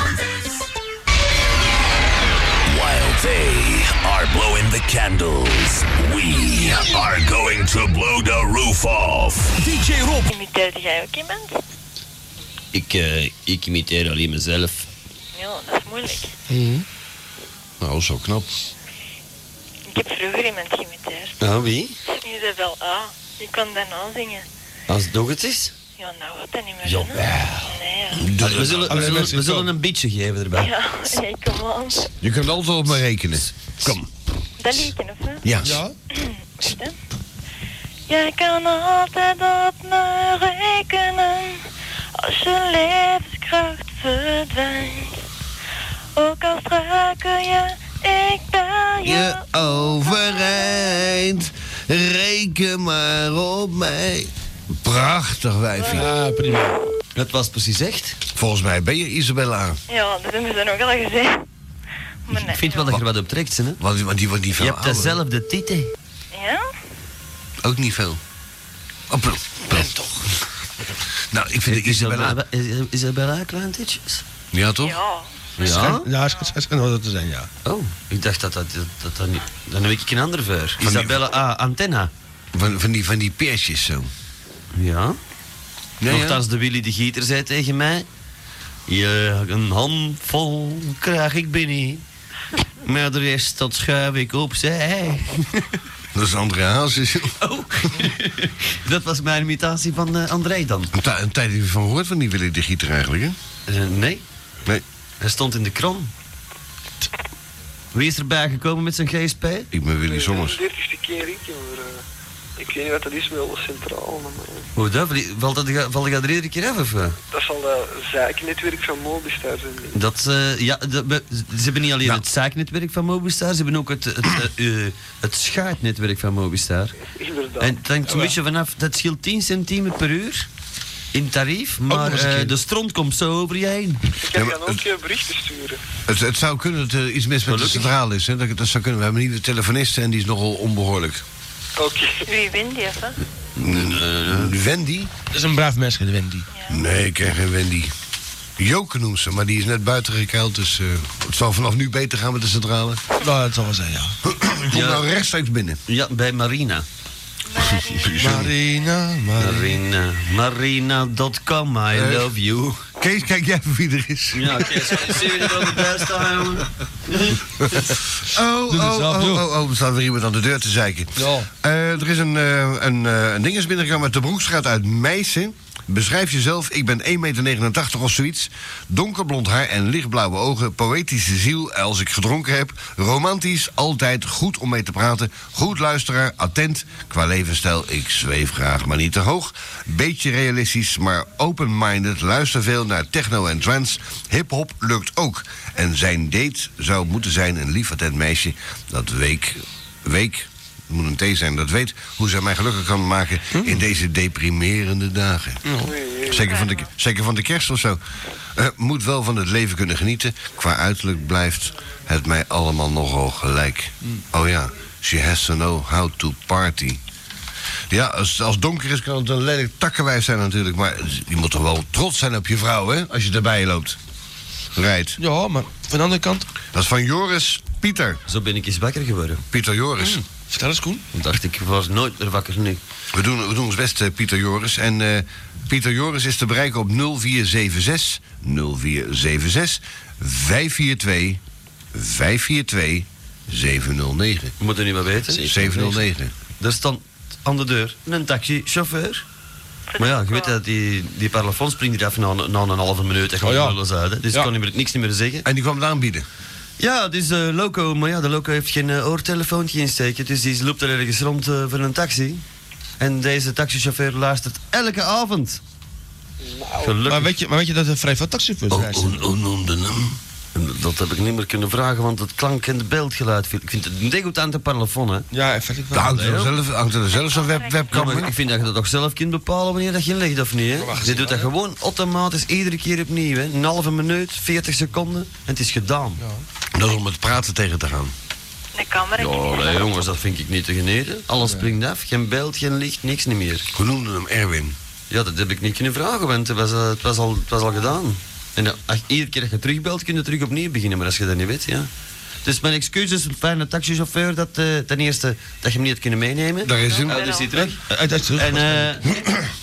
While they are blowing the candles, we are going to blow the roof off. D J Rob. Imiteerde jij ook iemand? Ik, uh, ik imiteer alleen mezelf. Ja, dat is moeilijk. Mm. Nou, zo knap. Ik heb vroeger iemand geïmiteerd. Nou, wie? Isabel A. Die kan daarna zingen. Als het nog het is? Ja, nou wat dan niet meer. Ja. Nee, ja. We, we, zullen, we, zullen, we zullen een beetje geven erbij. Ja, nee, kom aan. Je kunt altijd op me rekenen. Kom. Dat liedje, of hè? Ja. Ja. Wacht, hè. Jij kan altijd op me rekenen als je levenskracht verdwijnt. Ook al struikel je, ik ben je, je overeind. Reken maar op mij. Prachtig wijfje. Ja, prima. Dat was precies echt. Volgens mij ben je Isabella. Ja, dat hebben ze nog al gezegd. Maar nee, ik vind wel dat je er wat op trekt, hè? Want, want die wordt niet veel Je hebt ouder. dezelfde titel. Ja? Ook niet veel. Oh, ben, ben toch. Nou, ik vind Isabella... Isabella, Isabella kleintjes. Ja, toch? Ja. Ja? Ja, het schijnt wel dat te zijn, ja. Oh, ik dacht dat dat, dat, dat, dat niet... Dan heb ik een ander ver. Isabella A. Antenna. Van, van, die, van die peersjes zo. Ja. Ja, Nochtans ja. de Willy de Gieter zei tegen mij... Ja, een handvol krijg ik binnen. Maar de rest, dat schuif ik opzij. Dat is André Hazes. Oh, dat was mijn imitatie van uh, André dan. Een, een tijd heb je van gehoord van die Willy de Gieter eigenlijk, hè? Uh, nee. Nee. Hij stond in de kron. Wie is erbij gekomen met zijn G S P? Ik ben Willy Sommers. De dertigste keer ik, maar uh, ik weet niet wat dat is, wel de centraal. Maar, uh, Hoe dat? Valt dat val je er iedere keer af, of? Uh? Dat zal het zaaknetwerk van Mobistar zijn. Dat, uh, ja, dat, we, ze hebben niet alleen ja. het zaaknetwerk van Mobistar, ze hebben ook het, het, uh, het schuitnetwerk van Mobistar. Inderdaad. En het hangt een beetje vanaf, dat scheelt tien centimeter per uur. in tarief, maar nog eens een uh, keer. de stront komt zo over je heen. Ik kan je dan ook je berichten sturen. Het, het zou kunnen dat er iets mis met de centrale is. Hè? Dat, dat zou kunnen. We hebben een nieuwe telefoniste en die is nogal onbehoorlijk. Oké. Wie wint die even? Uh, Wendy? Dat is een braaf mens, de Wendy. Ja. Nee, ik ken geen Wendy. Joke noemt ze, maar die is net buiten gekeild, dus uh, het zal vanaf nu beter gaan met de centrale. Nou, dat zal wel zijn, ja. Kom Ja. nou rechtstreeks binnen. Ja, bij Marina. Marina, Marina, Marina dot com, I Uh, love you. Kees, kijk jij even wie er is. Ja, Kees, zie je er wel de beste aan, jongen? Oh, Doe het oh, zelf, oh, joh. oh, oh, er staat weer iemand aan de deur te zeiken. Ja. Uh, er is een, uh, een, uh, een ding is binnengekomen uit de Broekstraat uit Meissen. Beschrijf jezelf, ik ben één meter negenentachtig of zoiets. Donkerblond haar en lichtblauwe ogen. Poëtische ziel als ik gedronken heb. Romantisch, altijd goed om mee te praten. Goed luisteraar, attent. Qua levensstijl, ik zweef graag, maar niet te hoog. Beetje realistisch, maar open-minded. Luister veel naar techno en trance. Hip-hop lukt ook. En zijn date zou moeten zijn een lief attent meisje. Dat week... week Het moet een T zijn dat weet hoe zij mij gelukkig kan maken in deze deprimerende dagen. Zeker van de, zeker van de kerst of zo. Uh, moet wel van het leven kunnen genieten. Qua uiterlijk blijft het mij allemaal nogal gelijk. Oh ja, she has to know how to party. Ja, als als het donker is kan het een lelijk takkenwijs zijn natuurlijk. Maar je moet toch wel trots zijn op je vrouw, hè? Als je erbij loopt. Rijdt. Ja, maar van de andere kant... Dat is van Joris Pieter. Zo ben ik eens wakker geworden. Pieter Joris. Mm. Vertel eens, Koen. Dan dacht ik, ik was nooit meer wakker nu. We doen, we doen ons best, uh, Pieter Joris. En uh, Pieter Joris is te bereiken op nul vier zeven zes nul vier zeven zes vijf vier twee vijf vier twee zeven nul negen. We moeten niet meer weten. zeven nul negen. Er stond aan de deur een taxichauffeur. Maar ja, je weet dat die, die parlofoon springt eraf na, na een halve minuut. En gaat Oh ja. alles uit. Hè. Dus ik Ja. kon niet meer, niks niet meer zeggen. En die kwam het aanbieden. Ja, dus de loco, maar ja, de loco heeft geen uh, oortelefoontje insteken. Dus die loopt er ergens rond uh, voor een taxi. En deze taxichauffeur luistert elke avond. Gelukkig. Maar weet je, maar weet je dat er vrij veel taxichauffeurs Oh, reizen? oh, oh, noemde hem. Dat heb ik niet meer kunnen vragen, want het klank en het beeldgeluid. Ik vind het een degoutante parlofoon, hè. Ja, effectief wel. Daar hangt er Ja. zelf, hangt er zelf zo'n web, Ja, webcam maar in. ik vind dat je dat toch zelf kunt bepalen wanneer dat je legt of niet, hè. Je doet dat gewoon automatisch iedere keer opnieuw, hè. Een halve minuut, veertig seconden en het is gedaan. Dat is om het praten tegen te gaan. De camera. Ja, nee, jongens, dat vind ik niet te geneten. Alles springt af, geen beeld, geen licht, niks niet meer. Hoe noemden hem Erwin? Ja, dat heb ik niet kunnen vragen, want het was, uh, het was, al, het was al gedaan. En uh, als, iedere keer dat je terugbelt, kun je terug opnieuw beginnen, maar als je dat niet weet, ja. Dus mijn excuses, een fijne taxichauffeur, dat uh, ten eerste dat je hem niet hebt kunnen meenemen. Daar is hem. Uh, dus hij terug. Uit, uit, terug. En, uh,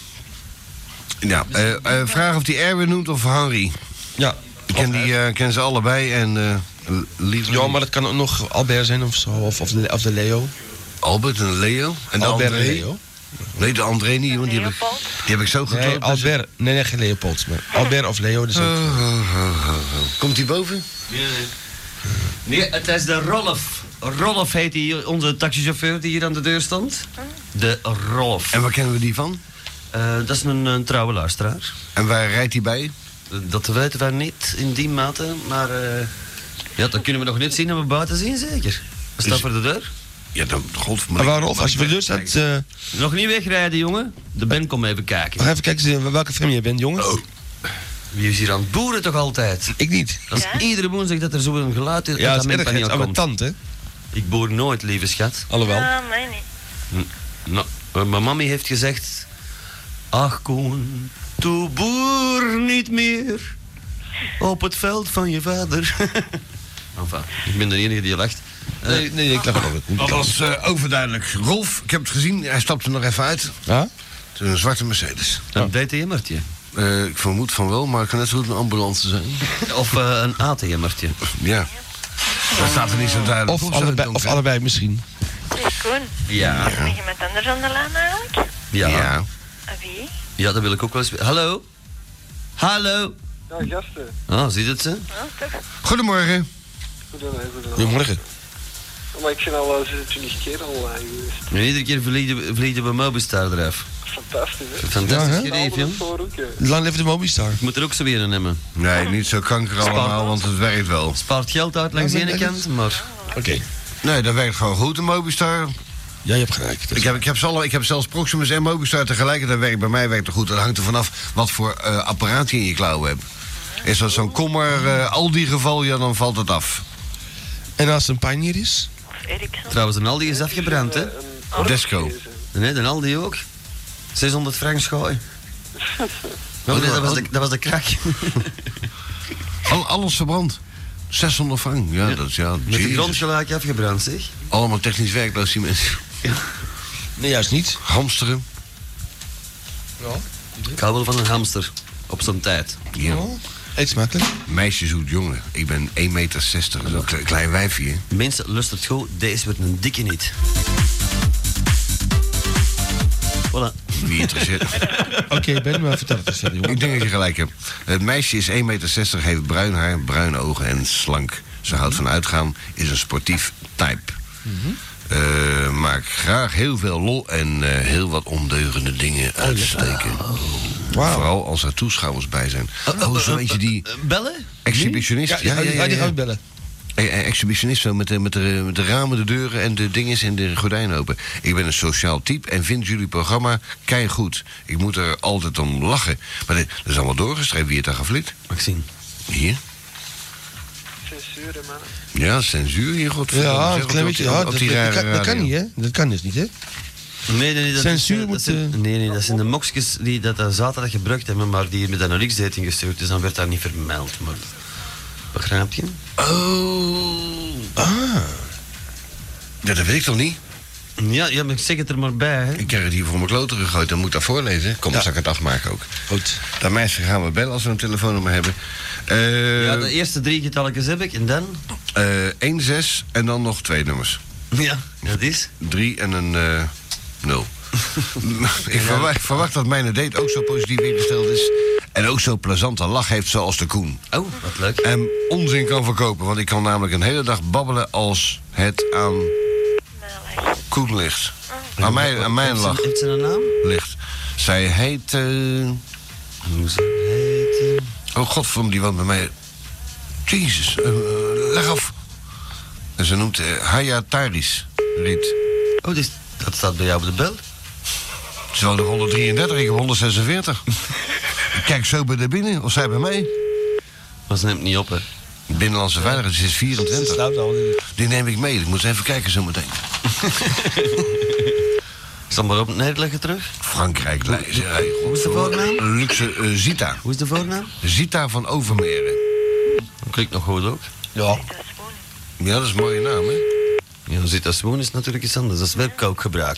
Ja, uh, uh, vraag of die Erwin noemt of Henry. Ja. Ik ken, die, uh, ken ze allebei en uh, liever... Ja, maar dat kan ook nog Albert zijn of zo, of, of, de, of de Leo. Albert en Leo. En de Albert André. en Leo. Nee, de André niet, want die heb ik, die heb ik zo Nee, getrokken. Albert. Nee, nee, geen Leopold. Maar Albert of Leo, dus ook. Oh, oh, oh, oh. Komt hij boven? nee, nee. Nee, het is de Rolf. Rolf heet die, onze taxichauffeur die hier aan de deur stond. De Rolf. En waar kennen we die van? Uh, dat is een, een trouwe luisteraar. En waar rijdt hij bij? Uh, dat weten wij niet in die mate, maar uh, ja, dat kunnen we nog niet zien en we buiten zien zeker. Wat staat voor de deur? Ja, dan, god... Maar waar, Rolf, als je voor de deur staat... Uh, Nog niet wegrijden, jongen. De Ben komt even kijken. Nog even kijken welke film je bent, jongen. Oh. Wie is hier aan het boeren toch altijd? Ik niet. Dat is Ja? iedere woensdag dat er zo'n geluid is. Ja, dat is mijn erg. Het paneel is oude komt. tand, hè? Ik boer nooit, lieve schat. Alhoewel. Ja, mij niet. Nou, uh, mijn mami heeft gezegd... Ach, Koen, toe boer niet meer op het veld van je vader. Enfin, ik ben de enige die lacht. Uh, Nee, nee, ik lach het ook. Dat was uh, overduidelijk. Rolf, ik heb het gezien, hij stapte nog even uit. Ja? Het is een zwarte Mercedes. Een D T M'ertje. Uh, ik vermoed van wel, maar het kan net zo goed een ambulance zijn. Of uh, een A T M'ertje. Ja. Dat staat er niet zo duidelijk. Of, allebei, of allebei misschien. Zeg, Koen. Ja. Is er nog iemand anders aan de lijn eigenlijk? Ja. Ja. En wie? Ja, dat wil ik ook wel eens... Hallo? Hallo? Ja, gasten. Ah, ziet het ze? Ja, toch? Goedemorgen. Goedemorgen. Goedemorgen. Maar ik ben al uh, zesentwintig keer al uh, geweest. En iedere keer vliegen, vliegen we Mobistar eraf. Fantastisch, hè? Fantastisch Ja, hè? idee, jong. Lang leven de Mobistar. Ik moet er ook zo weer een nemen. Nee, niet zo kanker allemaal, want het werkt wel. Spaart geld uit langs de ene kant, maar... Oké. Okay. Nee, dat werkt gewoon goed, de Mobistar. Ja, je hebt gelijk. Ik heb, ik, heb zelf, ik heb zelfs Proximus en Mobistar tegelijkertijd werkt. Bij mij werkt het goed. Dat hangt er vanaf wat voor uh, apparaat je in je klauwen hebt. Is dat zo'n kommer uh, Aldi geval, ja, dan valt het af. En als het een Pioneer is? Trouwens, een Aldi is afgebrand, hè? Desco. Nee, een Aldi ook. zeshonderd frank schooien. Oh, nee, dat was de, dat was de krak. Al, alles verbrand. zeshonderd frank, ja, ja. Dat is ja. Met de grond gelijk afgebrand, zeg. Allemaal technisch werkloos, die mensen. Ja. Nee, juist niet. Hamsteren. Ja. Ik hou wel van een hamster. Op zijn tijd. Ja. Eet smakelijk. Meisje zoekt jongen. Ik ben één meter zestig, dat is een klein wijfje. Mensen, lust het goed. Deze wordt een dikke niet. Voilà. Wie interesseert? Oké, okay, Ben, maar vertel het eens. Ik denk dat je gelijk hebt. Het meisje is één meter zestig, heeft bruin haar, bruine ogen en slank. Ze houdt van uitgaan, is een sportief type. Mm-hmm. Uh, maakt graag heel veel lol en uh, heel wat ondeugende dingen uitsteken. Oh. Wow. Vooral als er toeschouwers bij zijn. Uh, uh, oh, zo weet je die... Uh, bellen? Exhibitionist. Ja, ja, ja, ja, ja, die gaan we bellen. Exhibitionist zo met de, met, de, met de ramen, de deuren en de dinges en de gordijnen open. Ik ben een sociaal type en vind jullie programma keigoed. Ik moet er altijd om lachen. Maar dit, dat is allemaal doorgestreept wie het daar geflikt. Mag ik zien? Hier. Censuur, man. Ja, censuur hier, godverdomme. Ja, een klein beetje. Ja, dat, dat, dat, kan, dat kan niet, hè? Dat kan dus niet, hè? Nee, nee, nee, dat censuur is, moet... Dat zijn, nee, nee, dat zijn de mokskes die dat zaterdag gebruikt hebben, maar die met een X-dating gestuurd. Dus dan werd dat niet vermeld. Maar... Begrijp je? Oh. Ah. Ja, dat weet ik toch niet? Ja, ja, maar ik zeg het er maar bij, hè. Ik krijg het hier voor mijn kloten gegooid, dan moet ik dat voorlezen. Kom, dan ja. Zal ik het afmaken ook. Goed. Dat meisje gaan we bellen als we een telefoonnummer hebben. Uh, ja, de eerste drie getalletjes heb ik, en dan? Uh, één, zes en dan nog twee nummers. Ja, dat is? drie en een uh, nul. Ik verwacht, verwacht dat mijn date ook zo positief ingesteld is. En ook zo plezante lach heeft zoals de Koen. Oh, wat leuk. En onzin kan verkopen, want ik kan namelijk een hele dag babbelen als het aan Koen ligt. Aan mij, aan mijn lach. Heeft ze een naam? Ligt. Zij heet... Uh... Hoe ze heet... Oh, godverdomme, die woont bij mij. Jezus, uh, leg af. En ze noemt uh, Haya Taris. Riet. Oh, dus, dat staat bij jou op de bel? Ze woont nog honderddrieëndertig, ik heb honderdzesenveertig. Ik kijk zo bij de binnen, of zij bij mij. Maar ze neemt niet op, hè? Binnenlandse veiligheid is vierentwintig. Die neem ik mee, ik moet even kijken zo meteen. Ik zal maar op neerleggen terug. Frankrijk, Leijzen. Hoe is de voornaam? Luxe uh, Zita. Hoe is de voornaam? Zita van Overmeren. Dat klinkt nog goed ook. Ja. Ja, dat is een mooie naam, hè? Ja, Zita Swoon is natuurlijk iets anders. Dat is werkkookgebruik.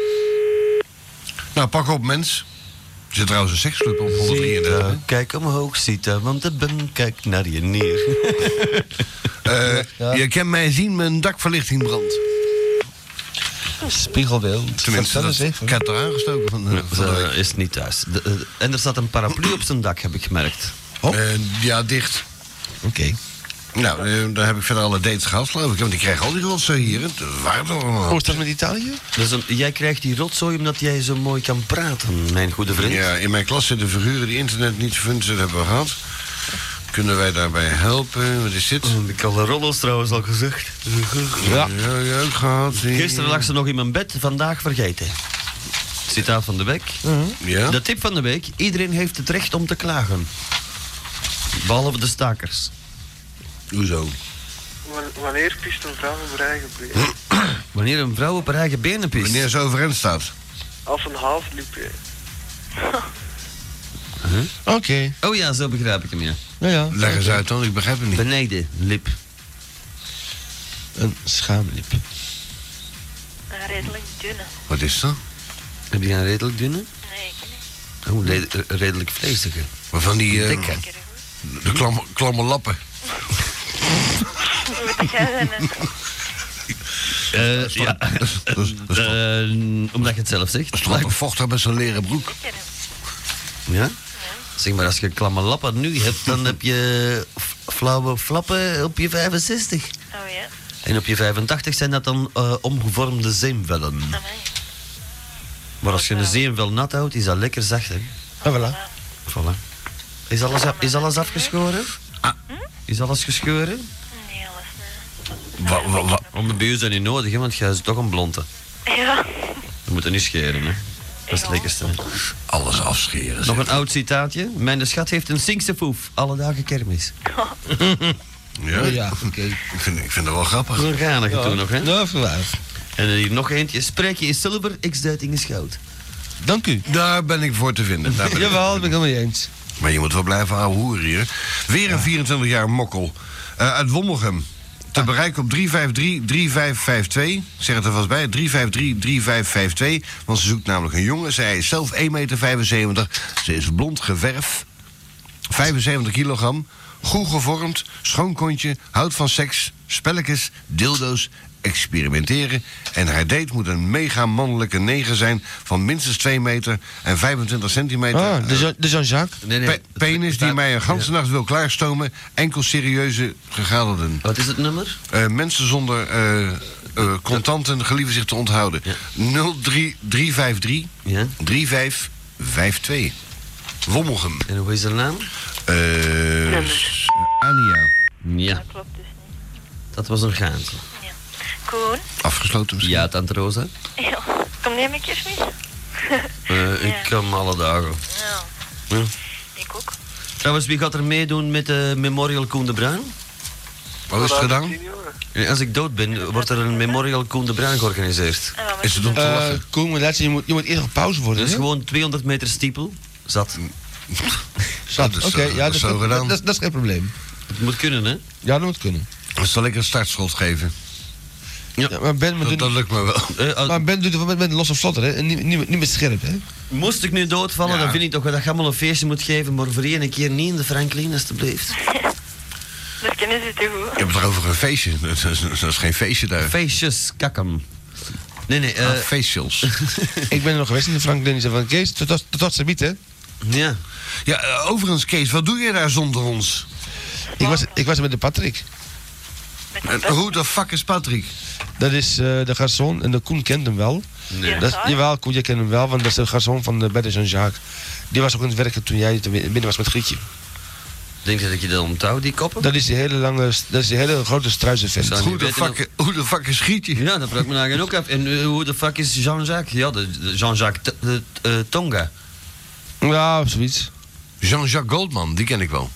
Nou, pak op, mens. Er zit trouwens een seksclub op honderddrieëndertig. Zita, kijk omhoog, Zita, want de ben kijkt naar je neer. uh, ja. Je kan mij zien, mijn dakverlichting brandt. Spiegelbeeld. Tenminste, dat, ik heb het er aangestoken van, uh, van de uh, is niet thuis. De, uh, en er staat een paraplu op zijn dak, heb ik gemerkt. Oh. Uh, ja, dicht. Oké. Okay. Nou, uh, daar heb ik verder alle dates gehad, geloof ik. Want ik krijg al die rotzooi hier. Waar dan? Hoe is dat met Italië? Dus een, jij krijgt die rotzooi omdat jij zo mooi kan praten, mijn goede vriend. Ja, in mijn klas zitten figuren die internet niet vinden, dat hebben we gehad. Kunnen wij daarbij helpen? Wat is dit? Oh, ik had de rollos trouwens al gezegd. Ja, ja, ja ook gehad. Gisteren lag ze nog in mijn bed, vandaag vergeten. Citaat van de week. Uh-huh. Ja? De tip van de week: iedereen heeft het recht om te klagen. Behalve de stakers. Hoezo? Wanneer pist een vrouw op haar eigen benen? Wanneer een vrouw op haar eigen benen pist? Wanneer ze overeind staat. Als een halflipje. Huh? Oké. Okay. Oh ja, zo begrijp ik hem, ja. Ja, ja. Leg eens uit dan, ik begrijp het niet. Beneden, lip. Een schaamlip. Een redelijk dunne. Wat is dat? Heb je een redelijk dunne? Nee, ik niet. Oh, redelijk vleesige. Maar van die... Uh, dikke. De klamme, klamme lappen. Wat jij dan? Uh, ja. uh, omdat je het zelf zegt. Dat is toch een vochtig met zo'n leren broek. Ja? Zeg maar, als je klamme lappen nu hebt, dan heb je flauwe flappen op je vijfenzestig. Oh ja. En op je vijfentachtig zijn dat dan uh, omgevormde zeemvellen. Oh, nee. Maar als je een zeemvel nat houdt, is dat lekker zacht, hè? Ah, voilà. Voilà. Is alles, is alles afgeschoren? Ah. Is alles geschoren? Nee, alles niet. Wa, wa, wa. Om de bij u zijn niet nodig, hè, want jij is toch een blonde. Ja. We moeten niet scheren, hè. Dat is het lekkerste. Alles afscheren. Nog een oud citaatje. Mijn schat heeft een Sinkse foef. Alle dagen kermis. Ja, ja oké. Okay. Ik, vind, ik vind dat wel grappig. Een geinige ja. toen nog, hè? Nou, verwaar. En hier nog eentje. Spreek je is zilver, x-duiting is goud. Dank u. Daar ben ik voor te vinden. Daar ben Jawel, dat ben ik helemaal mee eens. Maar je moet wel blijven ouwe hoeren hier. Weer een vierentwintig jaar mokkel. Uh, uit Wommelgem. Te bereiken op drie vijf drie drie vijf vijf twee. Ik zeg het er vast bij. drie vijf drie drie vijf vijf twee. Want ze zoekt namelijk een jongen. Zij is zelf één meter vijfenzeventig. Ze is blond geverfd. vijfenzeventig kilogram. Goed gevormd. Schoon kontje. Houdt van seks. Spelletjes. Dildo's. Experimenteren. En haar date moet een mega mannelijke neger zijn van minstens twee meter en vijfentwintig centimeter. Ah, de, Jean- de Jean-Jacques. Nee, nee, Pe- penis die mij een ganse nacht wil klaarstomen. Enkel serieuze gegadigden. Wat is het nummer? Uh, mensen zonder uh, uh, contanten gelieven zich te onthouden. Ja. nul drie drie vijf drie ja. drie vijf vijf twee. Wommelgem. En hoe is haar naam? Uh, Ania. Ja. Dat klopt dus niet. Dat was een gaantje. Koen? Afgesloten misschien? Ja, tante Rosa. Ja. Kom jij met kerstmis? uh, ik ja. kom alle dagen. Ja. ja. Ik ook. Trouwens, wie gaat er meedoen met de Memorial Koen de Bruin? Wat is het gedaan? Ja, als ik dood ben, wordt er een Memorial Koen de Bruin georganiseerd. Is het om te lachen? Uh, Koen, maar je moet, je moet eerst op pauze worden. Dat is hè? gewoon tweehonderd meter stiepel. Zat. Zat, oké. Okay, ja, dat, dat, dat, dat, dat is geen probleem. Het moet kunnen, hè? Ja, dat moet kunnen. Dan zal ik een startschot geven. Ja, ja maar Ben, maar dat, doe, dat lukt me wel. Uh, uh, maar Ben doet het met, met los of vlotter, hè? En niet, niet, niet met scherp, hè? Moest ik nu doodvallen, ja. Dan vind ik toch dat je allemaal een feestje moet geven, maar voor één keer niet in de Franklin, alstublieft. Dat kennen ze te goed. Je hebt het over een feestje. Dat is, dat is geen feestje daar. Feestjes, kakken. Nee, nee. Uh, ah, feestjes. Ik ben er nog geweest in de Franklin. Die zei van, Kees, tot, tot, tot ze biedt, hè? Ja. Ja, uh, overigens, Kees, wat doe je daar zonder ons? Ik was, ik was er met de Patrick. En hoe de fuck is Patrick? Dat is uh, de garçon en de Koen kent hem wel. Nee. Dat is, jawel, Koen, jij kent hem wel, want dat is de garçon van de bij de Jean-Jacques. Die was ook aan het werken toen jij binnen was met Grietje. Denk je dat je dat onthoud, die koppen? Dat is die hele lange, dat is die hele grote struizenvent. Hoe de fuck, hoe de fuck is Grietje? Ja, dat vraag ik me eigenlijk ook af. En uh, hoe de fuck is Jean-Jacques? Ja, de, de Jean-Jacques t- de, uh, Tonga. Ja, of zoiets. Jean-Jacques Goldman, die ken ik wel.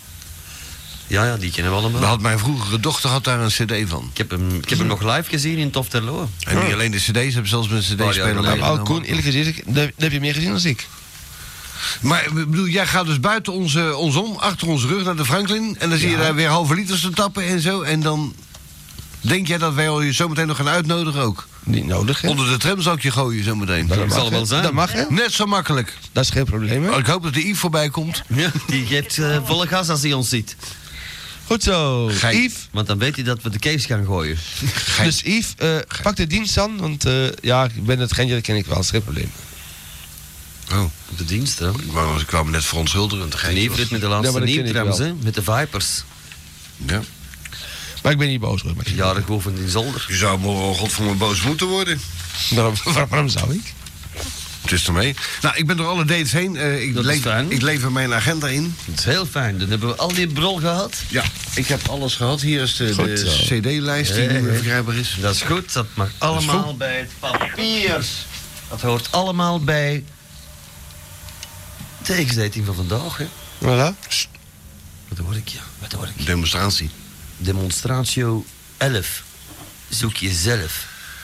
Ja, ja, die kennen we allemaal. Had mijn vroegere dochter had daar een cd van. Ik heb hem, ik heb hem nog live gezien in Tofterloe. En niet alleen de cd's, heb zelfs met een cd-speler. Ja, maar Koen, eerlijk gezegd, dat heb je meer gezien dan ik. Maar ik bedoel, jij gaat dus buiten onze, ons om, achter onze rug naar de Franklin. En dan zie je ja. daar weer halve liters te tappen en zo. En dan denk jij dat wij je zometeen nog gaan uitnodigen ook? Niet nodig, hè? Onder de tram zal ik je gooien zometeen. Dat, dat zal wel zijn. Dat mag, hè? Net zo makkelijk. Dat is geen probleem, hè? Ik hoop dat de Yves voorbij komt. Ja, die geeft uh, volle gas als hij ons ziet. Goed zo. Gij. Yves. Want dan weet hij dat we de Kees gaan gooien. Gij. Dus Yves, uh, pak de dienst aan. Want uh, ja, ik ben het geintje, dat ken ik wel. Dat is geen probleem. Oh. De dienst, hè? Ik, wou, ik kwam me net verontschuldigend. Niet met de laatste ja, nieuwtrams, hè? Met de Vipers. Ja. Maar ik ben niet boos, hoor. Maar ja, dat gewoon in zolder. Je zou wel godverdomme boos moeten worden. Waarom, waarom zou ik? Het is ermee. Nou, ik ben door alle dates heen. Uh, ik, dat leef, is fijn. ik lever mijn agenda in. Dat is heel fijn. Dan hebben we al die brol gehad. Ja, ik heb alles gehad. Hier is de, de cd-lijst die hey, verkrijgbaar is. Dat is goed. Dat mag allemaal bij het papier. Dat hoort allemaal bij de X-dating van vandaag, hè. Voilà. Wat hoor ik, ja. Wat hoor ik? Demonstratie. Demonstratio elf. Zoek jezelf.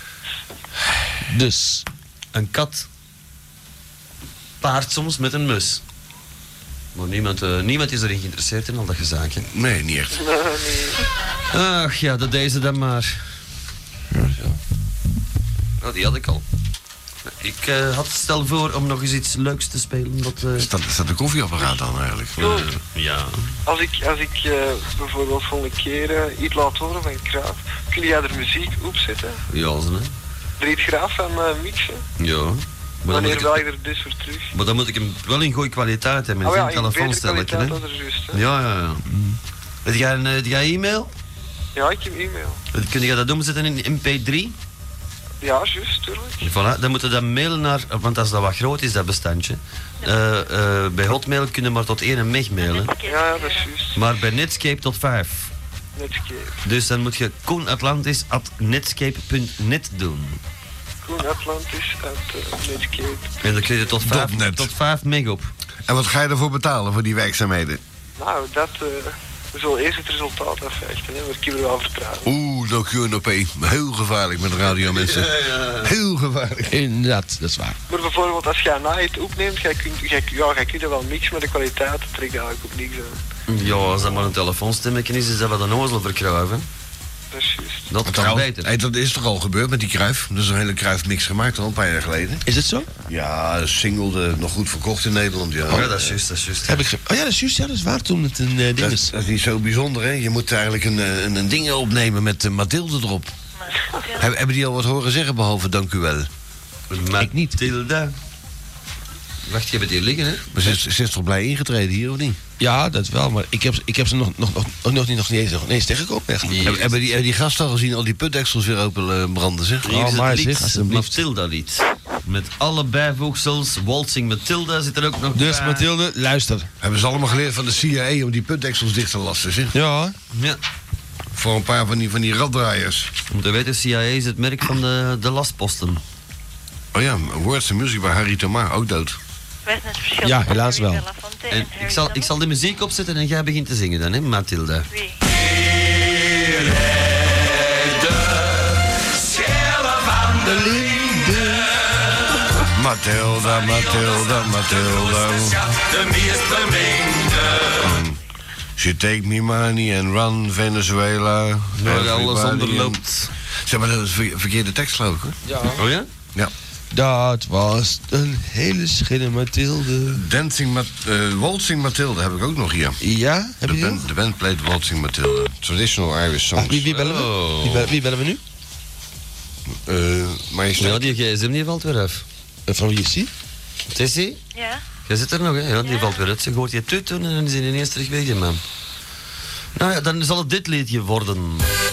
Dus. Een kat paart soms met een mus. Maar niemand, uh, niemand is erin geïnteresseerd in al dat gezaak, hè? Nee, niet echt. Nee, nee. Ach ja, dat deze dan maar. Ja, zo. Nou, die had ik al. Ik uh, had stel voor om nog eens iets leuks te spelen. Dat, uh... Is dat, is dat een koffieapparaat dan eigenlijk? Uh, ja. Als ik, als ik uh, bijvoorbeeld volgende keer uh, iets laat horen van Graaf, kun jij er muziek op zetten? Ja, zo, hè. Er iets Graaf van uh, mixen? Ja. Maar wanneer wel ik ik er dus voor terug? Maar dan moet ik hem wel in goede kwaliteit hebben. Oh ja, in telefoonstelletje, hè. Dat er juist, hè? Ja, ja, ja. Mm. Heb jij een heb jij e-mail? Ja, ik heb e-mail. Kun je dat omzetten in M P drie? Ja, juist, tuurlijk. Voilà, dan moeten we dat mailen naar, want als dat wat groot is, dat bestandje. Uh, uh, bij Hotmail kunnen we maar tot één meg mailen. Ja, ja, dat is juist. Maar bij Netscape tot vijf. Netscape. Dus dan moet je koenatlantis at netscape punt net doen. Koen Atlantis uit uh, Netscape. En dan kun je tot vijf, tot vijf meg op. En wat ga je ervoor betalen voor die werkzaamheden? Nou, dat... Uh, we zullen eerst het resultaat afwachten, hè. Maar ik kan er wel vertrouwen. Oeh, no Q en O P. Heel gevaarlijk met radio, mensen. Ja, ja. Heel gevaarlijk. Inderdaad, dat is waar. Maar bijvoorbeeld, als jij na het opneemt, jij kunt, jij, ja, jij kunt er wel niks, maar de kwaliteit trekt eigenlijk op niks aan. Ja, als dat maar een telefoonstemmetje is, is dat wat een ozel verkruiven. Dat is juist. Dat kan beter. Hey, dat is toch al gebeurd met die Kruif? Dat is een hele Kruif-mix gemaakt al een paar jaar geleden. Is het zo? Ja, een single, de, nog goed verkocht in Nederland. Ja, oh, ja dat is juist, dat is juist. Heb ik ge- oh ja, dat is juist, ja, dat is waar toen het een uh, ding dat, is. Dat is niet zo bijzonder, hè? Je moet eigenlijk een, een, een ding opnemen met uh, Mathilde erop. Heb, hebben die al wat horen zeggen, behalve dank u wel? Ik niet. Mathilde. Wacht, je hebt die liggen, hè? Maar ze is, ze is toch blij ingetreden hier, of niet? Ja, dat wel, maar ik heb, ik heb ze nog, nog, nog, nog, nog, niet, nog niet eens, nog niet eens tegengekomen. Hebben heb die, heb die gasten al gezien, al die putdeksels weer open uh, branden, zeg? Hier is het lied, Mathilda-lied. Met alle bijvoegsels, Waltzing Mathilda zit er ook nog Dus bij. Mathilde, luister. Hebben ze allemaal geleerd van de C I A om die putdeksels dicht te lassen, zeg? Ja. Ja. Voor een paar van die, van die raddraaiers. Je moet weten, C I A is het merk van de, de lastposten. Oh ja, Words and Music bij Harry Thomas, ook dood. Ja, helaas wel. En ik, zal, ik zal de muziek opzetten en jij begint te zingen dan, hè, Mathilde. Wie? De liefde. Mathilda, Mathilda, Mathilda. De meest beminde. She take me money and run Venezuela. Waar alles Everybody onderloopt. Zeg maar, dat is ver- verkeerde tekst, geloof ik, hoor. Ja. Oh ja? Ja. Dat was een hele schille Mathilde. Dancing Mat uh, Waltzing Mathilde heb ik ook nog hier. Ja, heb de je band, de band played Waltzing Mathilde. Traditional Irish songs. Ah, wie, wie bellen we? Oh. Wie, bellen, wie bellen we nu? Uh, maar je Ja, die gsm die valt weer af. Uh, van wie is die? Ja. Tessie? Jij zit er nog, hè? Ja, die Ja. valt weer uit. Ze hoort je tut doen en dan is hij ineens terug weg, die man. Nou ja, dan zal het dit liedje worden.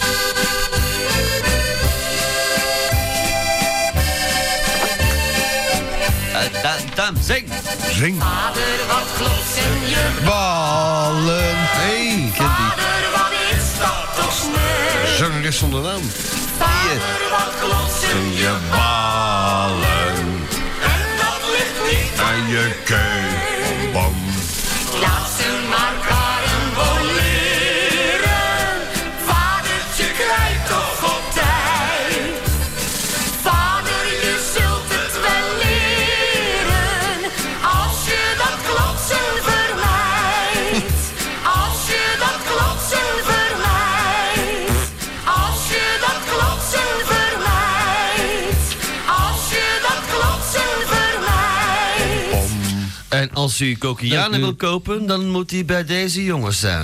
Uh, dan, dan, zing! Zing. Vader, wat klotsen je Ballen. Hey, ken die. vader, wat is dat toch sneu? Zangeres zonder naam. Vader, wat klotsen Je ballen en dat ligt niet aan je keukenbom. Laat ze maar karen boleren. Vadertje krijgt toch op tijd. Vader, je zult het wel leren. Als je dat klotsen vermijdt. Als je dat klotsen vermijdt. Als je dat klotsen vermijdt. Als je dat klotsen vermijdt. En als u Kokianen wil kopen, dan moet die bij deze jongens zijn.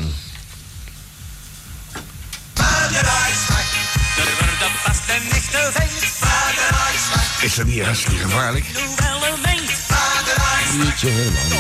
Is dat niet hartstikke gevaarlijk? Niet zo helemaal.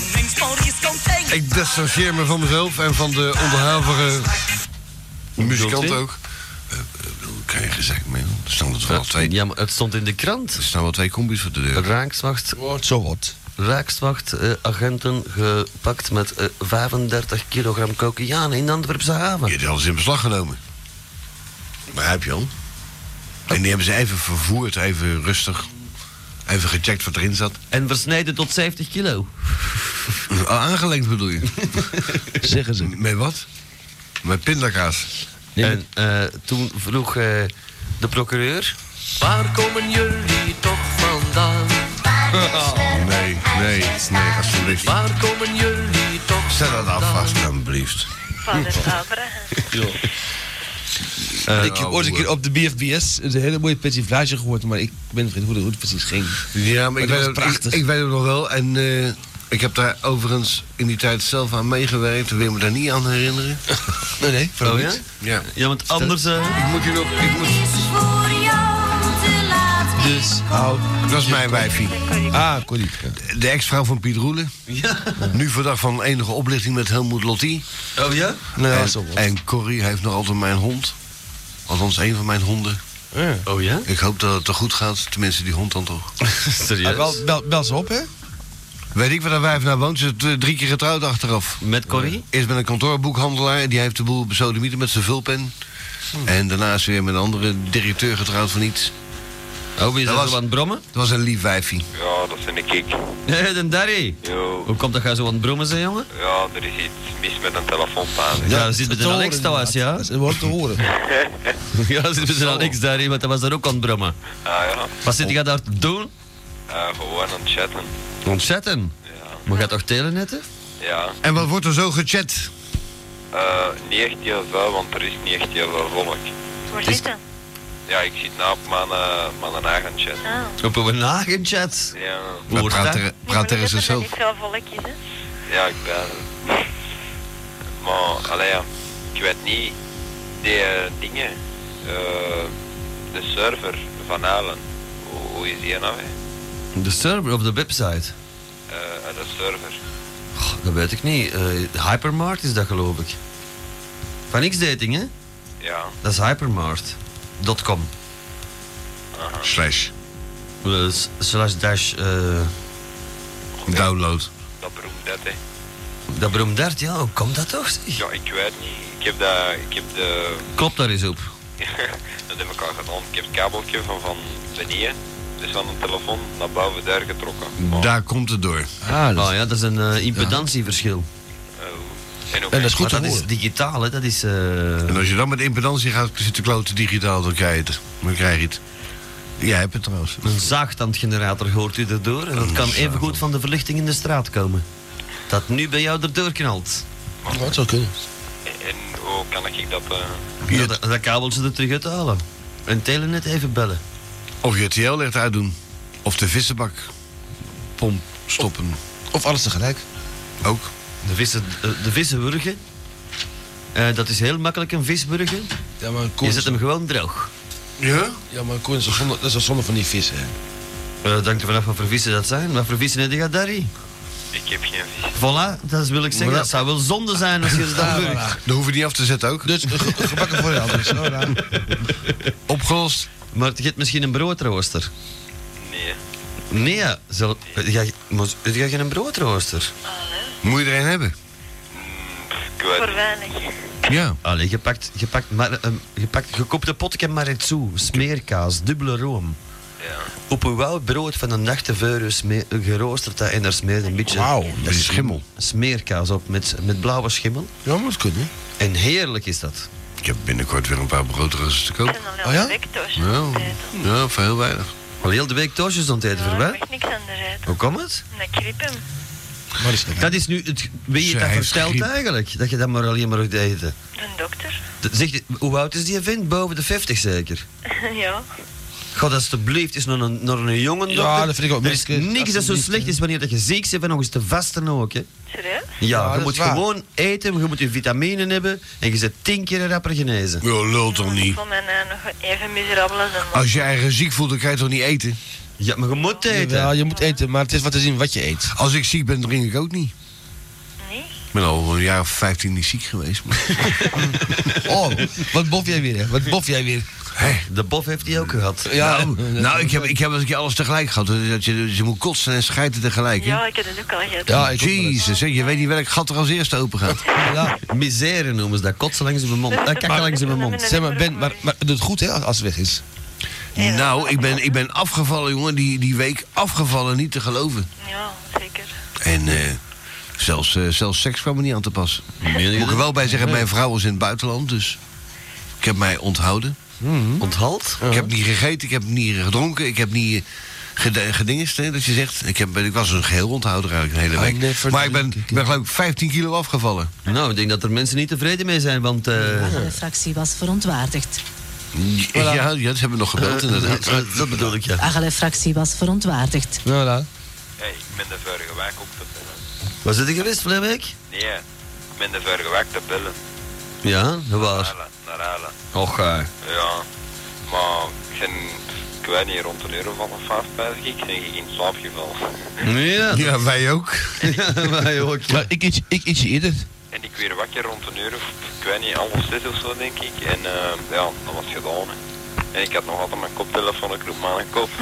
Ik distancieer me van mezelf en van de onderhavige muzikant ook. Uh, uh, Krijg je gezegd mee? Er staan er wel twee. Ja, maar het stond in de krant. Er staan wel twee combis voor de deur. Rijkswacht, Wordt zo wat. Rijkswacht uh, agenten gepakt met uh, vijfendertig kilogram cocaïne in de Antwerpse haven. Ja, die hadden ze in beslag genomen. Begrijp je al? En die hebben ze even vervoerd, even rustig. Even gecheckt wat erin zat. En versneden tot zeventig kilo. Aangelengd bedoel je? Zeggen ze. Met wat? Met pindakaas. Nee, En uh, toen vroeg uh, de procureur... Waar komen jullie toch vandaan? Nee, nee, nee, alsjeblieft. Waar komen jullie toch Zet dat af vast, alsjeblieft. Vader Abraham. Uh, ik heb ooit een keer op de B F B S een hele mooie persiflage gehoord, maar ik ben vergeten hoe het, hoe het precies ging. Ja, maar, ik, dat weet was het, prachtig. ik, ik weet het nog wel. En uh, ik heb daar overigens in die tijd zelf aan meegewerkt. Wil je me daar niet aan herinneren? Nee, nee, Oh ja? Ja. Ja, want anders... Uh, Ik moet je nog... Ik moet... Dus hou. Dat is mijn wijfie. Ah, Corrie. Ja. De ex-vrouw van Piet Roelen. ja. Nu verdacht van enige oplichting met Helmoet Lotti. Oh ja? Nou, en, zo wat. en Corrie heeft nog altijd mijn hond. Althans, een van mijn honden. Ja. Oh ja? Ik hoop dat het er goed gaat. Tenminste, die hond dan toch. Serieus? Ah, bel, bel, bel ze op, hè? Weet ik waar dat wijf nou woont? Ze is drie keer getrouwd achteraf. Met Corrie? Eerst met een kantoorboekhandelaar. Die heeft de boel besodemieten met zijn vulpen. En daarna is weer met een andere directeur getrouwd van iets. Oh, wie is dat dat was, zo aan het brommen? Dat was een lief wijfie. Ja, dat ben ik. Hé, de Darry. Yo. Hoe komt dat jij zo aan het brommen zijn, jongen? Ja, er is iets mis met een telefoonpaal. Ja, dat zit met een Alex thuis, ja? Dat wordt te horen. Ja, dat zit met een Alex Darry, want dat was daar ook aan het brommen. Ah ja. Wat zit jij daar te doen? Uh, gewoon aan het chatten. Ontzetten? Ja. Maar gaat toch telenetten? Ja. En wat wordt er zo gechat? Uh, niet echt heel veel, want er is niet echt heel veel volk. Waar zit je? Ja, ik zit nou op mijn, uh, mijn eigen chat. Ah. Op een eigen chat? Ja. Hoe hoort dat? Praat er eens zo. zo. Niet veel volkjes, hè? Ja, ik ben... Maar, allee ja, ik weet niet, die uh, dingen, uh, de server van Allen, hoe, hoe is die nou, hè? De server of de website? Uh, de server. Goh, dat weet ik niet. Uh, Hypermart is dat, geloof ik. Van X-Dating, hè? Ja. Dat is hypermart dot com. Aha. Slash. Uh, slash dash... Uh, download. Dat beroemd dat, hè. Dat beroemd dat, ja. Hoe komt dat toch? Ja, ik weet niet. Ik heb dat, ik heb de... Klopt daar eens op. dat heb ik al gedaan. Ik heb het kabeltje van, van beneden, dus van een telefoon, naar boven daar getrokken. Maar... Daar komt het door. Ah, dat... Oh, ja, dat is een uh, impedantieverschil. Uh, en, en dat is goed maar te dat horen. is digitaal, hè. Dat is... Uh... En als je dan met impedantie gaat zitten kloten digitaal, dan krijg je het. Dan krijg je het. Jij hebt het trouwens. Een zaagtandgenerator hoort u erdoor. En dat kan even goed van de verlichting in de straat komen. Dat nu bij jou erdoor knalt. Maar dat zou kunnen. En hoe kan ik dat... Uh... Ja, dat, dat kabeltje er terug uithalen. En telenet even bellen. Of je T L licht uitdoen. Of de vissenbak. Pomp stoppen. Of, of alles tegelijk. Ook. De, vissen, de, de vissenburger. Uh, dat is heel makkelijk, een visburger. Ja, maar een je zet hem gewoon droog. Ja? Ja, maar een koen is zo zonde, dat is zo zonde van die vissen, hè. Uh, dank er vanaf wat voor vissen dat zijn. Wat voor vissen heb je Darry? Ik heb geen vis. Voilà, dat wil ik zeggen. Dat zou wel zonde zijn als je ze dan burgt. Ja, dan hoef je niet af te zetten ook. Dus ge gebakken voor je anders. Oh, opgelost. Maar je hebt misschien een broodrooster. Nee. Nee, zal, ga, je, ga je een broodrooster? Moet je er een hebben? Voor weinig. Ja. Allee, je pakt, je pakt, maar, um, je pakt gekoopte potje maretsu, smeerkaas, dubbele room. Ja. Op een oud brood van een nacht tevoren geroosterd dat en daar smeert een beetje... Wauw, dat is schimmel. Smeerkaas op met, met blauwe schimmel. Ja, moet kunnen. En heerlijk is dat. Ik heb binnenkort weer een paar broodroosters te koop. Oh ja? Ja, ja, voor heel weinig. Al heel de week toosjes aan het eten, Ja, voorbij. ik mag niks anders eten. Hoe komt het? Een krippen. Maar is dat is nu het... Wie je Zij dat heeft vertelt griep. eigenlijk? Dat je dat maar alleen maar hoeft eten. Een dokter. De, zeg, hoe oud is die vent? Boven de vijftig zeker? Ja. God, alsjeblieft, is nog een, nog een jongen dokter. Ja, dat vind ik ook. Er is niks dat zo slecht is wanneer dat je ziek bent en nog eens te vasten ook, hè. Serieus? Ja, Ja, je dat moet is waar. gewoon eten, je moet je vitamine hebben en je zit tien keer rapper genezen. Ja, lult toch niet. Voor mij uh, nog even miserabel als een man. Als je eigen ziek voelt, dan kan je toch niet eten? Ja, maar je moet eten. Ja, je moet eten, maar het is wat te zien wat je eet. Als ik ziek ben, drink ik ook niet. Nee? Ik ben al een jaar of vijftien niet ziek geweest. Maar... Oh, wat bof jij weer, hè? Wat bof jij weer? Hey. De bof heeft hij ook gehad. Ja, nou, nou ik, heb, ik heb eens een keer alles tegelijk gehad. Dat je, dat je moet kotsen en schijten tegelijk. Hè? Ja, ik heb het ook al gehad. Ja, Jezus, hè, je weet niet welk gat er als eerste open gaat. Ja, misère noemen ze dat. Kotsen langs in mijn mond. Uh, kakken langs in mijn mond. Zeg maar, Ben, maar, maar het doet goed, hè, als het weg is. Nou, ik ben, ik ben afgevallen, jongen. Die, die week afgevallen, niet te geloven. Ja, zeker. En uh, zelfs, uh, zelfs seks kwam er niet aan te pas. Moet ik er wel bij zeggen, mijn vrouw was in het buitenland, dus ik heb mij onthouden. Mm-hmm. Onthald? Ik heb niet gegeten, ik heb niet gedronken, ik heb niet ged- gedingest, hè, dat je zegt. Ik, heb, ik was een geheel onthouder eigenlijk een hele week. Maar ik ben, ik ben geloof ik vijftien kilo afgevallen. Nou, ik denk dat er mensen niet tevreden mee zijn, want... Uh... De fractie was verontwaardigd. Ja, ja, ja, ze hebben nog gebeld inderdaad. Uh, uh, dat bedoel ik, ja. De Agile-fractie was verontwaardigd. Ja, hey, ik ben de vorige week ook te bellen. Was het geweest, vorige week? Nee, ik ben de vorige week te bellen. Ja, waar? Naar Halen, naar Halen. Och, uh. Ja, maar ik ben, ik weet niet, rond een euro van of vijf pijs ik, ben ik in slaap gevallen. Ja, ja, wij ook. Ja, wij ook. Ja. Maar ik iets, ik ietsje eerder. En ik weer wakker rond een uur of, ik weet niet, half zes of zo denk ik. En uh, ja, dat was gedaan. Hè. En ik had nog altijd mijn koptelefoon, ik roep maar aan mijn kop.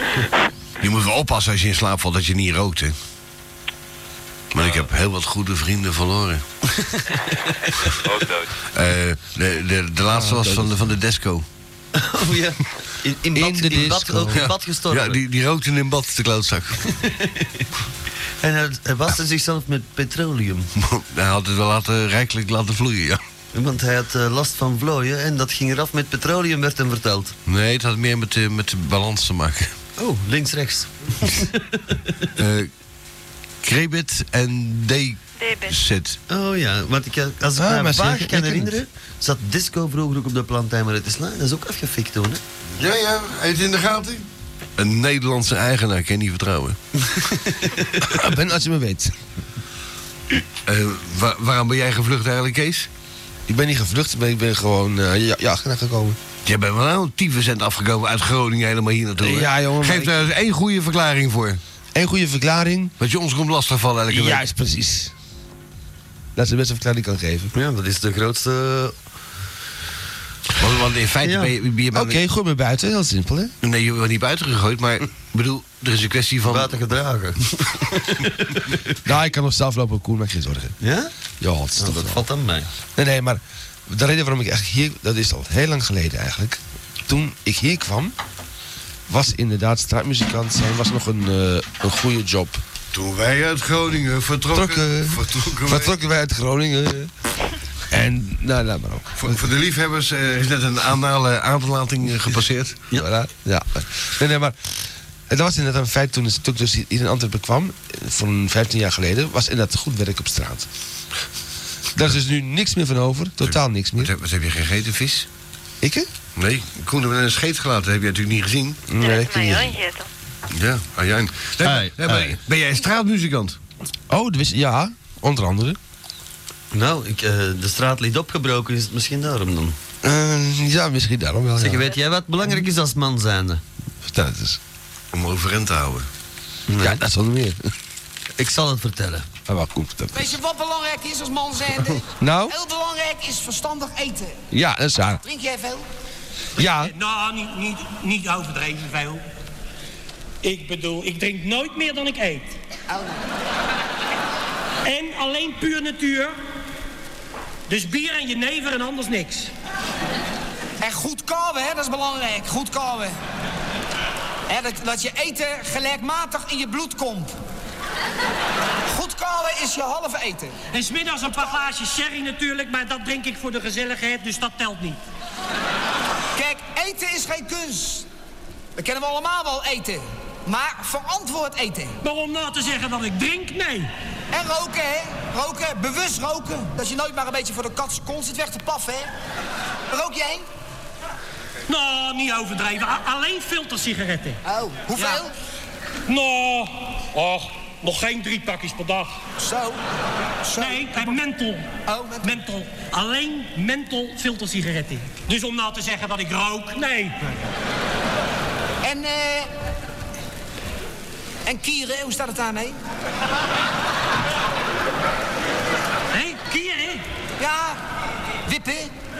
Je moet wel oppassen als je in slaap valt dat je niet rookt, hè. Maar ik heb heel wat goede vrienden verloren. Ook dood. Uh, de, de, de laatste was van de, van de Desco. Oh ja, in, in, bad, In de in, bad, disco. ook in bad gestorven. Ja, die, die rookte in bad, de klootzak. En hij, hij waste zichzelf met petroleum. Hij had het wel laten, rijkelijk laten vloeien, ja. Want hij had uh, last van vlooien en dat ging eraf met petroleum, werd hem verteld. Nee, het had meer met, uh, met de balans te maken. Oh, links-rechts. uh, Crebit en D-Zit. Oh ja, want ik, als ik Ah, me vaag zeker, kan ik herinneren, zat disco vroeger ook op de plantijn, maar het is la- dat is ook afgefikt toen, hè? Ja, ja, hij het in de gaten. Een Nederlandse eigenaar, kan je niet vertrouwen. Ben als je me weet. Uh, wa- waarom ben jij gevlucht eigenlijk, Kees? Ik ben niet gevlucht, maar ik ben gewoon uh, ja, ja, achterna gekomen. Jij bent wel nou een tyfuscent afgekomen uit Groningen helemaal hier naartoe. hè? Ja, jongen, Geef maar daar eens één goede verklaring voor. Eén goede verklaring. Dat je ons komt lastigvallen elke week. Juist, precies. Dat is de beste verklaring die ik kan geven. Ja, dat is de grootste... Want, want in feite Ja. ben je... je Oké, bent- gooi me buiten, heel simpel, hè? Nee, je wordt niet buiten gegooid, maar... Ik bedoel, er is een kwestie van... Buiten gedragen. Nou, ik kan nog zelf lopen, Koen, maak geen zorgen. Ja? Ja, het is Nou, toch dat wel. valt aan mij. Nee, nee, maar de reden waarom ik eigenlijk hier... Dat is al heel lang geleden eigenlijk. Toen ik hier kwam, was inderdaad straatmuzikant zijn was nog een, uh, een goede job. Toen wij uit Groningen vertrokken... Vertrokken, vertrokken wij- vertrokken wij uit Groningen. En, nou, nou, maar ook. Voor, voor de liefhebbers uh, is net een anale aanlating uh, gepasseerd. Ja. ja. Nee, nee, maar het was inderdaad een feit toen ik dus hier in Antwerpen kwam, van vijftien jaar geleden, was inderdaad goed werk op straat. Daar is dus nu niks meer van over, totaal niks meer. Wat heb, wat heb je gegeten, vis? Ik hè? Nee, Koen heeft een scheet gelaten, dat heb je natuurlijk niet gezien. Nee, ik niet. Ja, Arjijn. Nee, Ai, nee, maar ai. ben jij een straatmuzikant? Oh, dat wist, ja, onder andere. Nou, ik, uh, de straat ligt opgebroken, is het misschien daarom dan? Uh, ja, misschien daarom wel. Zeg, Ja. weet jij wat belangrijk is als man zijnde? Vertel het eens. Om overeind te houden. Nee. Ja, dat is wel meer. Ik zal het vertellen. Ah, wel, Koen, vertel het Weet eens. je wat belangrijk is als man zijnde? Nou? Heel belangrijk is verstandig eten. Ja, dat is waar. Drink jij veel? Ja. Nou, niet, niet, niet overdreven veel. Ik bedoel, ik drink nooit meer dan ik eet. En alleen puur natuur. Dus bier en jenever en anders niks. En goed kauwen, hè, dat is belangrijk. Goed kauwen. Hè, dat, dat je eten gelijkmatig in je bloed komt. Goed kauwen is je halve eten. En 's middags een paar glaasjes sherry natuurlijk, maar dat drink ik voor de gezelligheid, dus dat telt niet. Kijk, eten is geen kunst. We kennen we allemaal wel eten. Maar verantwoord eten. Maar om nou te zeggen dat ik drink, nee. En roken, hè? Roken, bewust roken. Dat je nooit maar een beetje voor de katse kont zit weg te paffen, hè? Rook jij? Nou, niet overdreven. A- alleen filtersigaretten. Oh, hoeveel? Ja. Nou, och, nog geen drie pakjes per dag. Zo. Zo. Nee, ik heb menthol. Oh, menthol. Menthol. Alleen menthol filtersigaretten. Dus om nou te zeggen dat ik rook, nee. En, eh... En kieren, hoe staat het daarmee? Hé, kieren? Ja, wippen.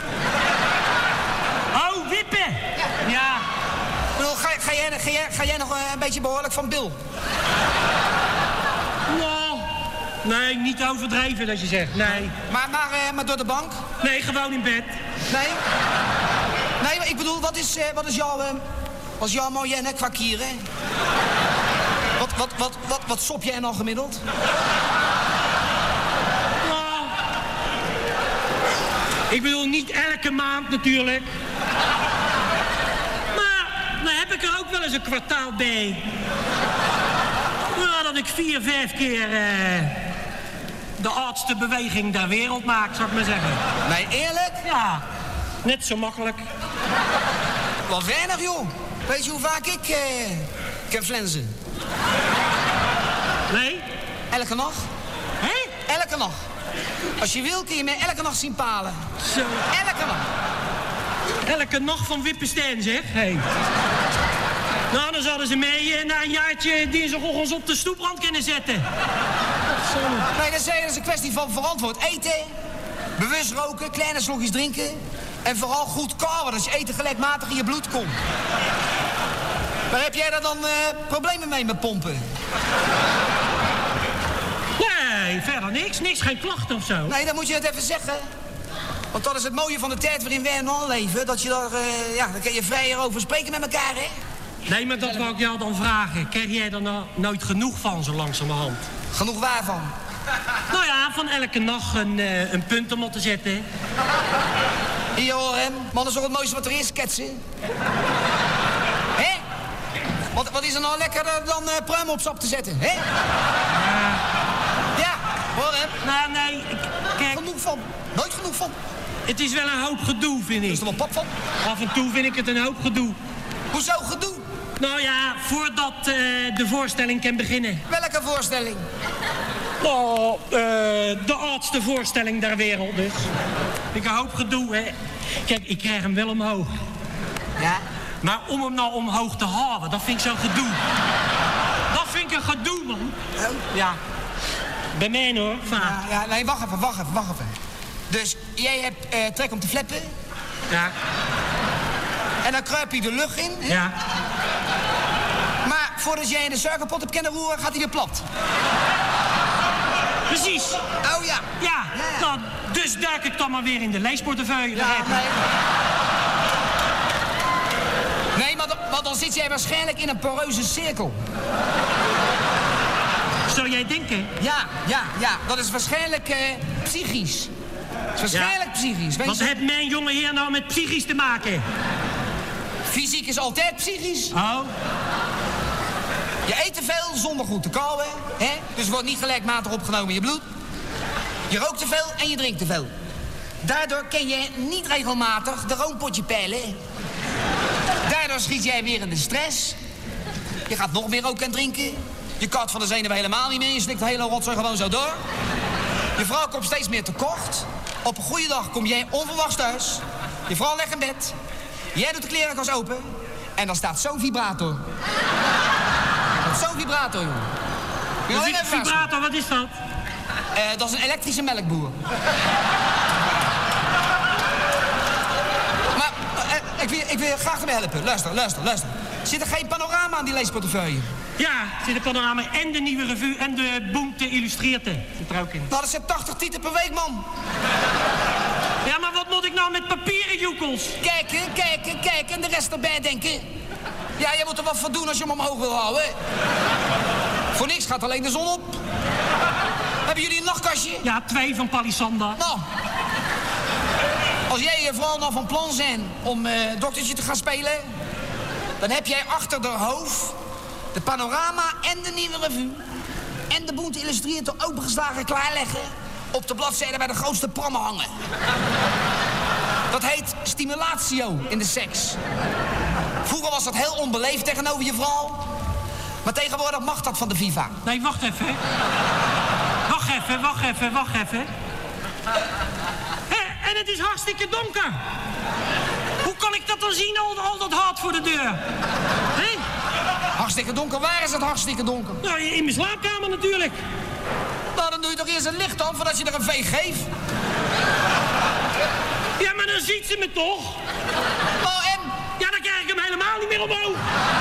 Oh, wippen. Ja. Ik bedoel, ga, ga, jij, ga, jij, ga jij nog eh, een beetje behoorlijk van Bill? Nou, nee, niet overdreven dat je zegt, nee. Maar, maar, eh, maar door de bank? Nee, gewoon in bed. Nee? Nee, maar ik bedoel, wat is, eh, wat is jouw... eh, wat is jouw moyenne qua kieren? Wat, wat, wat, wat, wat sop jij nou gemiddeld? Nou, ik bedoel, niet elke maand natuurlijk. Maar dan heb ik er ook wel eens een kwartaal bij. Nou, dat ik vier, vijf keer eh, de oudste beweging der wereld maak, zou ik maar zeggen. Nee, eerlijk? Ja, net zo makkelijk. Wat weinig, joh. Weet je hoe vaak ik eh, kan flensen? Nee? Elke nacht. Hé? Elke nacht. Als je wil kun je mij elke nacht zien palen. Zo. Elke nacht. Elke nacht van Wippenstein, zeg. Hey. Nou, dan zouden ze mij eh, na een jaartje dinsdagochtends op de stoeprand kunnen zetten. Nee, dat is, dat is een kwestie van verantwoord eten. Bewust roken, kleine slokjes drinken. En vooral goed kauwen, dat je eten gelijkmatig in je bloed komt. Maar heb jij daar dan uh, problemen mee met pompen? Nee, verder niks. Niks, geen klachten of zo. Nee, dan moet je het even zeggen. Want dat is het mooie van de tijd waarin wij nu leven. Dat je daar, uh, ja, daar kun je vrijer over spreken met elkaar, hè? Nee, maar dat wou ik jou dan vragen. Krijg jij er nou nooit genoeg van, zo langzamerhand? Genoeg waarvan? Nou ja, van elke nacht een, uh, een punt om op te zetten. Hier hoor hem. Man, dat is toch het mooiste wat er is, ketsen? Hé? Wat, wat is er nou lekkerder dan uh, pruim op sap te zetten, hè? Ja. Ja, hoor hem. Nou, nee, ik, kijk... Genoeg van. Nooit genoeg van. Het is wel een hoop gedoe, vind ik. Is er wel pap van? Af en toe vind ik het een hoop gedoe. Hoezo gedoe? Nou ja, voordat uh, de voorstelling kan beginnen. Welke voorstelling? Oh, uh, de oudste voorstelling der wereld dus. Ik een hoop gedoe, hè. Kijk, ik krijg hem wel omhoog. Ja? Maar om hem nou omhoog te houden, dat vind ik zo'n gedoe. Dat vind ik een gedoe, man. Oh. Ja. Bij mij, hoor, vaak. Ja, ja, nee, wacht even, wacht even, wacht even. Dus jij hebt uh, trek om te flappen? Ja. En dan kruip je de lucht in, hè? Ja. Maar voordat jij in de suikerpot hebt kunnen roeren, gaat hij weer plat. Precies. Oh ja. Ja, ja. Nou, dus duik ik dan maar weer in de leesportefeuille. Ja, nee. Nee, maar dan, maar dan zit jij waarschijnlijk in een poreuze cirkel. Zou jij denken? Ja, ja, ja. Dat is waarschijnlijk uh, psychisch. Dat is waarschijnlijk ja. psychisch. Wat je... heeft mijn jonge heer nou met psychisch te maken? Fysiek is altijd psychisch. Oh. Je eet te veel zonder goed te kauwen, hè? Dus wordt niet gelijkmatig opgenomen in je bloed. Je rookt te veel en je drinkt te veel. Daardoor kun je niet regelmatig de roompotje peilen. Daardoor schiet jij weer in de stress. Je gaat nog meer roken en drinken. Je kat van de zenuwen helemaal niet meer. Je slikt de hele rotzooi gewoon zo door. Je vrouw komt steeds meer tekort. Op een goede dag kom jij onverwachts thuis. Je vrouw legt in bed. Jij doet de klerenkast open. En dan staat zo'n vibrator. Zo'n vibrator, jongen. Een vibrator, wat is dat? Uh, dat is een elektrische melkboer. Maar uh, ik, wil, ik wil graag ermee helpen. Luister, luister, luister. Zit er geen panorama aan die leesportefeuille? Ja, zit een panorama en de nieuwe revue en de Boemte Illustreerte zit er ook in. Nou, dat zijn tachtig titels per week, man. Ja, maar wat moet ik nou met papieren joekels? Kijken, kijken, kijken en de rest erbij denken. Ja, je moet er wat voor doen als je hem omhoog wil houden. Voor niks gaat alleen de zon op. Hebben jullie een nachtkastje? Ja, twee van Palisanda. Nou, als jij vooral nog van plan zijn om uh, doktertje te gaan spelen, dan heb jij achter de hoofd de panorama en de nieuwe revue en de Boemte Illustreerte opengeslagen klaarleggen op de bladzijde bij de grootste prammen hangen. Dat heet stimulatio in de seks. Vroeger was dat heel onbeleefd tegenover je vrouw. Maar tegenwoordig mag dat van de Viva. Nee, wacht even. Wacht even, wacht even, wacht even. Hé, en het is hartstikke donker. Hoe kan ik dat dan zien, al, al dat hart voor de deur? Hé? Hartstikke donker? Waar is het hartstikke donker? Nou, in mijn slaapkamer natuurlijk. Nou, dan doe je toch eerst een licht aan voordat je er een veeg geeft? Ja, maar dan ziet ze me toch? Oh, en? Ja, dan krijg ik hem helemaal niet meer omhoog.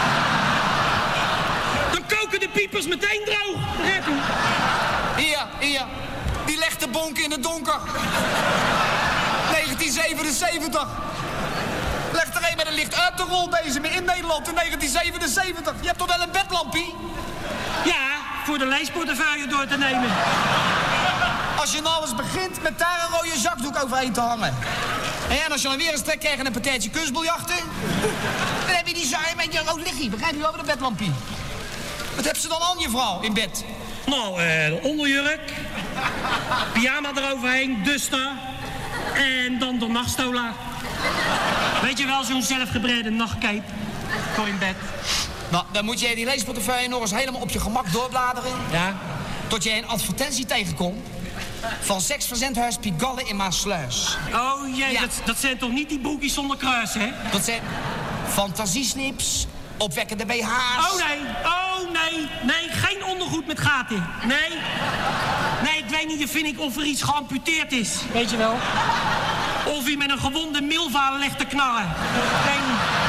Dan koken de piepers meteen droog. Begrijp je? Hier, hier. Die legt de bonken in het donker. negentien zevenenzeventig. Leg er een met een licht uit de rol bezig in Nederland in negentien zevenenzeventig. Je hebt toch wel een bedlampie? Ja, voor de leesportefeuille door te nemen. Als je nou eens begint met daar een rode zakdoek overheen te hangen. En als je dan weer een trek krijgt en een partijtje kunstbiljarten, dan heb je die zaai met je rood lichtje. Begrijp je, over de bedlampie. Wat heb ze dan aan, je vrouw, in bed? Nou, eh, de onderjurk, pyjama eroverheen, duster en dan de nachtstola. Weet je wel, zo'n zelfgebreide nachtcape voor in bed. Nou, dan moet jij die leesportefeuille nog eens helemaal op je gemak doorbladeren. Ja. Tot jij een advertentie tegenkomt van seksverzendhuis Pigalle in Maasluis. Oh jee, ja. dat, dat zijn toch niet die broekjes zonder kruis, hè? Dat zijn fantasieslips, opwekkende B H's. Oh nee, oh nee, nee, geen ondergoed met gaten. Nee, nee, ik weet niet, vind ik of er iets geamputeerd is, weet je wel. Of hij met een gewonde milva legt te knarren. Nee,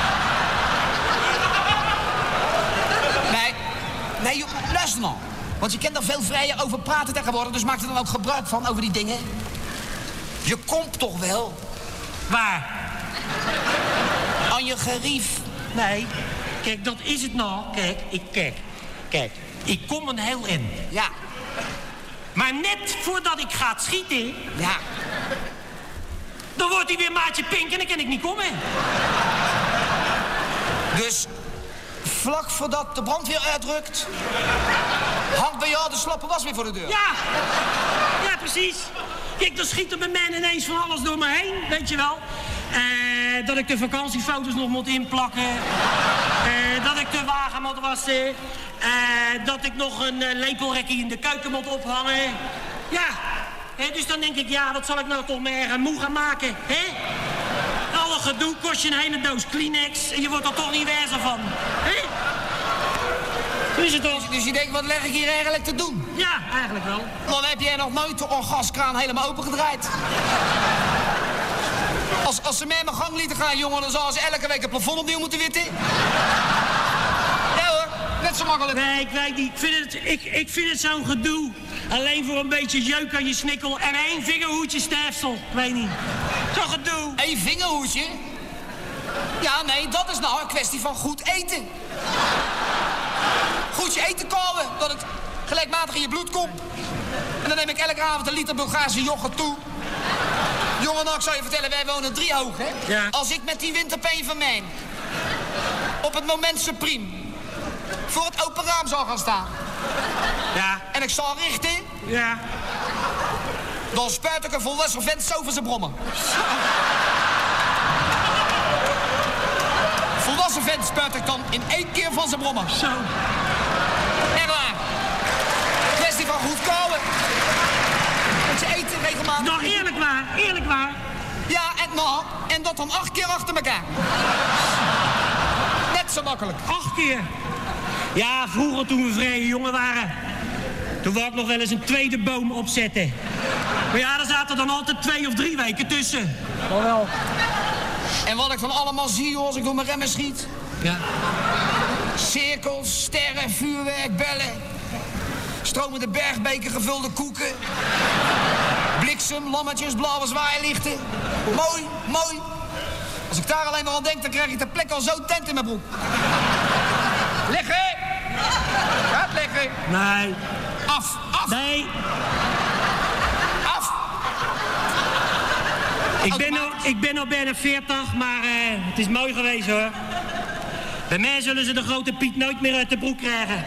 nee, nee joh, luister nou. Want je kent er veel vrijer over praten tegenwoordig, dus maak er dan ook gebruik van over die dingen. Je komt toch wel? Waar? Aan je gerief. Nee, kijk, dat is het nou. Kijk, ik kijk. Kijk, ik kom een heel in. Ja. Maar net voordat ik ga schieten... Ja. Dan wordt hij weer maatje pink en dan kan ik niet komen. Dus vlak voordat de brandweer uitrukt... hangt bij jou de slappe was weer voor de deur. Ja, ja precies. Kijk, dan schiet er bij mij ineens van alles door me heen, weet je wel. Uh, dat ik de vakantiefoto's nog moet inplakken. Uh, dat ik de wagen moet wassen. Uh, dat ik nog een uh, lepelrekje in de keuken moet ophangen. Ja, he, dus dan denk ik, ja, wat zal ik nou toch meer moe gaan maken, hè? Alle gedoe kost je een hele doos Kleenex en je wordt er toch niet wijzer van, hè? Hoe is het toch? Dus, dus je denkt, wat leg ik hier eigenlijk te doen? Ja, eigenlijk wel. Dan heb jij nog nooit de orgaskraan helemaal opengedraaid. Als, als ze mij mijn gang lieten gaan, jongen, dan zouden ze elke week het plafond opnieuw moeten witten. Ja hoor, net zo makkelijk. Nee, ik weet niet. Ik vind het, ik, ik vind het zo'n gedoe. Alleen voor een beetje jeuk aan je snikkel en één vingerhoedje sterfsel. Ik weet niet. Zo'n gedoe. Eén vingerhoedje? Ja, nee, dat is nou een kwestie van goed eten. Goed je eten komen, dat het gelijkmatig in je bloed komt. En dan neem ik elke avond een liter Bulgaarse yoghurt toe. Jongen, nou, ik zou je vertellen, wij wonen driehoog, hè? Ja. Als ik met die winterpeen van mij op het moment supreme voor het open raam zou gaan staan. Ja. En ik zal richten. Ja. Dan spuit ik een volwassen vent zo van zijn brommen. Volwassen vent spuit ik dan in één keer van zijn brommen. Zo. En waar. Kwestie van goed kouwen. Met je eten regelmatig. Nou, eerlijk waar, eerlijk waar. Ja, en nou, en dat dan acht keer achter elkaar. Net zo makkelijk. Acht keer? Ja, vroeger toen we vrije jongen waren... toen wou ik nog wel eens een tweede boom opzetten. Maar ja, daar zaten dan altijd twee of drie weken tussen. Oh wel. En wat ik dan allemaal zie, hoor, als ik door mijn remmen schiet. Ja. Cirkels, sterren, vuurwerk, bellen. Stromende bergbeken, gevulde koeken. Bliksem, lammetjes, blauwe zwaailichten. Mooi, mooi. Als ik daar alleen maar aan denk, dan krijg ik ter plekke al zo tent in mijn broek. Liggen! Gaat liggen! Nee. Af, af! Nee. Af! Ik ben, al, ik ben al bijna veertig, maar uh, het is mooi geweest, hoor. Bij mij zullen ze de grote Piet nooit meer uit de broek krijgen.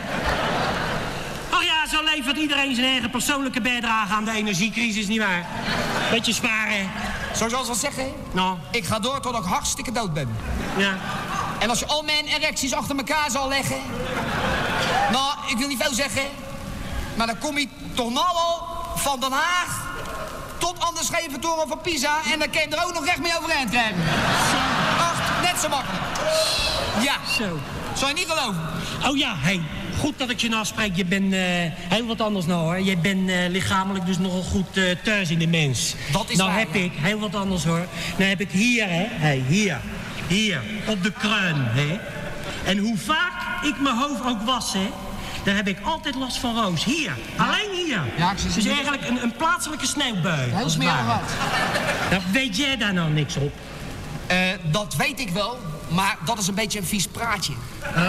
Ach ja, zo levert iedereen zijn eigen persoonlijke bijdrage aan de energiecrisis, nietwaar? Beetje sparen. Zoals we zeggen, nou. Ik ga door tot ik hartstikke dood ben. Ja. En als je al mijn erecties achter elkaar zal leggen... Nou, ik wil niet veel zeggen... maar dan kom je toch nou al van Den Haag... tot aan de scheve toren van Pisa... en dan kan je er ook nog recht mee overeind krijgen. Ach, net zo makkelijk. Ja. Zo. Zou je niet geloven? Oh ja, hé. Hey. Goed dat ik je nou spreek. Je bent uh, heel wat anders nou, hoor. Je bent uh, lichamelijk dus nogal goed uh, thuis in de mens. Dat is nou waar, heb ja. ik, heel wat anders, hoor. Nou heb ik hier, hè. Hey, hier. Hier. Op de kruin, hè. En hoe vaak ik mijn hoofd ook was, hè. Daar heb ik altijd last van roos. Hier. Ja. Alleen hier. Ja, ik zie dus eigenlijk een, een plaatselijke sneeuwbui. Heel smerig wat. Nou, weet jij daar nou niks op? Uh, dat weet ik wel. Maar dat is een beetje een vies praatje. Oh.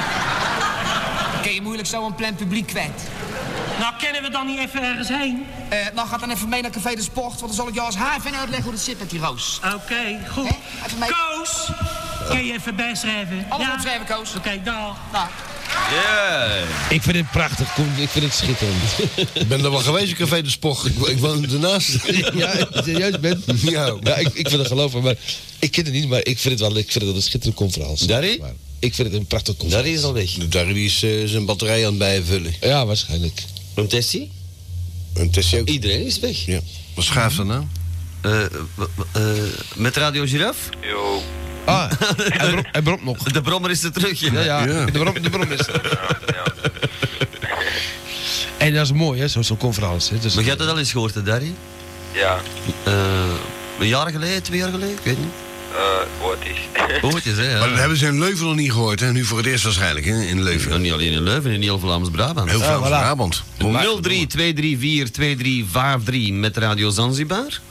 Kun je moeilijk zo een plein publiek kwijt. Nou, kennen we dan niet even ergens heen? Uh, nou, ga dan even mee naar Café de Sport, want dan zal ik jou als haar even uitleggen hoe het zit met die roos. Oké, okay, goed. Koos, kun je even bijschrijven? Alles ja? opschrijven, Koos. Oké, okay, dag. Dag. Yeah. Ik vind het prachtig, Koen. Ik vind het schitterend. Ik ben er wel geweest in Café de Sport. Ik, ik woon ernaast. Ja, serieus bent? Ja, ja ik, ik vind het geloven, maar ik ken het niet, maar ik vind het wel, ik vind het een schitterende conferentie. Daarin? Ik vind het een prachtige conferentie. Daar is al weg. Daar is uh, zijn batterij aan het bijvullen. Ja, waarschijnlijk. Een testie? Een testie ook. Iedereen is weg. Ja. Wat schuift dan nou? Uh, uh, met Radio Giraffe? Yo. Ah, hij, brom, hij bromt nog. De brommer is er terug, ja. Ja, ja. ja. De, brom, de brom is er. Ja, ja. En dat is mooi, hè, zo'n zo conferentie. Dus maar jij hebt dat al eens gehoord, hè, Darry? Ja. Uh, een jaar geleden, twee jaar geleden, ik weet niet. Uh, ooit is. Ooit is, hè, ja. Maar dat hebben ze in Leuven nog niet gehoord, hè? Nu voor het eerst waarschijnlijk, hè? In Leuven. Ja, niet alleen in Leuven, in heel Vlaams-Brabant. Heel Vlaams-Brabant. nul drie twee drie vier twee drie vijf drie met Radio Zanzibar.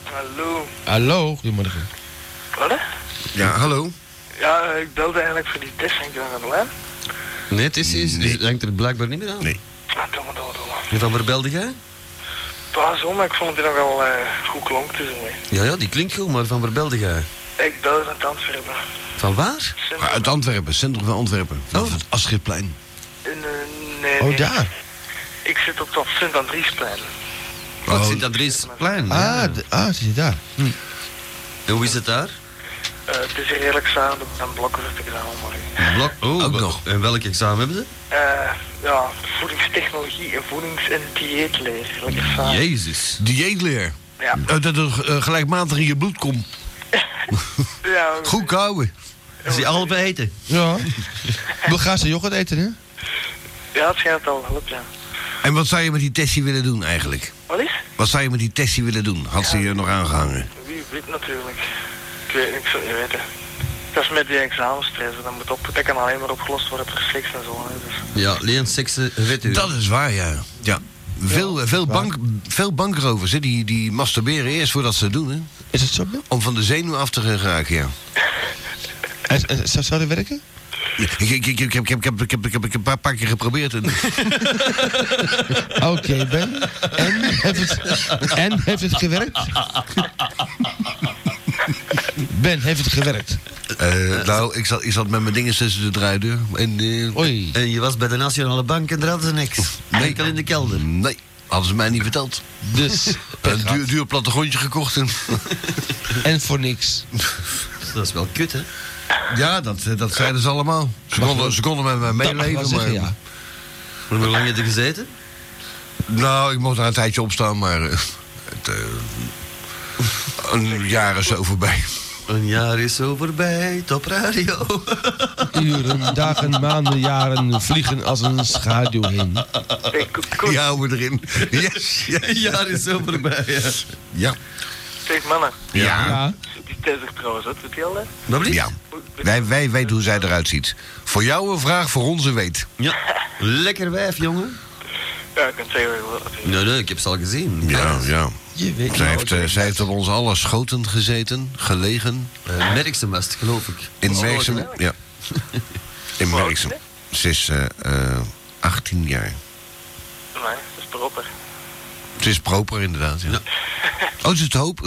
Hallo. Hallo, goedemorgen. Wat hè? Ja, hallo. Ja, ik belde eigenlijk voor die test en ik ben aan de lijn. Nee, het is, is, is, hangt er blijkbaar niet meer aan. Nee. Ah, doe maar, doe maar, doe maar. En van waar belde jij? Pas om, maar ik vond het nogal uh, goed klonk tussen mij. Ja, ja, die klinkt goed, maar van waar belde jij? Ik belde van Antwerpen. Van waar? Ah, uit Antwerpen, centrum van Antwerpen. Vanaf Oh. het Afschriftplein. In, uh, nee, Oh, nee. daar. Ik zit op dat Sint-Andriesplein. Wat Oh. Sint-Andriesplein? Ah, de, ah, zit je daar? Hm. En hoe is het daar? Uh, het is hier redelijk samen aan blokken voor te gaan, maar... Blok? Oh, Ook wa- nog. En welk examen hebben ze? Uh, ja, voedingstechnologie en voedings- en dieetleer. Lekker samen. Jezus. Dieetleer. Ja. Uh, dat er uh, gelijkmatig in je bloed komt. Ja, Goed kouwen. Is die al eten? Ja. We gaan ze yoghurt eten, hè? ja, het schijnt al helpt, ja. En wat zou je met die testie willen doen eigenlijk? Wat is? Wat zou je met die testie willen doen? Had ze je nog aangehangen? Wie weet natuurlijk. Ik weet ik zou het niet weten. Dat is met die examenstress, dat moet op, dat kan alleen maar opgelost worden per seks en zo. Hè, dus. Ja, alleen seksen redt u. Dat is waar, ja. ja. Veel, veel, bank, veel bankrovers, hè, die, die masturberen eerst voordat ze het doen. Hè. Is het zo? Om van de zenuw af te geraken, ja. En, en, zou, zou dat werken? Ik, ik, ik, ik, heb, ik, heb, ik, heb, ik, heb, ik heb een paar, paar keer geprobeerd. En... Oké, okay, Ben. En heeft, het, en heeft het gewerkt? Ben, heeft het gewerkt? Uh, nou, ik zat, ik zat met mijn dingen tussen de draaideur. En, uh, Oei. En je was bij de Nationale Bank en daar hadden ze niks. Nee. Enkel in de kelder. Nee, hadden ze mij niet verteld. Dus, Een duur, duur plattegrondje gekocht. En... en voor niks. Dat is wel kut, hè? Ja, dat, dat zeiden ze allemaal. Ze konden, ze konden met mij meeleven. Dat mag ik wel zeggen, maar... ja. Hoe lang heb je gezeten? Nou, ik mocht daar een tijdje opstaan, maar... Uh, het, uh, een jaar is zo voorbij. Een jaar is zo voorbij, top radio. Uren, dagen, maanden, jaren vliegen als een schaduw heen. Die houden we erin. Yes, yes. Een jaar is zo voorbij, ja. Ja. Zeg mannen, Ja. Ja. die test er trouwens uit, weet je al hè? Wat blieft? Ja. Wij, wij weten hoe zij eruit ziet. Voor jou een vraag, voor ons een weet. Ja. Lekker wijf, jongen. Ja, ik kan het zeggen wel. Nee, nee, ik heb ze al gezien. Ja, ja. Je weet Zij heeft, uh, zij heeft op ons alle schoten gezeten, gelegen. Uh, Merksem was het, geloof ik. In Merksem, ja. In Merksem. Ze is uh, uh, achttien jaar. Nee, dat is proper. Ze is proper, inderdaad, ja. Oh, ze is te hoop.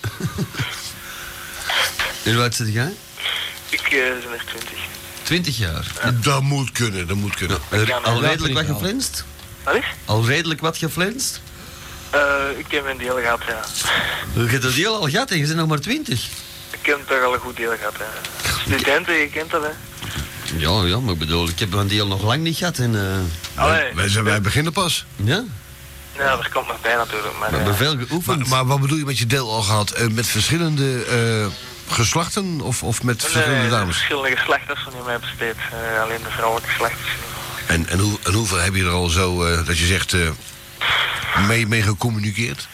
En hoe oud zit jij? Ik uh, ben er twintig. Twintig jaar. Dat moet kunnen, dat moet kunnen. Er, al Ja, redelijk wat vind ik wel. geflenst? Wat is? Al redelijk wat geflenst? Uh, ik heb een deel gehad, ja. Je hebt dat deel al gehad en je bent nog maar twintig. Ik heb toch al een goed deel gehad, ja. Studenten, je kent dat, hè. Ja, ja, maar ik bedoel, ik heb een deel nog lang niet gehad. En, uh, Allee. Wij, zijn, wij beginnen pas. ja, Nou, er komt nog bij natuurlijk, maar... we hebben uh, veel Maar, geoefend. maar wat bedoel je met je deel al gehad? Uh, met verschillende uh, geslachten of, of met nee, verschillende nee, dames? verschillende geslachters van die mij besteed. Uh, alleen de vrouwelijke geslachters. En, en, hoe, en hoeveel heb je er al zo, uh, dat je zegt, uh, mee, mee gecommuniceerd?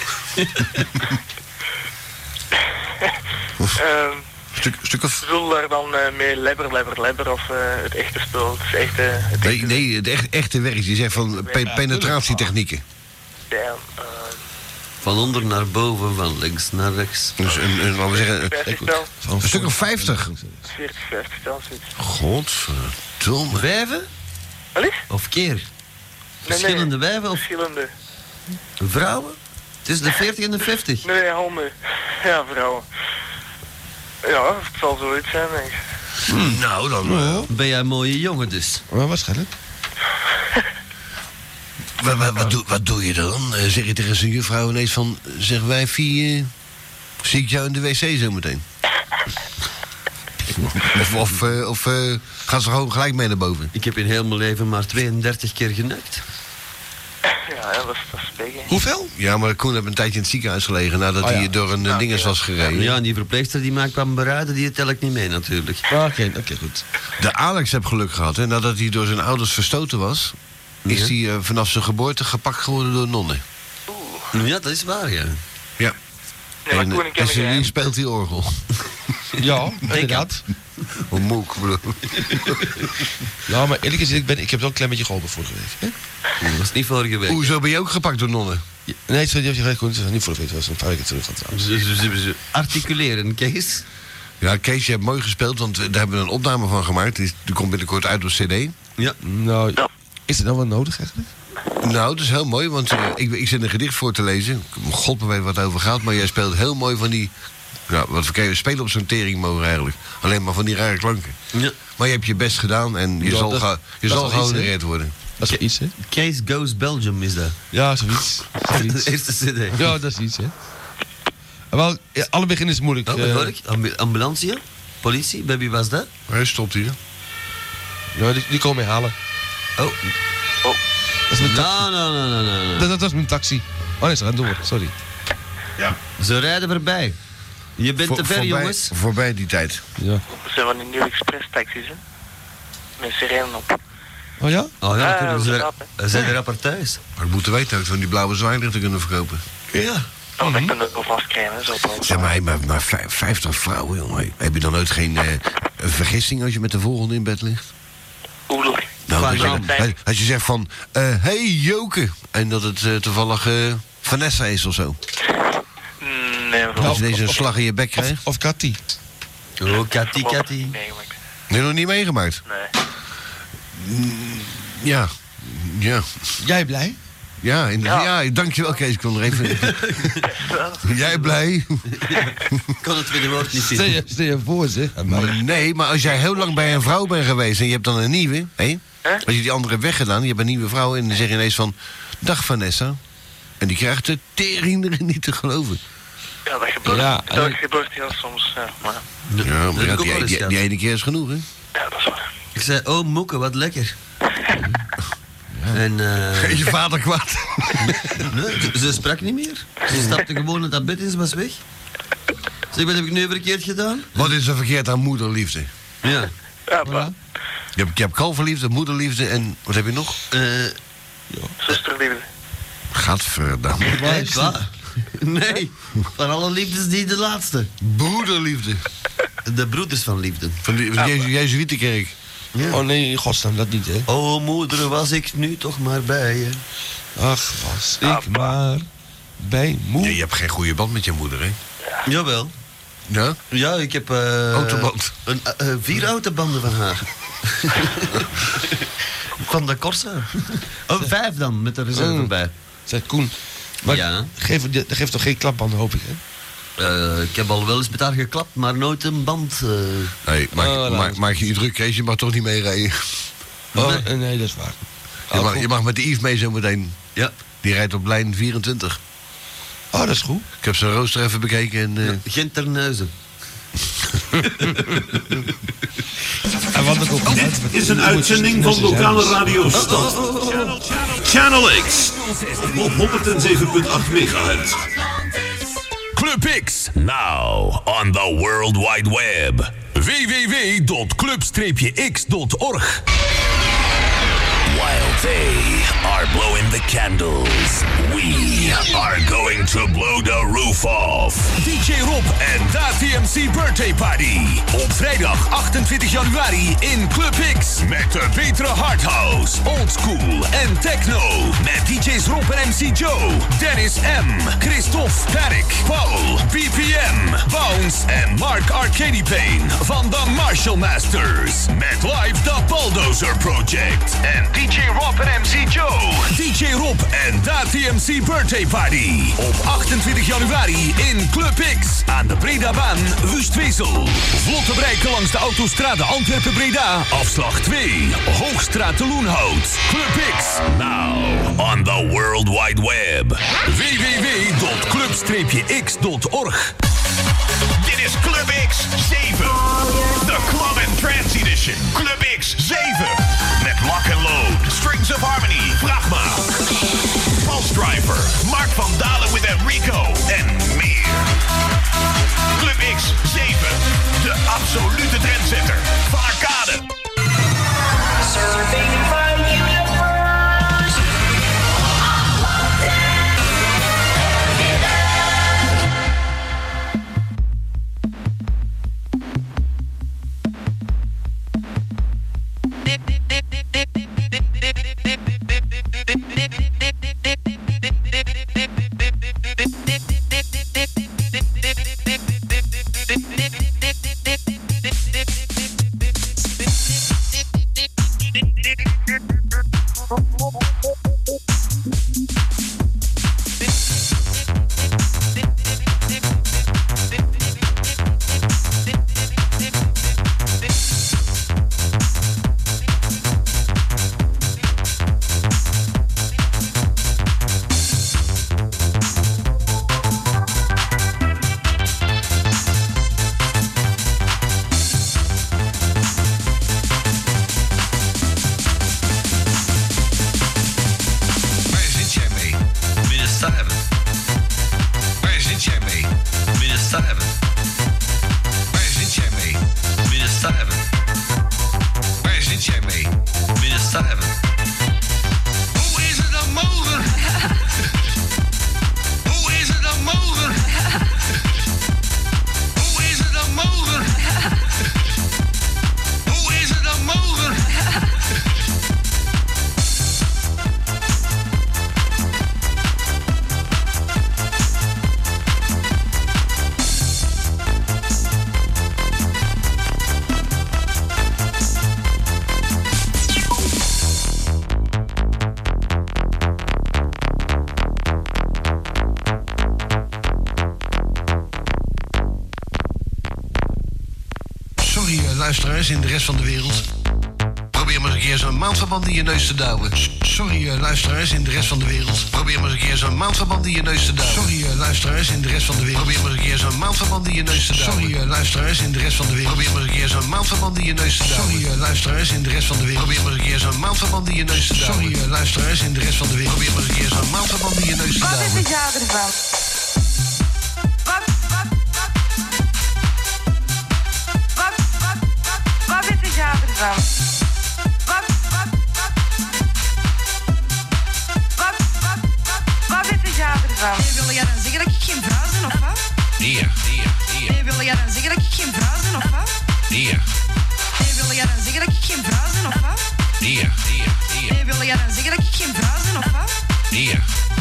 uh, Stuk, stuk of... Vul daar dan uh, mee lebber, lebber, lebber of uh, het echte spul. Het is echt... Uh, het Nee, echte, nee, het echt, echte werk. Je zegt van pe penetratietechnieken. Ja, uh, Van onder naar boven, van links naar rechts. Dus een, een, laten we zeggen, vijftig tel. een stuk of vijftig. veertig, vijftig tel, zoiets. Godverdomme. Wijven? Wat is? Of keer? Nee, Verschillende nee, wijven of verschillende. vrouwen? Tussen de veertig en de vijftig? Nee, handen. Ja, vrouwen. Ja, het zal zoiets zijn, denk ik. Hm, nou, dan... Uh, Ben jij een mooie jongen dus? Maar waarschijnlijk. wat, wat, wat, doe, wat doe je dan? Uh, zeg je tegen zijn juffrouw ineens van... Zeg wijfie, uh, zie ik jou in de wc zo meteen? Of, of, uh, of uh, gaan ze gewoon gelijk mee naar boven? Ik heb in heel mijn leven maar tweeëndertig keer genakt. Ja, ja, dat is, dat is speken. Hoeveel? Ja, maar Koen heeft een tijdje in het ziekenhuis gelegen... nadat Oh, ja. hij door een uh, dinges was gereden. Ja, en die verpleegster die mij kwam beraden, die tel ik niet mee natuurlijk. Oké, okay, oké, okay, goed. De Alex heeft geluk gehad, hè. Nadat hij door zijn ouders verstoten was... is Ja. hij uh, vanaf zijn geboorte gepakt geworden door nonnen. Ja, dat is waar, ja. Ja. Nee, maar En, Koen, uh, ik ken en een sindsdien geheim. speelt hij orgel. Ja, inderdaad. Hoe moek, bro. Ja, maar eerlijk gezegd, ik, ben, ik heb wel een klein beetje geholpen vorige week. Hè? Dat was niet vorige week. Hoezo ben je ook gepakt door nonnen? Nee, sorry, die heeft je niet voor de weet, was een paar weken terug van trouwens. Articuleren, Kees. Ja, Kees, je hebt mooi gespeeld, want daar hebben we een opname van gemaakt. Die, die komt binnenkort uit op cd. Ja. Nou, is er dan wat nodig eigenlijk? Nou, dat is heel mooi, want uh, ik, ik zit een gedicht voor te lezen. God me weet wat het over gaat, maar jij speelt heel mooi van die... Ja, wat we spelen op zo'n teringmogen eigenlijk. Alleen maar van die rare klanken. Ja. Maar je hebt je best gedaan en je Ja, zal, dat- ga, je dat zal is wel iets, gehonoreerd worden. Dat is wel iets, hè? Kees Goes Belgium is dat. Ja, zoiets. zoiets. De eerste cd. Ja, dat is iets, hè? Wel, ja, alle begin is moeilijk. Oh, wat eh. hoor ik? Ambu- ambulance? Politie? Bij wie was dat? Hij stopt hier. Ja, die, die komen mij halen. Oh. Oh. Dat is mijn taxi. Nou, nou, nou, nou, nou. Dat, dat was mijn taxi. Oh nee, ze gaan door. Sorry. Ja. Ze rijden voorbij. Je bent Voor- te ver, voorbij, jongens. Voorbij die tijd. Ja. Dat zijn van die nieuwe express-taxis, hè. Met sirenen op. Oh ja? Oh ja, Ja, kunnen dat ze is er, rap, er zijn er rapper thuis. Maar ik moet te weten dat we van die blauwe zwaailichten kunnen verkopen. Ja. Oh, dat kunnen we ook vast krijgen, hè, zo. Zeg maar, hey, maar, maar vijf- vijftig vrouwen, jongen. Heb je dan nooit geen eh, een vergissing als je met de volgende in bed ligt? Oedel. Nou, als Waarom? je, als- als je zegt van, hé uh, hey, Joke. En dat het uh, toevallig uh, Vanessa is of zo. Nee, Als je deze een slag in je bek krijgt. Of, of Cathy. Oh, Cathy, Cathy. Nee, nog niet meegemaakt? Nee. Mm, ja. Ja. Jij blij? Ja, inderdaad. Ja. ja, dankjewel Kees. Ik kon er even... Jij blij? Ik kon het tweede woord niet Stel je, zien. stel je voor, zeg. Nee, maar als jij heel lang bij een vrouw bent geweest en je hebt dan een nieuwe, hè? Als je die andere hebt weggedaan, je hebt een nieuwe vrouw en dan zeg je ineens van, dag Vanessa. En die krijgt de tering erin niet te geloven. Ja, dat gebeurt. Ja, dat en- gebeurt heel soms, ja. Maar, Ja, maar ja, heb ik ook die, wel eens die, gehad. die ene keer is genoeg, hè? ja, dat is waar. Ik zei, oh Moeke, wat lekker. En eh Je vader kwaad. nee, ze, ze sprak niet meer. Ze stapte gewoon naar dat bed en ze was weg. Zeg, wat heb ik nu verkeerd gedaan? Wat is er verkeerd aan moederliefde? Ja. Ja, maar, Je hebt, je hebt kalverliefde, moederliefde en wat heb je nog? Eh zusterliefde. Gadverdamme. echt waar? Nee, van alle liefdes die de laatste. Broederliefde. De broeders van liefde. Van die van Jezu- Jezuïetenkerk. Ja. Oh nee, in godsnaam, dat niet, hè? Oh moeder, was ik nu toch maar bij je. Ach, was ik maar bij moe. Ja, je hebt geen goede band met je moeder, hè? Jawel. Ja? Ja, ik heb eh Autoband. Een, eh, vier autobanden van haar. Van de Corsa. Oh, vijf dan, met de reserve Mm. bij. Zeg, Koen. Maar Ja. geef, dat geeft toch geen klapbanden, hoop ik, hè? Eh, ik heb al wel eens met haar geklapt, maar nooit een band. eh. Nee, maak, Oh, nou, maak, dat is maak je niet druk, Kees. Je mag toch niet meerijden. Oh, Nee. nee. nee, dat is waar. Je Oh, mag, goed. je mag met de Yves mee zo meteen. Ja. Die rijdt op lijn vierentwintig. Oh, dat is goed. Ik heb zijn rooster even bekeken en... eh, Genterneuzen. En wat ik ook Dit is een uitzending van lokale radio Stad. Channel X op honderdzeven komma acht megahertz. Club X, now on the World Wide Web. w w w dot club x dot org. While they are blowing the candles, we are going to blow the roof off. D J Rob en Da T M C Birthday Party. Op vrijdag achtentwintig januari in Club X. Met de betere hardhouse, oldschool en techno. Met D J's Rob en M C Joe, Dennis M, Christophe, Parik, Paul, B P M, Bounce en Mark Arcady Payne van de Marshall Masters. Met live The Bulldozer Project. En D J Rob en M C Joe. D J Rob en Da T M C Birthday Party. Op achtentwintig januari in Club X. Aan de Bredabaan, Wustwezel. Vlotte bereiken langs de autostrade Antwerpen-Breda. Afslag twee, Hoogstraat de Loenhout. Club X, now on the World Wide Web. w w w dot club x dot org. Dit is Club X zeven. De Club and Trance Edition. Club X zeven. Met Lock and Load, Strings of Harmony, Vragma, Pulse Driver, Mark van Dalen with Enrico en meer. Club X zeven. De absolute trendsetter van arcade. Surfing my universe. Dip, dip, dip, dip, dip, dip, dip, dip, dip, dip, dip, dip, dip, dip, dip, dip, dip, dip, uh, luisteraars in de rest van de wereld. Probeer maar eens een keer zo'n maandverband in je neus te douwen. Sorry, uh, luisteraars in de rest van de wereld. Probeer maar eens een keer zo'n maandverband in je neus te douwen. Sorry, uh, luisteraars in de rest van de wereld. Probeer maar eens een keer zo'n maandverband in je neus te douwen. Sorry, uh, luisteraars in de rest van de wereld. Probeer maar eens een keer zo'n maandverband in je neus te douwen. Sorry, uh, luisteraars in de rest van de wereld. Probeer maar eens een keer zo'n maandverband in je neus te douwen. Sorry, uh, luisteraars in de rest van de wereld. Probeer maar eens een keer zo'n maandverband in je neus te douwen. Wat is de ja ervan? Wat, wat, wat, wat, wat is de ja ervan? Wat, wat, wat, wat, wat is de ja ervan? Nee, wil jij dan zeggen dat ik geen vrouw ben, of wat? Hier, hier, hier. Nee, wil jij dan zeggen dat ik geen vrouw ben, of wat? Hier, Nee, wil jij dan zeggen dat ik geen vrouw ben, of wat? hier, hier, hier. Nee, wil jij dan zeggen dat ik geen vrouw ben, of wat? Hier.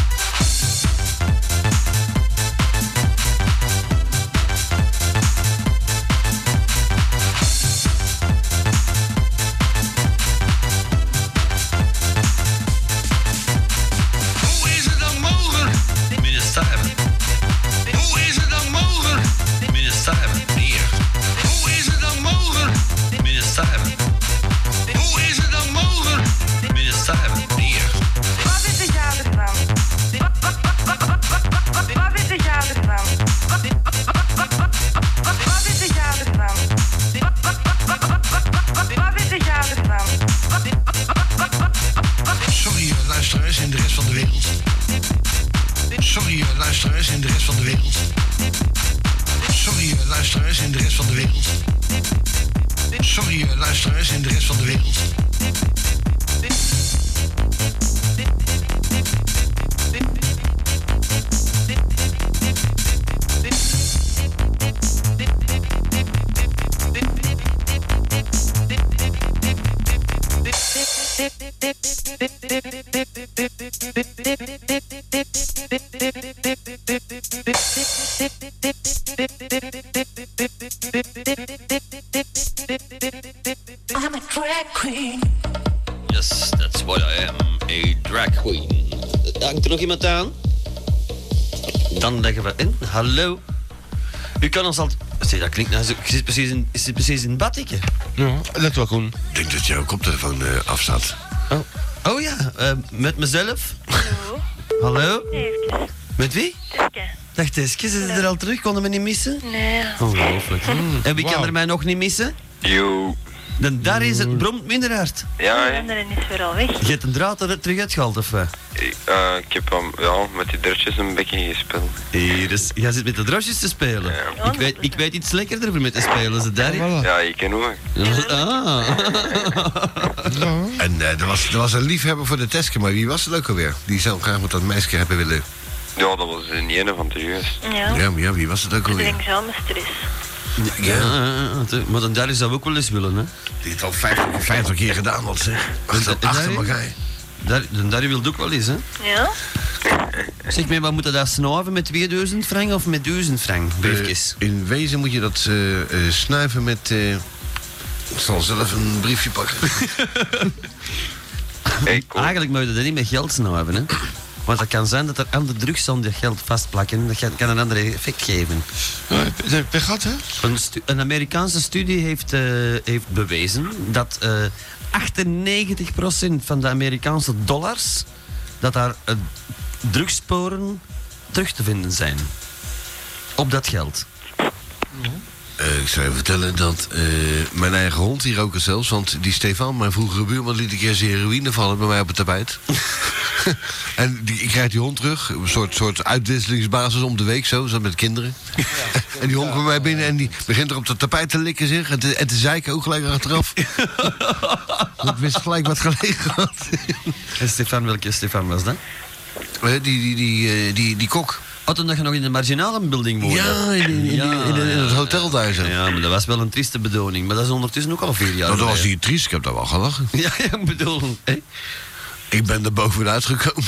Hoe is het dan mogelijk? Meneer Steven. Hoe is het dan mogelijk? Meneer Steven. Hier. Hoe is het dan mogelijk? Meneer Steven. Hoe is het dan mogelijk? Meneer Steven. Hier. Wat is de ja ervan? Wat, wat, wat, wat, wat, wat, wat, wat is de ja ervan? Wat, wat, wat, wat, wat, wat is de ja ervan? Wat, wat, wat, wat, wat, wat, wat is de ja ervan? Wat, wat, wat, wat, Sorry, uh, luisteraars in de rest van de wereld. Sorry, uh, luisteraars in de rest van de wereld. Sorry, uh, luisteraars in de rest van de wereld. Sorry, uh, luisteraars in de rest van de wereld. I'm a drag queen. Yes, that's what I am. A drag queen. Hangt er nog iemand aan? Dan leggen we in. Hallo. U kan ons altijd... Zeg, dat klinkt nou... zo- Je zit precies in, je zit precies in het badje. Ja, dat wel Koen. Ik denk dat jouw koptelefoon uh, afstaat. Oh. Oh ja, uh, met mezelf. Hallo. Hallo? Even. Met wie? Teske. Dag Teske, zit er al terug? Konden we niet missen? Nee. Ongelooflijk. Mm, En wie kan wauw. er mij nog niet missen? Yo. Dan daar is het bromt minder hard. Ja, De hè. andere is weer al weg. Je hebt een draad er terug uitgehaald, of wat? Ik, eh, ik heb hem ja, met die drutjes een beetje gespeeld. Hier is, jij zit met de drosjes te spelen. Ja. Ik, weet, ik weet iets lekkerder voor met te spelen, ze daar. Ja, ik ken ook. Ah. En uh, er, was, er was een liefhebber voor de Teske, maar wie was het ook alweer? Die zou graag met dat meisje hebben willen. Ja, dat was een ene van de juist. Ja. Ja, maar ja, wie was het ook Ik alweer? denk zo met stress. Ja, maar dan daar zou we ook wel eens willen, hè? Die heeft al vijftig, vijftig keer gedaan, wat zeg. Achter, En achter daar- elkaar. Daar, dan daar wil het ook wel eens, hè? Ja? Zeg maar, wat moet je daar snuiven met tweeduizend frank of met duizend frank? Briefjes. Uh, in wezen moet je dat uh, uh, snuiven met... Uh, ik zal zelf een briefje pakken. Hey, cool. Eigenlijk moet je dat niet met geld snuiven, hè? Want het kan zijn dat er andere drugs aan dat geld vastplakken en dat kan een ander effect geven. Ja, heb je per gehad, hè? Een, stu- een Amerikaanse studie heeft, uh, heeft bewezen dat uh, achtennegentig procent van de Amerikaanse dollars, dat daar uh, drugssporen terug te vinden zijn. Op dat geld. Uh, ik zou je vertellen dat uh, mijn eigen hond hier ook zelfs, want die Stefan, mijn vroegere buurman, liet een keer zijn heroïne vallen bij mij op het tapijt. En die, ik krijg die hond terug, een soort, soort uitwisselingsbasis om de week zo, zo met kinderen. Ja. En die hond kwam bij mij binnen en die begint er op het tapijt te likken zich en te, en te zeiken ook gelijk achteraf. Ik wist gelijk wat gelegen had. En Stefan, welke Stefan was dat? Uh, die, die, die, uh, die, die kok. Oh, toen dat je nog in de marginale building woonde. Ja, in, in, in, Ja, in, in, in het hotel daar zo. Ja, maar dat was wel een trieste bedoeling. Maar dat is ondertussen ook al vier jaar Nou, dat was geleden. niet triest, ik heb daar wel gelachen. Ja, ik bedoel... Hè? Ik ben er bovenuit gekomen.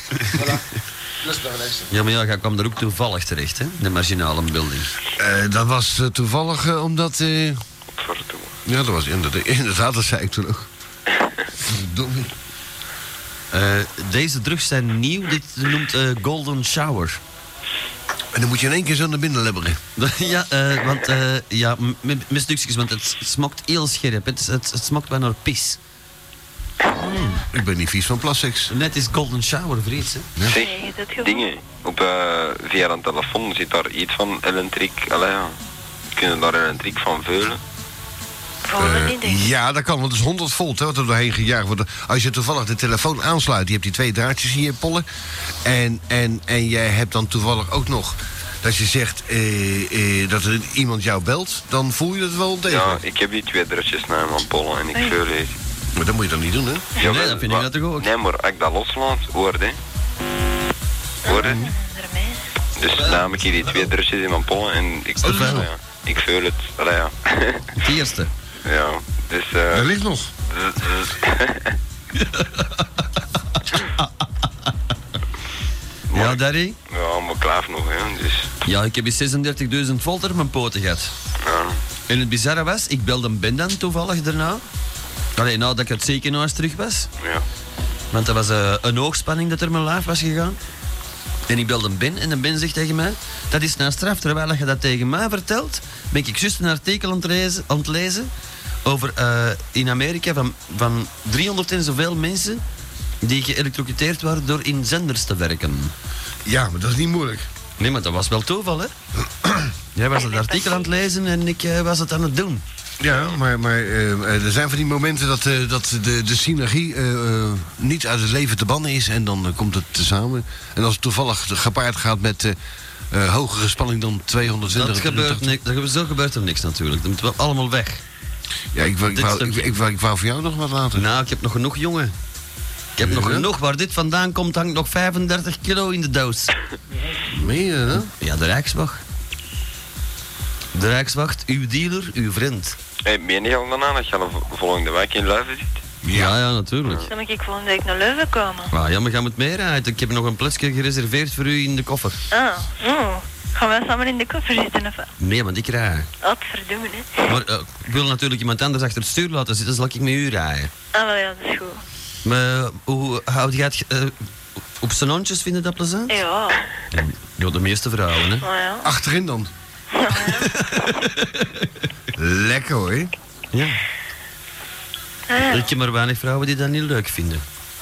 Ja, maar ja, jij kwam er ook toevallig terecht, hè? De marginale building. Uh, dat was uh, toevallig uh, omdat... Uh... Ja, dat was inderdaad, inderdaad, dat zei ik toen ook. Verdomme. Uh, deze drugs zijn nieuw. Dit noemt uh, Golden Shower. En dan moet je in één keer zo naar binnen lebberen. Ja, uh, want uh, ja, met, met stukjes, want het smaakt heel scherp. Het, het, het smaakt bijna naar pis. Mm. Ik ben niet vies van plastics. Net is golden shower voor iets, hè? Ja. Zeg, dingen. Op, uh, via een telefoon zit daar iets van elektriek. Allee, ja. Kunnen daar elektriek van veulen? Uh, ja, dat kan, want het is honderd volt hè, wat er doorheen gejaagd wordt. Als je toevallig de telefoon aansluit, je hebt die twee draadjes in je pollen. En, en, en jij hebt dan toevallig ook nog dat je zegt uh, uh, dat er iemand jou belt, dan voel je het wel degelijk. Ja, ik heb die twee draadjes naar mijn pollen en ik hey. veul het. Maar dat moet je dan niet doen, hè? Ja, nee, dat vind ik dat toch ook. Nee, maar als ik dat loslaat, hoor je. Hoor je? Dus dan heb ik hier die twee draadjes in mijn pollen en ik, oh, ja, ik veul het. Allee, ja. Het eerste. Ja, dus... Uh, er ligt nog. Ja, Daddy? Ja, maar klaar nog, hè, dus... Ja, ik heb hier zesendertigduizend volt er mijn poten gehad. Ja. En het bizarre was, ik belde een Ben dan toevallig daarna. Alleen nadat ik uit het ziekenhuis terug was. Ja. Want dat was uh, een hoogspanning dat er mijn lijf was gegaan. En ik belde een Ben en de Ben zegt tegen mij, dat is nou straf. Terwijl je dat tegen mij vertelt, ben ik juist een artikel aan het lezen, aan het lezen over uh, in Amerika van, van driehonderd en zoveel mensen die geëlektrocuteerd waren door in zenders te werken. Ja, maar dat is niet moeilijk. Nee, maar dat was wel toeval, hè? Jij was het artikel aan het lezen en ik uh, was het aan het doen. Ja, maar, maar uh, er zijn van die momenten dat, uh, dat de, de synergie uh, uh, niet uit het leven te bannen is en dan uh, komt het tezamen. En als het toevallig gepaard gaat met uh, uh, hogere spanning dan tweehonderdtwintig... Dat gebeurt niks, dat, zo gebeurt er niks natuurlijk. Dat moet wel allemaal weg. Ja, ik, ik, wou, ik, ik, wou, ik wou voor jou nog wat laten. Nou, ik heb nog genoeg, jongen. Ik heb ja, nog genoeg. Waar dit vandaan komt, hangt nog vijfendertig kilo in de doos. Meen je dat? Ja, de Rijkswacht. De Rijkswacht, uw dealer, uw vriend. Hey, meen je al daarna dat je al volgende week in Leuven zit? Ja, ja, natuurlijk. Dan moet ik volgende week naar Leuven komen. Ah, ja, maar ga met mij rijden. Ik heb nog een plekje gereserveerd voor u in de koffer. Ah, oh. Gaan wij samen in de koffer zitten of wat? Nee, want ik rij. Wat verdoemen, hè? Maar uh, ik wil natuurlijk iemand anders achter het stuur laten zitten, zal ik met u rijden. Ah, wel ja, dat is goed. Maar uh, hoe houd je het uh, op zijn hondjes, vinden dat plezant? Ja. Ja, de meeste vrouwen, hè? Oh, ja. Achterin dan? Ja, ja. Lekker hoor. Ja. Ah, ja. Ik heb maar weinig vrouwen die dat niet leuk vinden.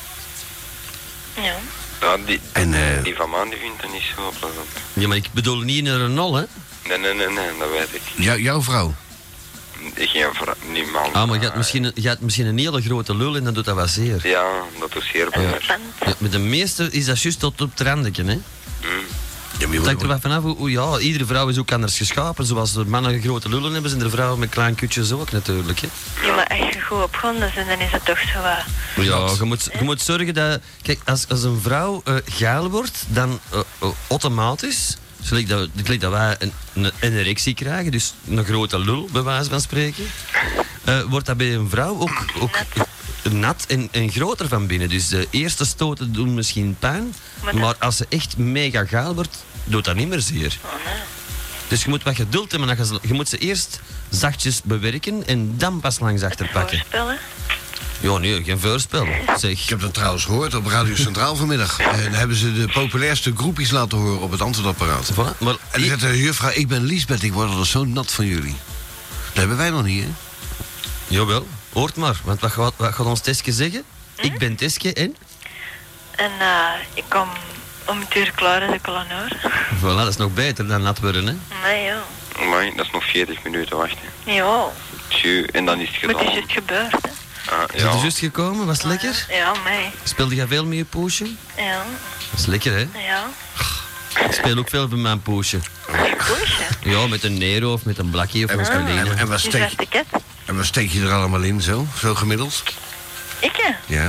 Ja. Ja, die, en, uh... die van mij die vindt het niet zo plezant. Ja, maar ik bedoel niet in een Renault, hè? Nee, nee, nee, nee, dat weet ik. Ja, jouw vrouw? Ik geen vrouw, niet man. Ah, maar je hebt misschien, je hebt misschien een hele grote lul en dan doet dat wat zeer. Ja, dat doet zeer bij mij. Ja, met de meeste is dat juist tot op het randje, hè? Mm. Ja, het hangt er wat vanaf hoe, hoe, ja, iedere vrouw is ook anders geschapen. Zoals de mannen grote lullen hebben, zijn er vrouwen met klein kutjes ook natuurlijk, hè? Ja, maar als je goed opgewonden bent, dan is het toch zo wat. Ja, je moet, je moet zorgen dat... Kijk, als, als een vrouw uh, geil wordt, dan uh, uh, automatisch... Gelijk dat, gelijk dat wij een, een, een erectie krijgen, dus een grote lul, bij wijze van spreken... Uh, wordt dat bij een vrouw ook, ook nat en, en groter van binnen. Dus de eerste stoten doen misschien pijn, maar, maar als ze echt mega gaal wordt, doet dat niet meer zeer. Oh, nee. Dus je moet wat geduld hebben. Je, je moet ze eerst zachtjes bewerken en dan pas langs achter pakken. Voorspellen? Ja, nee, geen voorspel. Zeg. Ik heb dat trouwens gehoord op Radio Centraal vanmiddag. En dan hebben ze de populairste groepies laten horen op het antwoordapparaat. Voilà, maar en dan zegt de juffrouw, ik ben Liesbeth, ik word al zo nat van jullie. Dat hebben wij nog niet, hè? Jawel, hoort maar. Want wat gaat, wat gaat ons Teske zeggen? Hm? Ik ben Teske en? En uh, ik kom om het uur klaar als ik al aan hoor. Voilà, dat is nog beter dan nat worden, hè? Nee, ja. Maar dat is nog veertig minuten wachten. Ja. Tjie, en dan is het gedaan. Maar het is juist gebeurd, hè? Ah, ja. Is het juist gekomen? Was het lekker? Ja, mij. Speelde je veel met je poesje? Ja. Dat is lekker, hè? Ja. Ik speel ook veel met mijn poesje. Je poesje? Ja, met een Nero of met een Blakkie of en, een Scalina. En, en, wat steek, en wat steek je er allemaal in, zo? Zo gemiddeld? Ik? Ja.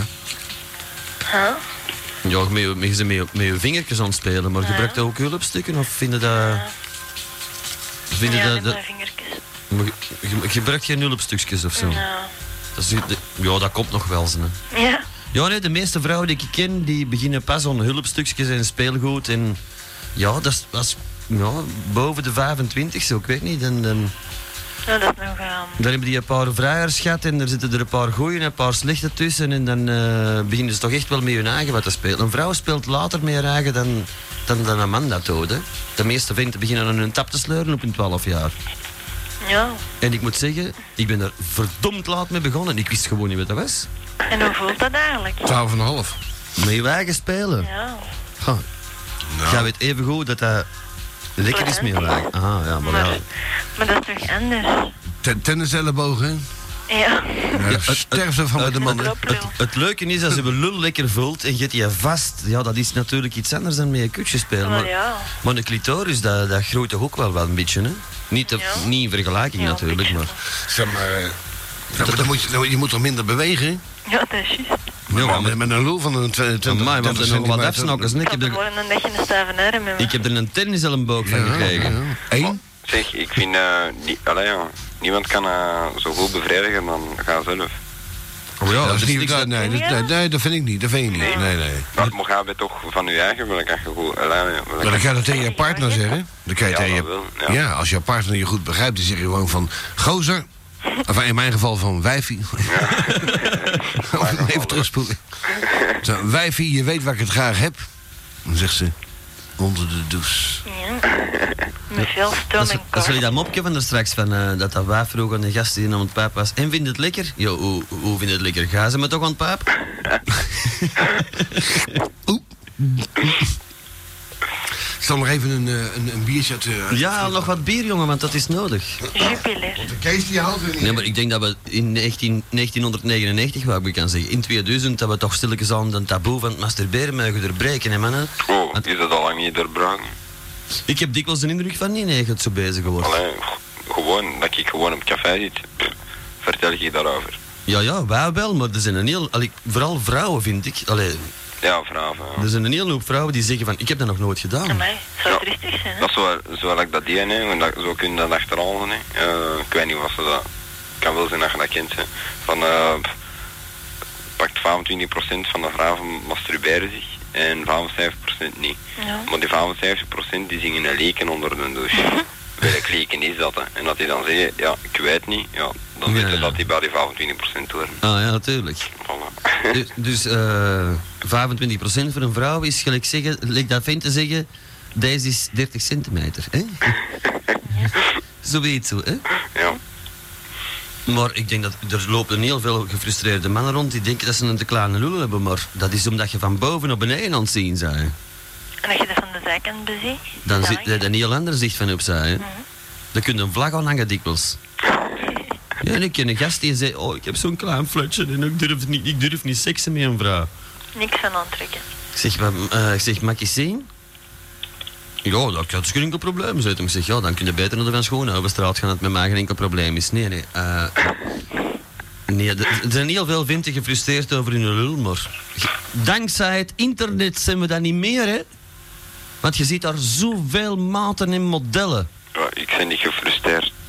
Huh? Ja, met, met, met, met je vingertjes aan het spelen, maar ja. Gebruikt dat ook hulpstukken of vinden dat... Ja, vinden ja dat, dat... vingertjes. Maar, ge, gebruik geen hulpstukjes of zo? Ja. Dat is, ja, dat komt nog wel, hè. Ja. Ja, nee, de meeste vrouwen die ik ken, die beginnen pas aan hulpstukjes en speelgoed. En ja, dat is, dat is ja, boven de vijfentwintig, zo, ik weet niet. En, en, ja, dat is nog... Um... Dan hebben die een paar vrijers gehad en er zitten er een paar goeie en een paar slechte tussen. En dan uh, beginnen ze toch echt wel met hun eigen wat te spelen. Een vrouw speelt later met haar eigen dan, dan, dan Amanda dood, hè. De meeste venten beginnen aan hun tap te sleuren op hun twaalf jaar. Ja. En ik moet zeggen, ik ben er verdomd laat mee begonnen. Ik wist gewoon niet wat dat was. En hoe voelt dat eigenlijk? twaalf en een half. Met je eigen spelen. Ja. Ha. Nou. Jij weet even goed dat dat lekker is met je eigen. Ah, ja, maar, Maar, ja. maar dat is toch anders? Ten, tennisellebogen, hè? Ja. Ja, Ja, het sterfte van eh, de man. het, het, het leuke is, als je lul lekker voelt en je zet je vast, ja, dat is natuurlijk iets anders dan met je kutje spelen. Maar Maar, ja. maar een clitoris, dat, dat groeit toch ook wel wel een beetje, hè? Niet, te, Ja. niet in vergelijking Ja, natuurlijk, maar... Zeg maar, eh, ja, maar dan moet je, dan, je moet toch minder bewegen, hè? Ja, dat is juist. Ja, maar met, met een lul van een twintig, Amai, we hebben er nog wat centimeter. afsnokkers. Ik heb er, Gewoon een beetje een stijve arm met me. ik heb er een tenniselleboog van Ja, gekregen. ja. Eén? Zeg, ik vind, eh nie, allee, ja, niemand kan uh, zo goed bevredigen dan ga zelf. Oh ja, dat is niet, niks dat, dat- nee, dat, nee, nee, dat vind ik niet. Dat vind ik niet. Nee, nee. nee. Maar, maar ga je toch van je eigen wil ik je goed, allee, wil ik- Maar dan kan je dat tegen je partner zeggen. Dan kan je Ja, tegen dat je, wel, ja. ja. als je partner je goed begrijpt, dan zeg je gewoon van... Gozer, of in mijn geval van wijfie. Of even terugspoelen. Zo, wijfie, je weet waar ik het graag heb. Dan zegt ze, onder de douche. Ja. Met veel Dat stoom is, en dat is kort. dat mopje van er straks, van, uh, dat dat wij vroeg aan de gast die aan het pijp was. En vind je het lekker? Ja, hoe, hoe vind je het lekker? Gaan ze me toch aan het pijp? Oeh. Ik zal nog even een, eh, een, een biertje uit... eh, Ja, nog wat bier, jongen, want dat is nodig. Jupiler. De Kees die haalt er niet. Nee, maar ik denk dat we in negentien, negentienhonderdnegenennegentig, wat ik kan zeggen, in tweeduizend, dat we toch stilletjes aan de taboe van het masturberen mogen doorbreken, hè mannen? Oh, is dat al lang niet doorbroken? Ik heb dikwijls de indruk van niet, nee, je het zo bezig geworden. Allee, gewoon, dat ik gewoon op het café zit. Pff, vertel je daarover? Ja, ja, wij wel, maar er zijn een heel... Allee, vooral vrouwen, vind ik. Allee, Ja, vrouwen. Ja. er zijn een hele hoop vrouwen die zeggen van, ik heb dat nog nooit gedaan. Amai, zou het rustig zijn, hè? Dat is zo, zoals ik dat deed, hè. Want dat, zo kun je dat achterhalen. Hè. Uh, ik weet niet wat ze dat... kan wel zijn dat je dat kent. Hè. Van, uh, pakt vijfentwintig procent van de vrouwen masturberen zich en vijfenzeventig procent niet. Ja. Maar die vijfenzeventig procent die zingen een leken onder de douche. Welk leken is dat? Hè? En dat die dan zeggen, ja, ik weet niet, ja, dan Ja, weten ja. dat die bij die vijfentwintig procent horen. Ah ja, natuurlijk. Voilà. Dus, dus uh, vijfentwintig procent voor een vrouw is gelijk zeggen, lijkt dat vent te zeggen, deze is dertig centimeter. Hè? Zoiets zo, hè? Ja. Maar ik denk dat er lopen heel veel gefrustreerde mannen rond die denken dat ze een te kleine lul hebben, maar dat is omdat je van boven naar beneden aan het zien bent. En als je dat van de zijkant beziet? Dan dan zit je een heel ander zicht van opzij. Hè? Dan kun je een vlag aan hangen dikwijls. Ja, en ik ken een gast die zei, oh, ik heb zo'n klein fletje en ik durf niet, ik durf niet seksen met een vrouw. Niks van aantrekken. Ik zeg, wat, uh, ik zeg, mag ik eens zien? Ja, dat kan geen enkel probleem zijn. Ik zeg, ja, dan kun je beter naar de Van Schoonhouwenstraat gaan, dat het met mij geen enkel probleem is. Nee, nee. Uh, nee, er er zijn heel veel vinten gefrustreerd over hun lul, maar dankzij het internet zijn we dat niet meer, hè. Want je ziet daar zoveel maten en modellen. Ja, ik ben niet gefrustreerd